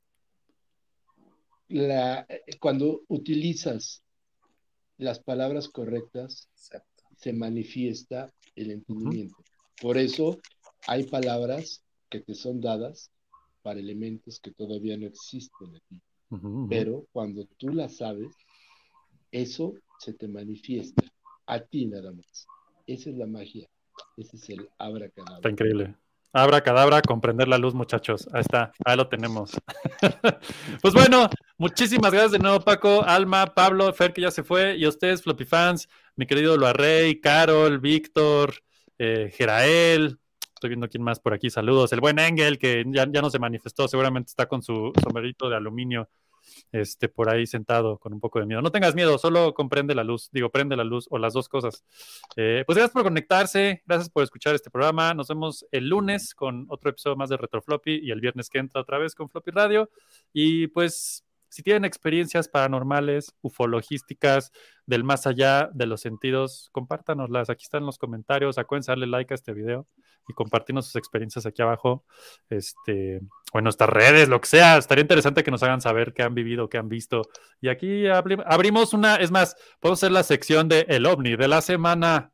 Speaker 16: la, cuando utilizas las palabras correctas
Speaker 13: Exacto.
Speaker 16: se manifiesta el entendimiento. Por eso hay palabras que te son dadas para elementos que todavía no existen aquí.
Speaker 2: Ujú, ujú.
Speaker 16: Pero cuando tú las sabes, eso se te manifiesta a ti nada más. Esa es la magia. Ese es el
Speaker 2: Está
Speaker 16: abracadabra.
Speaker 2: increíble. Abra cadabra, comprender la luz, muchachos. Ahí está, ahí lo tenemos. Pues bueno, muchísimas gracias de nuevo, Paco, Alma, Pablo, Fer, que ya se fue, y a ustedes, Floppy Fans, mi querido Loarrey, Carol, Víctor, eh, Jerael. Estoy viendo quién más por aquí. Saludos. El buen Engel, que ya, ya no se manifestó, seguramente está con su sombrerito de aluminio. Este, por ahí sentado con un poco de miedo. No tengas miedo, solo comprende la luz, digo, prende la luz o las dos cosas. Eh, pues gracias por conectarse, gracias por escuchar este programa. Nos vemos el lunes con otro episodio más de Retro Floppy y el viernes que entra otra vez con Floppy Radio. Y pues, si tienen experiencias paranormales, ufologísticas, del más allá de los sentidos, compártanoslas. Aquí están los comentarios. Acuérdense darle like a este video y compartirnos sus experiencias aquí abajo. Este, o en nuestras redes, lo que sea. Estaría interesante que nos hagan saber qué han vivido, qué han visto. Y aquí abri- abrimos una, es más, podemos hacer la sección de El OVNI de la semana.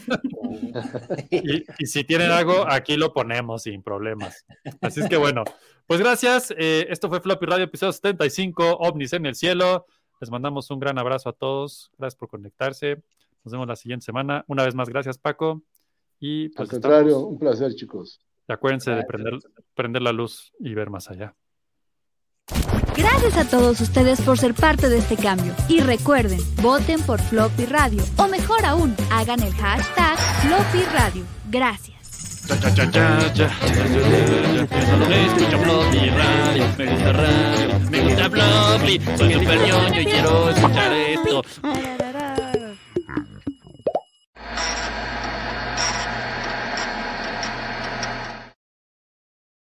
Speaker 2: y, y si tienen algo, aquí lo ponemos sin problemas. Así es que bueno, pues gracias. Eh, esto fue Floppy Radio, episodio setenta y cinco, OVNIs en el cielo. Les mandamos un gran abrazo a todos. Gracias por conectarse. Nos vemos la siguiente semana. Una vez más, gracias, Paco. Y pues,
Speaker 16: al contrario,
Speaker 2: estamos...
Speaker 16: un placer, chicos.
Speaker 2: Y acuérdense de prender, prender la luz y ver más allá.
Speaker 10: Gracias a todos ustedes por ser parte de este cambio. Y recuerden, voten por Floppy Radio. O mejor aún, hagan el hashtag Floppy Radio. Gracias.
Speaker 11: Ya, ya, ya, ya, ya. Solo escucho Floppy Radio. Me gusta radio, me gusta Floppy. Soy super ñoño y quiero escuchar esto.